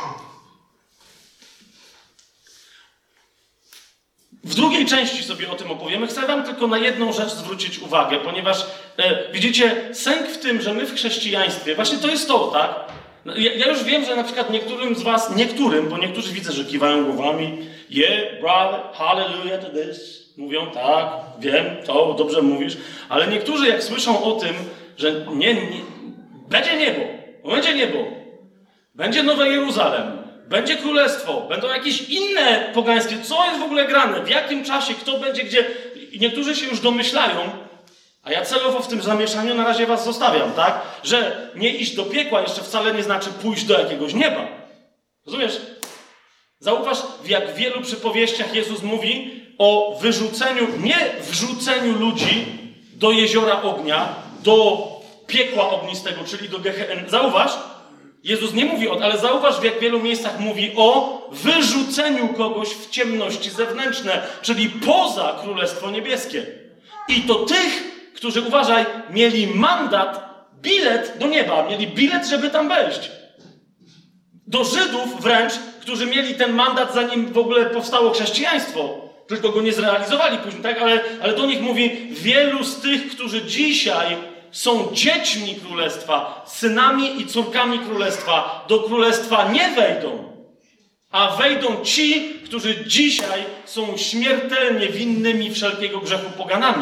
W drugiej części sobie o tym opowiemy. Chcę wam tylko na jedną rzecz zwrócić uwagę, ponieważ e, widzicie, sęk w tym, że my w chrześcijaństwie, właśnie to jest to, tak? Ja, ja już wiem, że na przykład niektórym z was, niektórym, bo niektórzy widzę, że kiwają głowami, yeah, brother, hallelujah to this. Mówią, tak, wiem, to dobrze mówisz, ale niektórzy jak słyszą o tym, że nie, nie będzie niebo, będzie niebo, będzie Nowe Jeruzalem, będzie królestwo, będą jakieś inne pogańskie, co jest w ogóle grane, w jakim czasie, kto będzie gdzie. I niektórzy się już domyślają, a ja celowo w tym zamieszaniu na razie was zostawiam, tak? Że nie iść do piekła jeszcze wcale nie znaczy pójść do jakiegoś nieba. Rozumiesz? Zauważ, w jak wielu przypowieściach Jezus mówi o wyrzuceniu, nie wrzuceniu ludzi do jeziora ognia, do piekła ognistego, czyli do Gehenny. Zauważ, Jezus nie mówi o, ale zauważ, w jak wielu miejscach mówi o wyrzuceniu kogoś w ciemności zewnętrzne, czyli poza Królestwo Niebieskie. I to tych, którzy, uważaj, mieli mandat, bilet do nieba, mieli bilet, żeby tam wejść. Do Żydów wręcz, którzy mieli ten mandat, zanim w ogóle powstało chrześcijaństwo. Tylko go nie zrealizowali później, tak? Ale, ale do nich mówi, wielu z tych, którzy dzisiaj są dziećmi królestwa, synami i córkami królestwa. Do królestwa nie wejdą, a wejdą ci, którzy dzisiaj są śmiertelnie winnymi wszelkiego grzechu poganami.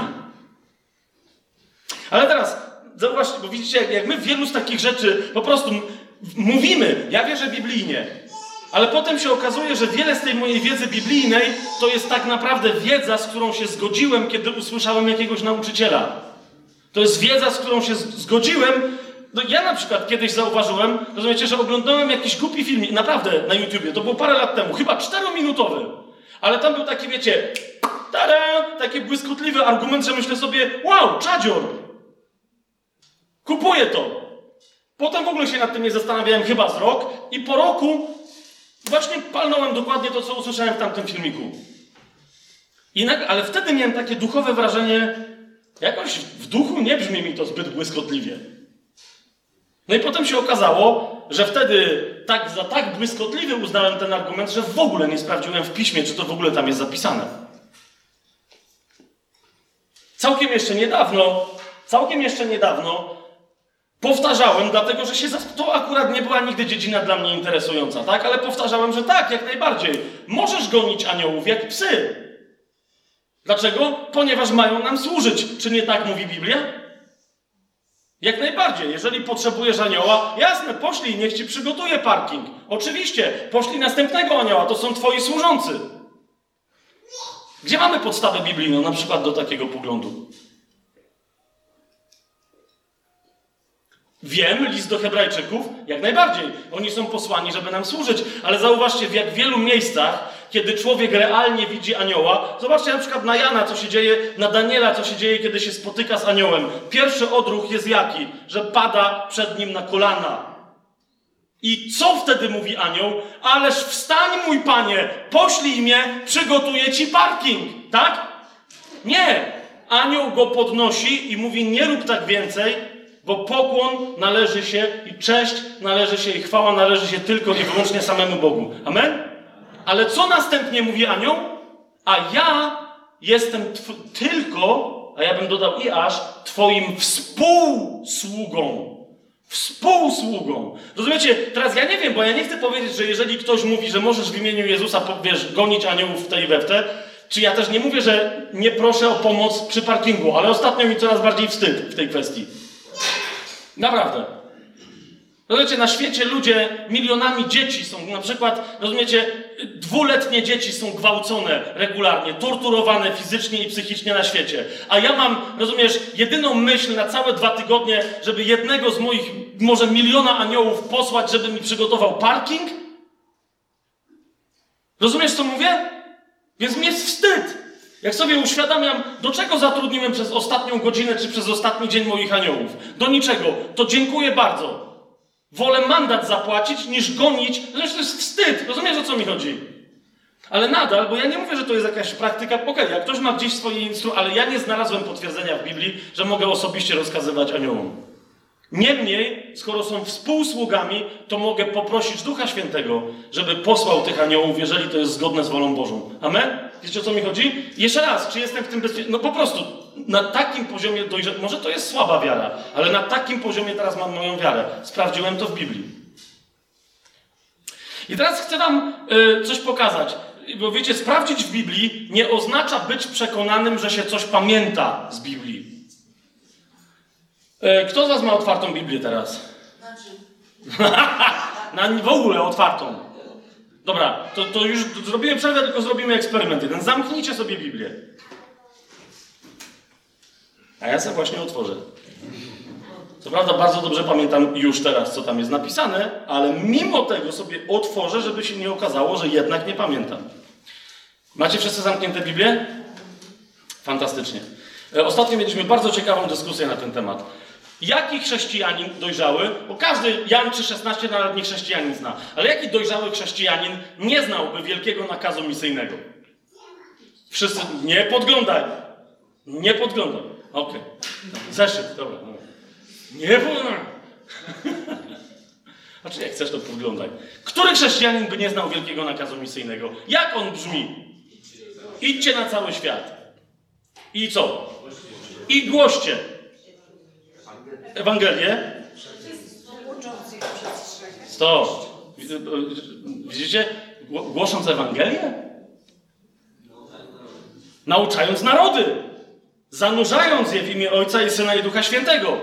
Ale teraz, zauważcie, bo widzicie, jak, jak my wielu z takich rzeczy po prostu mówimy, ja wierzę biblijnie, ale potem się okazuje, że wiele z tej mojej wiedzy biblijnej to jest tak naprawdę wiedza, z którą się zgodziłem, kiedy usłyszałem jakiegoś nauczyciela. To jest wiedza, z którą się zgodziłem. No ja na przykład kiedyś zauważyłem, rozumiecie, że oglądałem jakiś głupi film, naprawdę na YouTubie, to było parę lat temu, chyba czterominutowy, ale tam był taki, wiecie, tada, taki błyskotliwy argument, że myślę sobie, wow, czadzior, kupuję to. Potem w ogóle się nad tym nie zastanawiałem chyba z rok i po roku właśnie palnąłem dokładnie to, co usłyszałem w tamtym filmiku. I nagle, ale wtedy miałem takie duchowe wrażenie, jakoś w duchu nie brzmi mi to zbyt błyskotliwie. No i potem się okazało, że wtedy tak, za tak błyskotliwy uznałem ten argument, że w ogóle nie sprawdziłem w piśmie, czy to w ogóle tam jest zapisane. Całkiem jeszcze niedawno, całkiem jeszcze niedawno powtarzałem, dlatego że się to akurat nie była nigdy dziedzina dla mnie interesująca, tak? Ale powtarzałem, że tak, jak najbardziej. Możesz gonić aniołów jak psy. Dlaczego? Ponieważ mają nam służyć. Czy nie tak mówi Biblia? Jak najbardziej. Jeżeli potrzebujesz anioła, jasne, poszlij, niech ci przygotuje parking. Oczywiście, poszlij następnego anioła, to są twoi służący. Gdzie mamy podstawę biblijną, na przykład do takiego poglądu? Wiem, list do Hebrajczyków, jak najbardziej. Oni są posłani, żeby nam służyć. Ale zauważcie, w jak wielu miejscach, kiedy człowiek realnie widzi anioła, zobaczcie na przykład na Jana, co się dzieje, na Daniela, co się dzieje, kiedy się spotyka z aniołem. Pierwszy odruch jest jaki? Że pada przed nim na kolana. I co wtedy mówi anioł? Ależ wstań, mój panie, poślij mnie, przygotuję ci parking. Tak? Nie. Anioł go podnosi i mówi, nie rób tak więcej, bo pokłon należy się i cześć należy się i chwała należy się tylko i wyłącznie samemu Bogu. Amen? Ale co następnie mówi anioł? A ja jestem tylko, a ja bym dodał i aż, twoim współsługą. Współsługą. Rozumiecie? Teraz ja nie wiem, bo ja nie chcę powiedzieć, że jeżeli ktoś mówi, że możesz w imieniu Jezusa, wiesz, gonić aniołów w tej i we w te, czy ja też nie mówię, że nie proszę o pomoc przy parkingu, ale ostatnio mi coraz bardziej wstyd w tej kwestii. Naprawdę. Rozumiecie, na świecie ludzie, milionami dzieci są, na przykład, rozumiecie, dwuletnie dzieci są gwałcone regularnie, torturowane fizycznie i psychicznie na świecie. A ja mam, rozumiesz, jedyną myśl na całe dwa tygodnie, żeby jednego z moich, może miliona aniołów posłać, żeby mi przygotował parking? Rozumiesz, co mówię? Więc mi jest wstyd. Jak sobie uświadamiam, do czego zatrudniłem przez ostatnią godzinę, czy przez ostatni dzień moich aniołów? Do niczego. To dziękuję bardzo. Wolę mandat zapłacić, niż gonić. Zresztą to jest wstyd. Rozumiesz, o co mi chodzi? Ale nadal, bo ja nie mówię, że to jest jakaś praktyka. Okej, okay, jak ktoś ma gdzieś swoje instrukcje, ale ja nie znalazłem potwierdzenia w Biblii, że mogę osobiście rozkazywać aniołom. Niemniej, skoro są współsługami, to mogę poprosić Ducha Świętego, żeby posłał tych aniołów, jeżeli to jest zgodne z wolą Bożą. Amen? Wiecie, o co mi chodzi? Jeszcze raz, czy jestem w tym bezpieczny? No po prostu, na takim poziomie dojrzałem, może to jest słaba wiara, ale na takim poziomie teraz mam moją wiarę. Sprawdziłem to w Biblii. I teraz chcę wam y, coś pokazać. Bo wiecie, sprawdzić w Biblii nie oznacza być przekonanym, że się coś pamięta z Biblii. Y, kto z was ma otwartą Biblię teraz? Na w ogóle otwartą. Dobra, to, to już zrobimy przerwę, tylko zrobimy eksperyment jeden. Zamknijcie sobie Biblię. A ja sobie właśnie otworzę. Co prawda bardzo dobrze pamiętam już teraz, co tam jest napisane, ale mimo tego sobie otworzę, żeby się nie okazało, że jednak nie pamiętam. Macie wszyscy zamknięte Biblię? Fantastycznie. Ostatnio mieliśmy bardzo ciekawą dyskusję na ten temat. Jaki chrześcijanin dojrzały, bo każdy Jan trzy szesnaście nawet nie chrześcijanin zna, ale jaki dojrzały chrześcijanin nie znałby wielkiego nakazu misyjnego? Wszyscy, nie podglądaj. Nie podglądaj. Okej. Okay. Zeszyt, dobra. No. Nie podglądaj. Znaczy, jak chcesz, to podglądaj. Który chrześcijanin by nie znał wielkiego nakazu misyjnego? Jak on brzmi? Idźcie na cały świat. I co? I głoście. Ewangelię? Ucząc ich przestrzegać. Stop. Widzicie? Głosząc Ewangelię? Nauczając narody. Zanurzając je w imię Ojca i Syna i Ducha Świętego.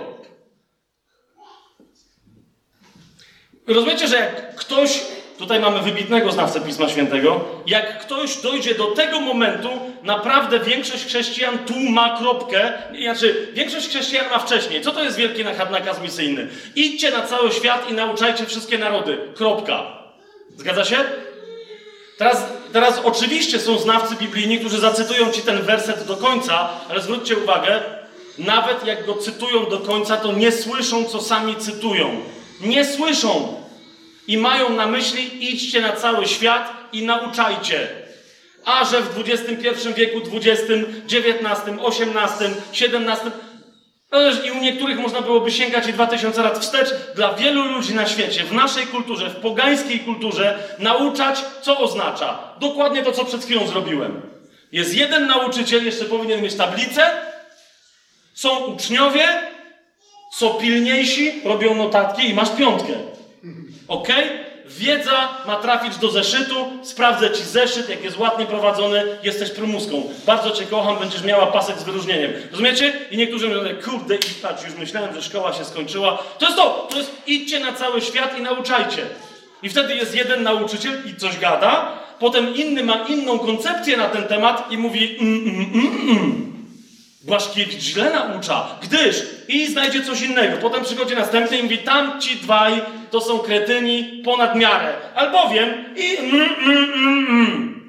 Rozumiecie, że jak ktoś, tutaj mamy wybitnego znawcę Pisma Świętego, jak ktoś dojdzie do tego momentu, naprawdę większość chrześcijan tu ma kropkę, znaczy większość chrześcijan ma wcześniej. Co to jest wielki nakaz misyjny? Idźcie na cały świat i nauczajcie wszystkie narody. Kropka. Zgadza się? Teraz, teraz oczywiście są znawcy biblijni, którzy zacytują ci ten werset do końca, ale zwróćcie uwagę, nawet jak go cytują do końca, to nie słyszą, co sami cytują. Nie słyszą. I mają na myśli, idźcie na cały świat i nauczajcie. A że w dwudziestym pierwszym wieku, dwudziestym, dziewiętnastym, osiemnastym, siedemnastym i u niektórych można byłoby sięgać i dwa tysiące lat wstecz. Dla wielu ludzi na świecie, w naszej kulturze, w pogańskiej kulturze nauczać, co oznacza? Dokładnie to, co przed chwilą zrobiłem. Jest jeden nauczyciel, jeszcze powinien mieć tablicę, są uczniowie, są pilniejsi, robią notatki i masz piątkę. Ok? Wiedza ma trafić do zeszytu, sprawdzę ci zeszyt, jak jest ładnie prowadzony, jesteś prymuską. Bardzo cię kocham, będziesz miała pasek z wyróżnieniem. Rozumiecie? I niektórzy mówią, kurde, i patrz, już myślałem, że szkoła się skończyła. To jest to, to jest idźcie na cały świat i nauczajcie. I wtedy jest jeden nauczyciel i coś gada, potem inny ma inną koncepcję na ten temat i mówi mm, mm, mm, mm. Błaszkiewicz źle naucza, gdyż i znajdzie coś innego. Potem przychodzi następny i mówi, tamci dwaj to są kretyni ponad miarę. Albowiem i mm, mm, mm, mm.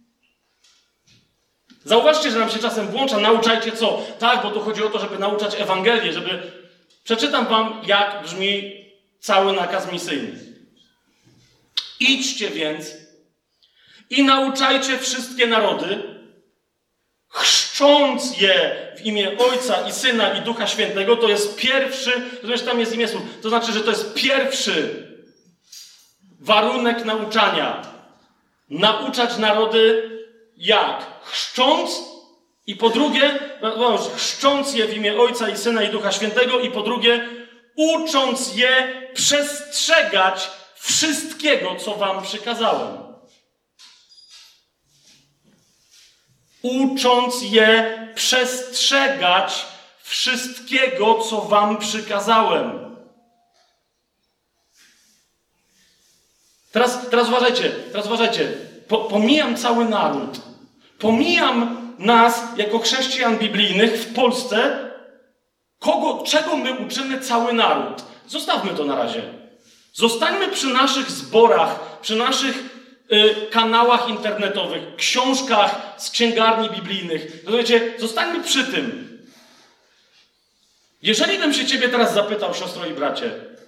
Zauważcie, że nam się czasem włącza, nauczajcie co? Tak, bo tu chodzi o to, żeby nauczać Ewangelię, żeby... Przeczytam wam, jak brzmi cały nakaz misyjny. Idźcie więc i nauczajcie wszystkie narody, chrzcząc je w imię Ojca i Syna i Ducha Świętego. To jest pierwszy, rozumiesz, tam jest imię słów, to znaczy, że to jest pierwszy warunek nauczania. Nauczać narody jak? Chrzcząc i po drugie, no, chrzcząc je w imię Ojca i Syna i Ducha Świętego i po drugie, ucząc je przestrzegać wszystkiego, co wam przykazałem. Ucząc je przestrzegać wszystkiego, co wam przykazałem. Teraz, teraz uważajcie, teraz uważajcie. Po, pomijam cały naród. Pomijam nas, jako chrześcijan biblijnych w Polsce, kogo, czego my uczymy cały naród. Zostawmy to na razie. Zostańmy przy naszych zborach, przy naszych kanałach internetowych, książkach z księgarni biblijnych. Rozumiecie? Zostańmy przy tym. Jeżeli bym się ciebie teraz zapytał, siostro i bracie,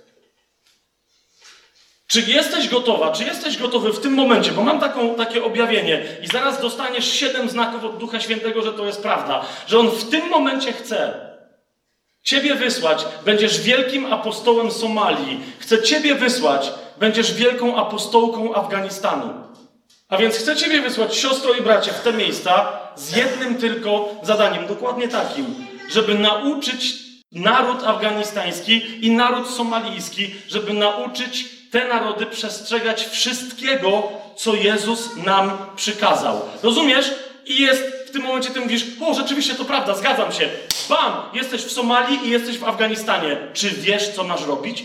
czy jesteś gotowa, czy jesteś gotowy w tym momencie, bo mam taką, takie objawienie i zaraz dostaniesz siedem znaków od Ducha Świętego, że to jest prawda, że On w tym momencie chce ciebie wysłać, będziesz wielkim apostołem Somalii. Chce ciebie wysłać, będziesz wielką apostołką Afganistanu. A więc chcę ciebie wysłać, siostro i bracie, w te miejsca z jednym tylko zadaniem, dokładnie takim, żeby nauczyć naród afganistański i naród somalijski, żeby nauczyć te narody przestrzegać wszystkiego, co Jezus nam przykazał. Rozumiesz? I jest w tym momencie, ty mówisz, o, rzeczywiście to prawda, zgadzam się. Bam! Jesteś w Somalii i jesteś w Afganistanie. Czy wiesz, co masz robić?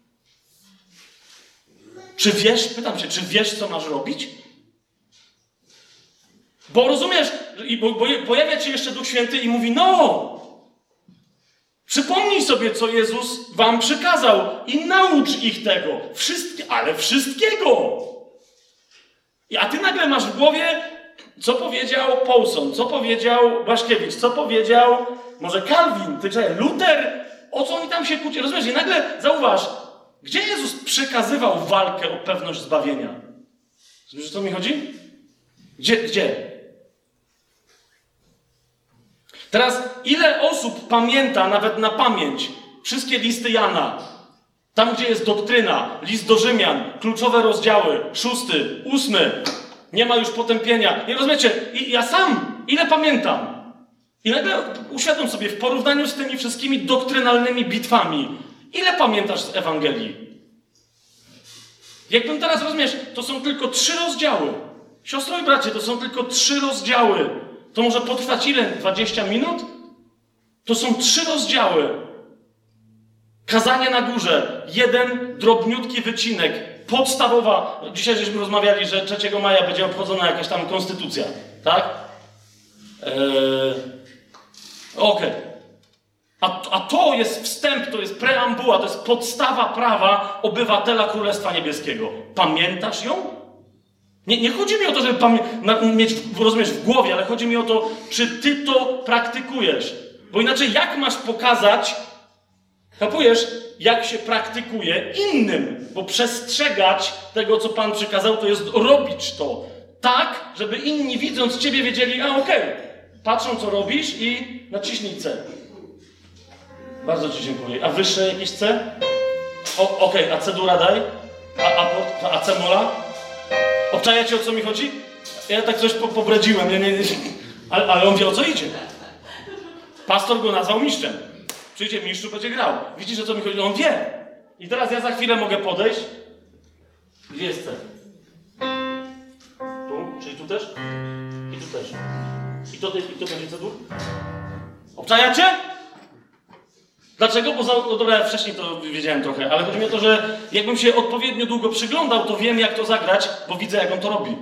Czy wiesz, pytam się, czy wiesz, co masz robić? Bo rozumiesz, bo, bo pojawia się jeszcze Duch Święty i mówi, no, przypomnij sobie, co Jezus wam przykazał i naucz ich tego. Wszystkie, ale wszystkiego. A ty nagle masz w głowie, co powiedział Paulson, co powiedział Błaszkiewicz, co powiedział może Kalwin, ty czekaj, Luter, o co oni tam się kłóci? Rozumiesz? I nagle zauważ, gdzie Jezus przekazywał walkę o pewność zbawienia? Rozumiesz, o co mi chodzi? Gdzie? Gdzie? Teraz, ile osób pamięta nawet na pamięć wszystkie listy Jana? Tam, gdzie jest doktryna, list do Rzymian, kluczowe rozdziały, szósty, ósmy, nie ma już potępienia. Nie rozumiecie? I ja sam, ile pamiętam? I nagle uświadom sobie, w porównaniu z tymi wszystkimi doktrynalnymi bitwami, ile pamiętasz z Ewangelii? Jakbym teraz, rozumiesz, to są tylko trzy rozdziały. Siostro i bracie, to są tylko trzy rozdziały. To może potrwać ile? dwadzieścia minut? To są trzy rozdziały. Kazanie na górze. Jeden drobniutki wycinek. Podstawowa. Dzisiaj żeśmy rozmawiali, że trzeciego maja będzie obchodzona jakaś tam konstytucja. Tak? Eee... Okej. Okay. A, a to jest wstęp, to jest preambuła, to jest podstawa prawa obywatela Królestwa Niebieskiego. Pamiętasz ją? Nie, nie chodzi mi o to, żeby pamię- na, mieć, rozumiesz, w głowie, ale chodzi mi o to, czy ty to praktykujesz. Bo inaczej jak masz pokazać, kapujesz, jak się praktykuje innym? Bo przestrzegać tego, co Pan przykazał, to jest robić to tak, żeby inni widząc ciebie wiedzieli, a okej, okay, patrzą co robisz i naciśnij C. Bardzo ci dziękuję. A wyższe jakieś C? O, okej, okay, a C-dura daj? A, a, a C-mola? Obczajacie, o co mi chodzi? Ja tak coś po, pobredziłem, ja nie, nie, ale, ale on wie, o co idzie. Pastor go nazwał mistrzem. Przyjdzie mistrzu, będzie grał. Widzisz, o co mi chodzi? On wie. I teraz ja za chwilę mogę podejść. Gdzie jest C? Tu? Czyli tu też? I tu też. I to, i to będzie C-dur? Obczajacie? Dlaczego? Bo za, no dobra, ja wcześniej to wiedziałem trochę, ale chodzi mi o to, że jakbym się odpowiednio długo przyglądał, to wiem, jak to zagrać, bo widzę, jak on to robi.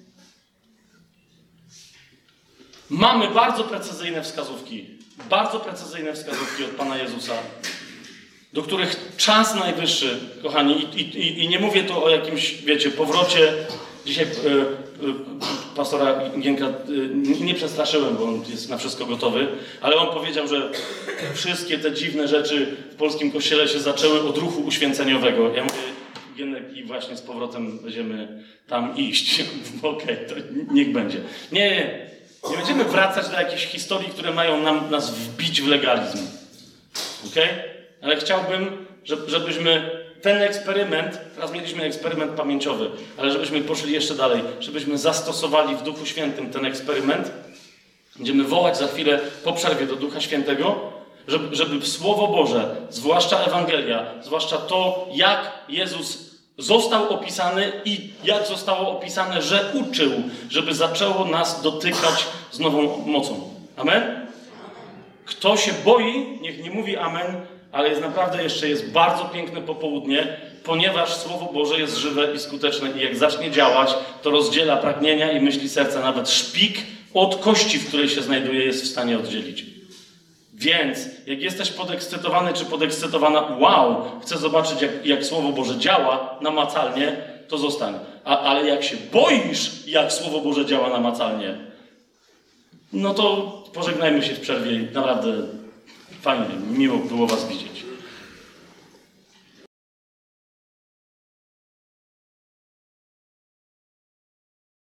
Mamy bardzo precyzyjne wskazówki, bardzo precyzyjne wskazówki od Pana Jezusa, do których czas najwyższy, kochani, i, i, i nie mówię tu o jakimś, wiecie, powrocie. Dzisiaj y, y, pastora Gienka y, nie przestraszyłem, bo on jest na wszystko gotowy, ale on powiedział, że wszystkie te dziwne rzeczy w polskim kościele się zaczęły od ruchu uświęceniowego. Ja mówię, Gienek, i właśnie z powrotem będziemy tam iść. Okej, okay, to niech będzie. Nie, nie, nie będziemy wracać do jakichś historii, które mają nam, nas wbić w legalizm. Okej? Okay? Ale chciałbym, żebyśmy ten eksperyment, teraz mieliśmy eksperyment pamięciowy, ale żebyśmy poszli jeszcze dalej, żebyśmy zastosowali w Duchu Świętym ten eksperyment. Będziemy wołać za chwilę po przerwie do Ducha Świętego, żeby, żeby Słowo Boże, zwłaszcza Ewangelia, zwłaszcza to, jak Jezus został opisany i jak zostało opisane, że uczył, żeby zaczęło nas dotykać z nową mocą. Amen? Kto się boi, niech nie mówi amen, ale jest naprawdę jeszcze jest bardzo piękne popołudnie, ponieważ Słowo Boże jest żywe i skuteczne i jak zacznie działać, to rozdziela pragnienia i myśli serca. Nawet szpik od kości, w której się znajduje, jest w stanie oddzielić. Więc jak jesteś podekscytowany czy podekscytowana, wow, chcę zobaczyć, jak, jak Słowo Boże działa namacalnie, to zostań. A, ale jak się boisz, jak Słowo Boże działa namacalnie, no to pożegnajmy się w przerwie i naprawdę fajnie, miło było was widzieć.